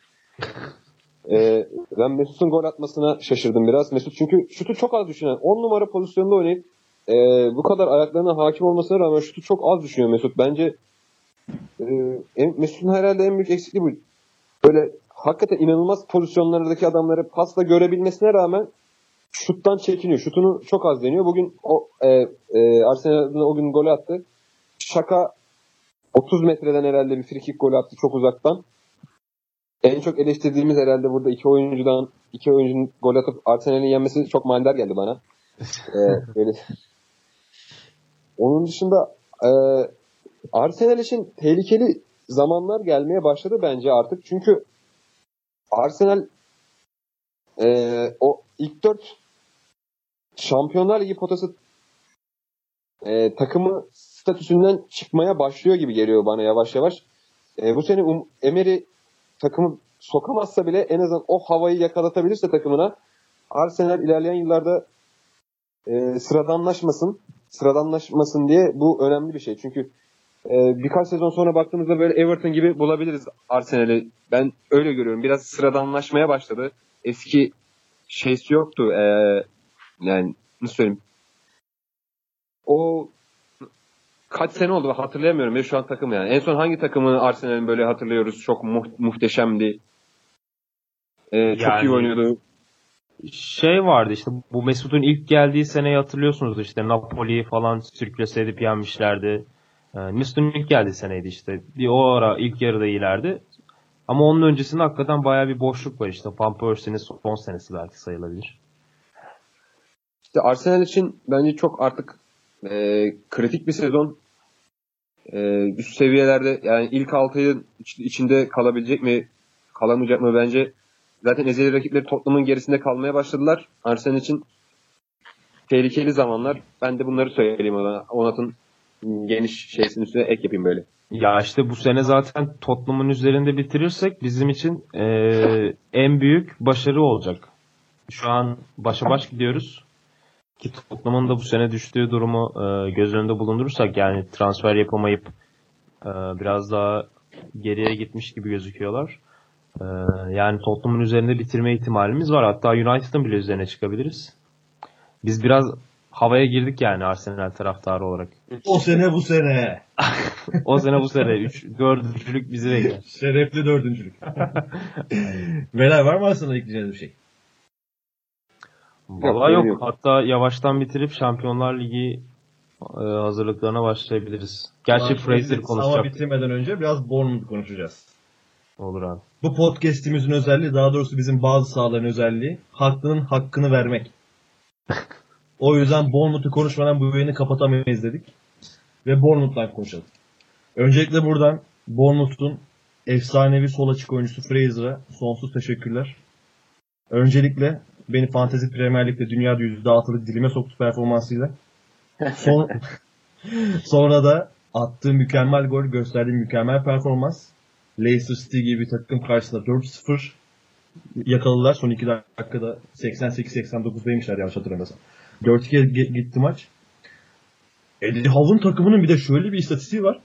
S3: Ben Mesut'un gol atmasına şaşırdım biraz. Mesut çünkü şutu çok az düşünen, 10 numara pozisyonda oynayıp bu kadar ayaklarına hakim olmasına rağmen şutu çok az düşünüyor Mesut. Bence Mesut'un herhalde en büyük eksikliği bu. Böyle hakikaten inanılmaz pozisyonlardaki adamları pasla görebilmesine rağmen şuttan çekiniyor. Şutunu çok az deniyor. Bugün Arsenal'ın o gün golü attı. Şaka 30 metreden herhalde bir free kick golü attı çok uzaktan. En çok eleştirdiğimiz herhalde burada iki oyuncunun gol atıp Arsenal'in yenmesi çok manidar geldi bana. Böyle. Onun dışında Arsenal için tehlikeli zamanlar gelmeye başladı bence artık. Çünkü Arsenal o ilk 4 Şampiyonlar Ligi potası takımı statüsünden çıkmaya başlıyor gibi geliyor bana yavaş yavaş. Bu sene Emery takımı sokamazsa bile en azından o havayı yakalatabilirse takımına Arsenal ilerleyen yıllarda sıradanlaşmasın diye bu önemli bir şey. Çünkü birkaç sezon sonra baktığımızda böyle Everton gibi bulabiliriz Arsenal'i. Ben öyle görüyorum. Biraz sıradanlaşmaya başladı. Eski şeysi yoktu. Yani nasıl söyleyeyim? O kaç sene oldu hatırlayamıyorum. Ben şu an takım yani. En son hangi takımı Arsenal'in böyle hatırlıyoruz? Çok muhteşemdi. Çok iyi oynuyordu.
S2: Şey vardı işte bu Mesut'un ilk geldiği seneyi hatırlıyorsunuz işte Napoli'yi falan sürklase edip yenmişlerdi. Mesut'un ilk geldiği seneydi işte. O ara ilk yarıda iyilerdi. Ama onun öncesinde hakikaten bayağı bir boşluk var işte. Van Persie'nin son senesi belki sayılabilir.
S3: İşte Arsenal için bence çok artık kritik bir sezon. Üst seviyelerde yani ilk 6'nın içinde kalabilecek mi kalamayacak mı bence zaten ezeli rakipleri Tottenham'ın gerisinde kalmaya başladılar. Arsenal için tehlikeli zamanlar. Ben de bunları söyleyeyim ona. Onat'ın geniş şeysinin üstüne ek yapayım böyle.
S2: Ya işte bu sene zaten Tottenham'ın üzerinde bitirirsek bizim için en büyük başarı olacak. Şu an başa baş gidiyoruz. Ki Tottenham'ın da bu sene düştüğü durumu göz önünde bulundurursak yani transfer yapamayıp biraz daha geriye gitmiş gibi gözüküyorlar. Yani Tottenham'ın üzerinde bitirme ihtimalimiz var. Hatta United'ın bile üzerine çıkabiliriz. Biz biraz havaya girdik yani Arsenal taraftarı olarak.
S1: O sene bu sene.
S2: O sene bu sene 4. bizi bekler.
S1: Şerefli 4. Beyler var mı Arsenal'a ekleyeceğiniz bir şey?
S2: Valla yok. Hatta yavaştan bitirip Şampiyonlar Ligi hazırlıklarına başlayabiliriz. Gerçi Fraser konuşacak.
S1: Ama bitirmeden önce biraz Bournemouth konuşacağız.
S2: Olur abi.
S1: Bu podcast'imizin özelliği, daha doğrusu bizim bazı sahaların özelliği, haklının hakkını vermek. O yüzden Bournemouth'u konuşmadan bu yayını kapatamayız dedik. Ve Bournemouth'tan konuşalım. Öncelikle buradan Bournemouth'un efsanevi sol açık oyuncusu Fraser'a sonsuz teşekkürler. Öncelikle beni Fantasy Premier Lig'de dünyada %6'lık dilime soktu performansıyla. Sonra da attığı mükemmel gol, gösterdiği mükemmel performans. Leicester City gibi bir takım karşısında 4-0 yakaladılar. Son 2 dakikada 88-89'daymışlar yanlış hatırlamıyorsam. 4-2 gitti maç. Eddie Howe'ın takımının bir de şöyle bir istatistiği var.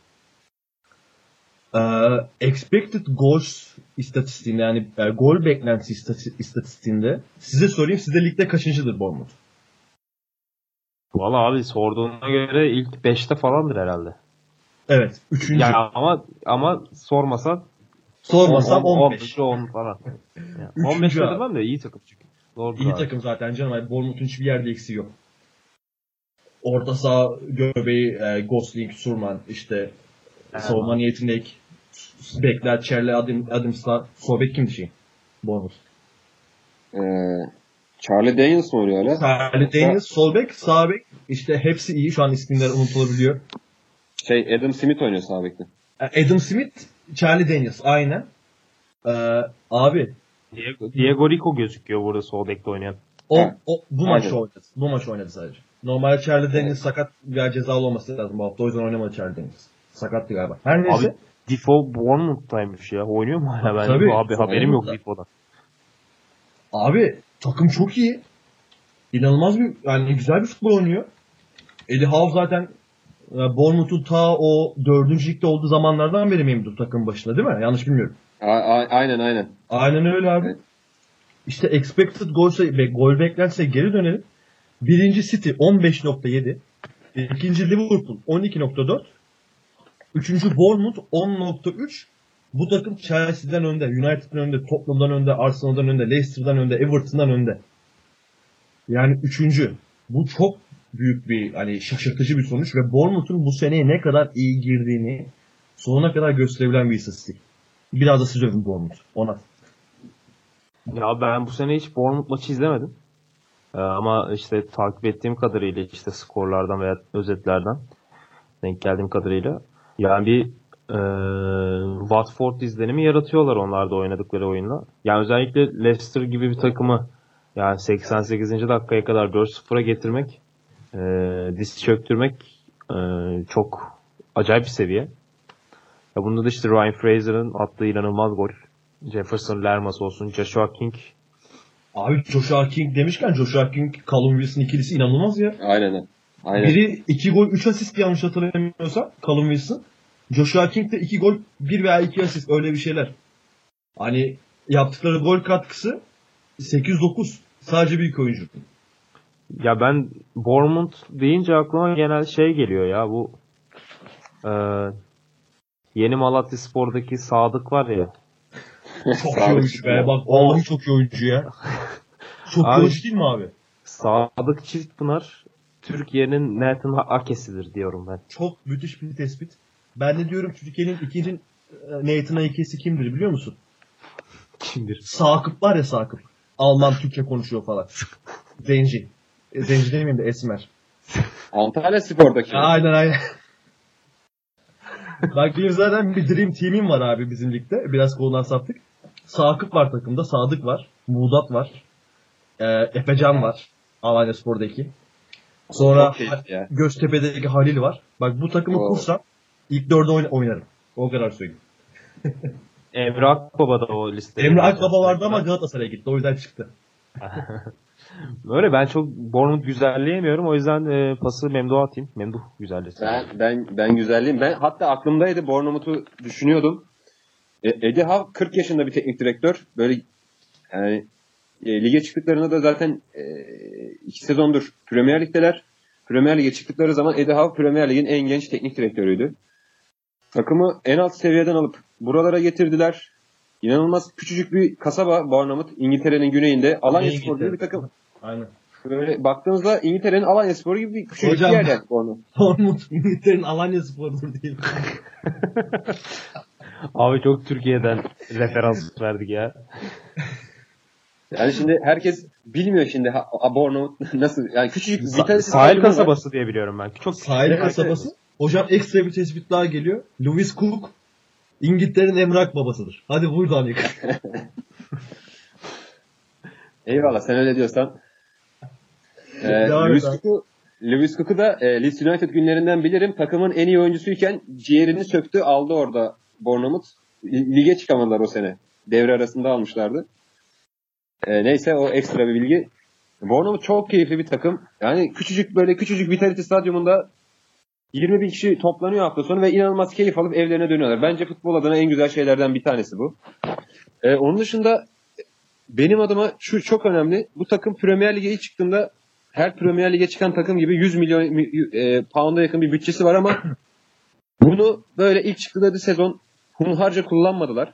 S1: Expected goals istatistiğinde yani gol beklentisi istatistiğinde size sorayım, size ligde kaçıncıdır Bournemouth?
S2: Valla abi sorduğuna göre ilk 5'te falandır herhalde.
S1: Evet. 3.
S2: Ya ama sormasam
S1: 15.
S2: 10 falan. Yani 15 demem de iyi takım çünkü. Doğru
S1: iyi takım zaten canım. Yani Bournemouth'un hiçbir yerde eksiği yok. Orta saha göbeği Gosling, Surman, işte savunma niyetinde bekler, Charlie Adams'la sol bek kimdi şey? Bournemouth.
S3: Charlie Daniels mı oynuyor hala?
S1: Charlie Daniels sol bek, sağ bek işte hepsi iyi. Şu an isimler unutulabiliyor.
S3: Adam Smith oynuyor sağ bekte.
S1: Adam Smith, Charlie Daniels aynen. Abi
S2: Diego Rico gözüküyor burada sol bekte oynayan.
S1: Bu maç oynadı. Bu maç oynadı sadece. Normalde Charlie Daniels sakat veya cezalı olması lazım bu hafta. O yüzden oynamadı Charlie Daniels. Sakattı galiba. Her neyse.
S2: Abi Defoe Bournemouth'taymış ya. Oynuyor mu hala ben?
S1: Tabii.
S2: Abi haberim yok Defoe'dan.
S1: Abi takım çok iyi. İnanılmaz bir yani güzel bir futbol oynuyor. Eddie Howe zaten Bournemouth'un ta o 4. ligde olduğu zamanlardan beri memnun takım başında değil mi? Yanlış bilmiyorum.
S3: Aynen.
S1: Aynen öyle abi. Evet. İşte expected gol beklentisi geri dönelim. Birinci City 15.7. İkinci Liverpool 12.4. Üçüncü Bournemouth 10.3. Bu takım Chelsea'den önde, United'dan önde, Tottenham'dan önde, Arsenal'dan önde, Leicester'dan önde, Everton'dan önde. Yani üçüncü. Bu çok büyük bir hani şaşırtıcı bir sonuç ve Bournemouth'un bu seneye ne kadar iyi girdiğini sonuna kadar gösterebilen bir istatistik. Biraz da siz övün Bournemouth. Ona.
S2: Ya ben bu sene hiç Bournemouth maçı izlemedim. Ama işte takip ettiğim kadarıyla işte skorlardan veya özetlerden denk geldiğim kadarıyla yani bir Watford izlenimi yaratıyorlar onlar da oynadıkları oyunla. Yani özellikle Leicester gibi bir takımı yani 88. dakikaya kadar 4-0'a getirmek, diz çöktürmek çok acayip bir seviye. Ya bunda da işte Ryan Fraser'ın attığı inanılmaz gol. Jefferson Lermas olsun, Joshua King.
S1: Abi Joshua King demişken Joshua King, Callum Wilson ikilisi inanılmaz ya.
S3: Aynen.
S1: Biri 2 gol 3 asist yanlış hatırlamıyorsam Callum Wilson. Joshua King de 2 gol 1 veya 2 asist öyle bir şeyler. Hani yaptıkları gol katkısı 8-9. Sadece büyük oyuncu.
S2: Ya ben Bournemouth deyince aklıma genel şey geliyor ya bu Yeni Malatyaspor'daki Sadık var ya.
S1: Çok iyi oyuncu be. Bak vallahi çok iyi oyuncu ya. Çok iyi oyuncu değil mi abi?
S2: Sadık Çiftpınar Türkiye'nin Nathan Ake'sidir diyorum ben.
S1: Çok müthiş bir tespit. Ben de diyorum Türkiye'nin ikinci Nathan Ake'si kimdir biliyor musun?
S2: Kimdir?
S1: Sakıp var ya Sakıp. Alman Türkçe konuşuyor falan. Zenci. Zenci demeyeyim de Esmer.
S3: Antalya Spor'daki.
S1: Aynen. Bak benim zaten bir Dream Team'im var abi bizim ligde. Biraz konudan saptık. Sakıp var takımda. Sadık var. Muğdat var. Efecan var. Alanya Spor'daki. Sonra Göztepe'deki Halil var. Bak bu takımı kursam ilk 4'e oynarım. O kadar söyleyeyim.
S2: Emre Akbaba da o listede.
S1: Emre Akbaba vardı ama Galatasaray'a gitti. O yüzden çıktı.
S2: Öyle ben çok Bournemouth güzelleyemiyorum. O yüzden pası Memduh'a atayım. Memduh güzellesin.
S3: Ben güzelleyim. Ben hatta aklımdaydı Bournemouth'u düşünüyordum. Eddie Howe 40 yaşında bir teknik direktör. Böyle yani lige çıktıklarında da zaten 2 sezondur Premier Lig'deler. Premier Lig'e çıktıkları zaman Eddie Howe Premier Lig'in en genç teknik direktörüydü. Takımı en alt seviyeden alıp buralara getirdiler. İnanılmaz küçücük bir kasaba Bournemouth, İngiltere'nin güneyinde. Alanyaspor gibi bir takım.
S1: Aynen.
S3: Böyle baktığınızda İngiltere'nin Alanyasporu gibi bir küçücük bir yer yani
S1: Bournemouth İngiltere'nin Alanyaspor'dur değil.
S2: Abi çok Türkiye'den referans verdik ya.
S3: Yani şimdi herkes bilmiyor şimdi Bournemouth nasıl yani küçücük bir tane
S2: sahil kasabası diye biliyorum ben. Çok
S1: sahil kasabası. Hocam ekstra bir tespit daha geliyor. Lewis Cook İngiltere'nin Emrak babasıdır. Hadi buradan yık.
S3: Eyvallah sen öyle diyorsan. Lewis Cook'u da Leeds United günlerinden bilirim. Takımın en iyi oyuncusuyken ciğerini söktü aldı orada Bournemouth. Lige çıkamadılar o sene. Devre arasında almışlardı. Neyse o ekstra bir bilgi. Bournemouth çok keyifli bir takım. Yani küçücük Vitality Stadyumunda 20 bin kişi toplanıyor hafta sonu ve inanılmaz keyif alıp evlerine dönüyorlar. Bence futbol adına en güzel şeylerden bir tanesi bu. Onun dışında benim adıma şu çok önemli. Bu takım Premier Lig'e ilk çıktığında her Premier Lig'e çıkan takım gibi 100 milyon pound'a yakın bir bütçesi var ama bunu böyle ilk çıktığı sezon hunharca kullanmadılar.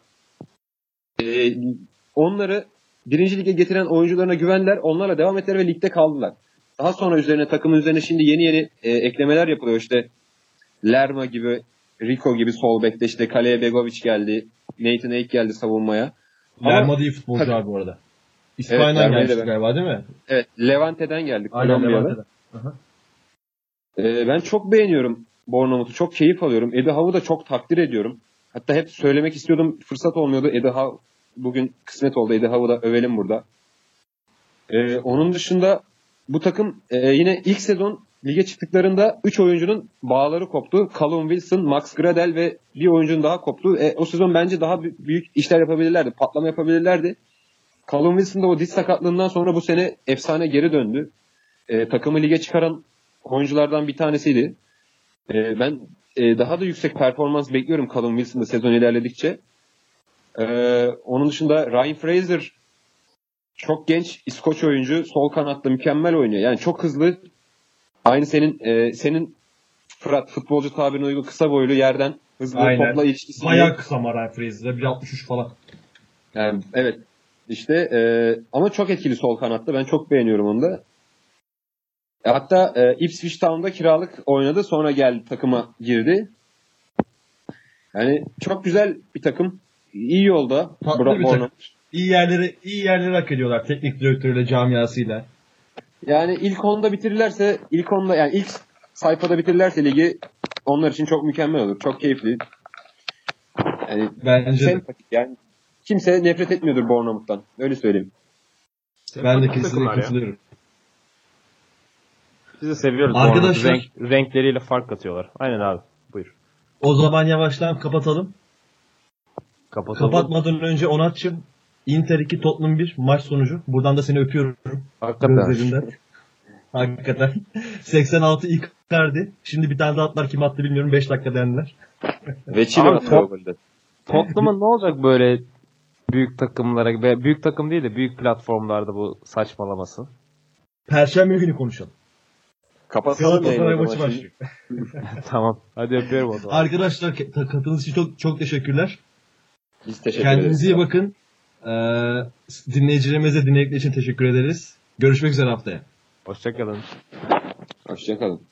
S3: Onları birinci lige getiren oyuncularına güvendiler. Onlarla devam ettiler ve ligde kaldılar. Daha sonra takımın üzerine şimdi yeni eklemeler yapılıyor. İşte Lerma gibi, Rico gibi sol bekte, işte kaleye Begovic geldi. Nathan Ake geldi savunmaya.
S1: Lerma da iyi futbolcu abi bu arada. İspanya'dan
S3: Lerma'yı
S1: gelmişti
S3: da ben-
S1: galiba değil mi?
S3: Evet, Levante'den geldi.
S1: Aynen
S3: Kolombiyalı.
S1: Levante'den. Aha.
S3: Ben çok beğeniyorum Bournemouth'u. Çok keyif alıyorum. Eddie Howe'u da çok takdir ediyorum. Hatta hep söylemek istiyordum. Fırsat olmuyordu. Eddie Howe bugün kısmet oldu. Eddie Howe'u da övelim burada. Onun dışında bu takım yine ilk sezon lige çıktıklarında 3 oyuncunun bağları koptu. Callum Wilson, Max Gradel ve bir oyuncunun daha koptu. O sezon bence daha büyük işler yapabilirlerdi. Patlama yapabilirlerdi. Callum Wilson da o diz sakatlığından sonra bu sene efsane geri döndü. Takımı lige çıkaran oyunculardan bir tanesiydi. Ben daha da yüksek performans bekliyorum Callum Wilson'da sezon ilerledikçe. Onun dışında Ryan Fraser çok genç İskoç oyuncu. Sol kanatta mükemmel oynuyor. Yani çok hızlı. Aynı senin Fırat futbolcu tabirine uygun kısa boylu, yerden hızlı,
S1: Aynen.
S3: topla ilişkisi.
S1: Bayağı kısa Ryan Fraser'da. 1.63 falan.
S3: Yani, evet. İşte ama çok etkili sol kanatta. Ben çok beğeniyorum onu da. Hatta Ipswich Town'da kiralık oynadı. Sonra geldi takıma girdi. Yani çok güzel bir takım. İyi yolda.
S1: Tatlı bir takım. İyi yerleri hak ediyorlar teknik direktörüyle, camiasıyla.
S3: Yani ilk onda bitirirlerse, yani ilk sayfada bitirirlerse ligi onlar için çok mükemmel olur. Çok keyifli. Yani
S1: Bence de.
S3: sempatik yani. Kimse nefret etmiyordur Bournemouth'tan. Öyle söyleyeyim.
S1: Ben de
S2: Sempatik
S1: kesinlikle
S2: takımlar ya.
S1: katılıyorum.
S2: Biz de seviyoruz.
S1: Arkadaşlar-
S2: Renkleriyle fark katıyorlar. Aynen abi. Buyur.
S1: O zaman yavaştan kapatalım.
S2: Kapatalım.
S1: Kapatmadan önce Onatçım, Inter 2 Tottenham 1 maç sonucu. Buradan da seni öpüyorum.
S2: Hakikaten.
S1: Gözlerinden. Hakikaten. 86 Icardi. Şimdi bir tane daha atlar, kim attı bilmiyorum. 5 dakika dendiler.
S3: Ve Çin
S2: Abi,
S3: atıyor o golde.
S2: Tottenham'ın ne olacak böyle büyük takımlara, ve büyük takım değil de büyük platformlarda bu saçmalaması?
S1: Perşembe günü konuşalım.
S3: Kapatalım
S1: Galatasaray
S3: yayını o
S1: maçı
S3: zaman şimdi.
S1: başlıyor.
S2: Tamam. Hadi öpüyorum o zaman.
S1: Arkadaşlar katıldığınız için çok çok teşekkürler.
S3: Biz teşekkür ederiz.
S1: Kendinize iyi bakın. Dinleyicilerimize dinledikleri için teşekkür ederiz. Görüşmek üzere haftaya.
S2: Hoşçakalın.
S3: Hoşçakalın.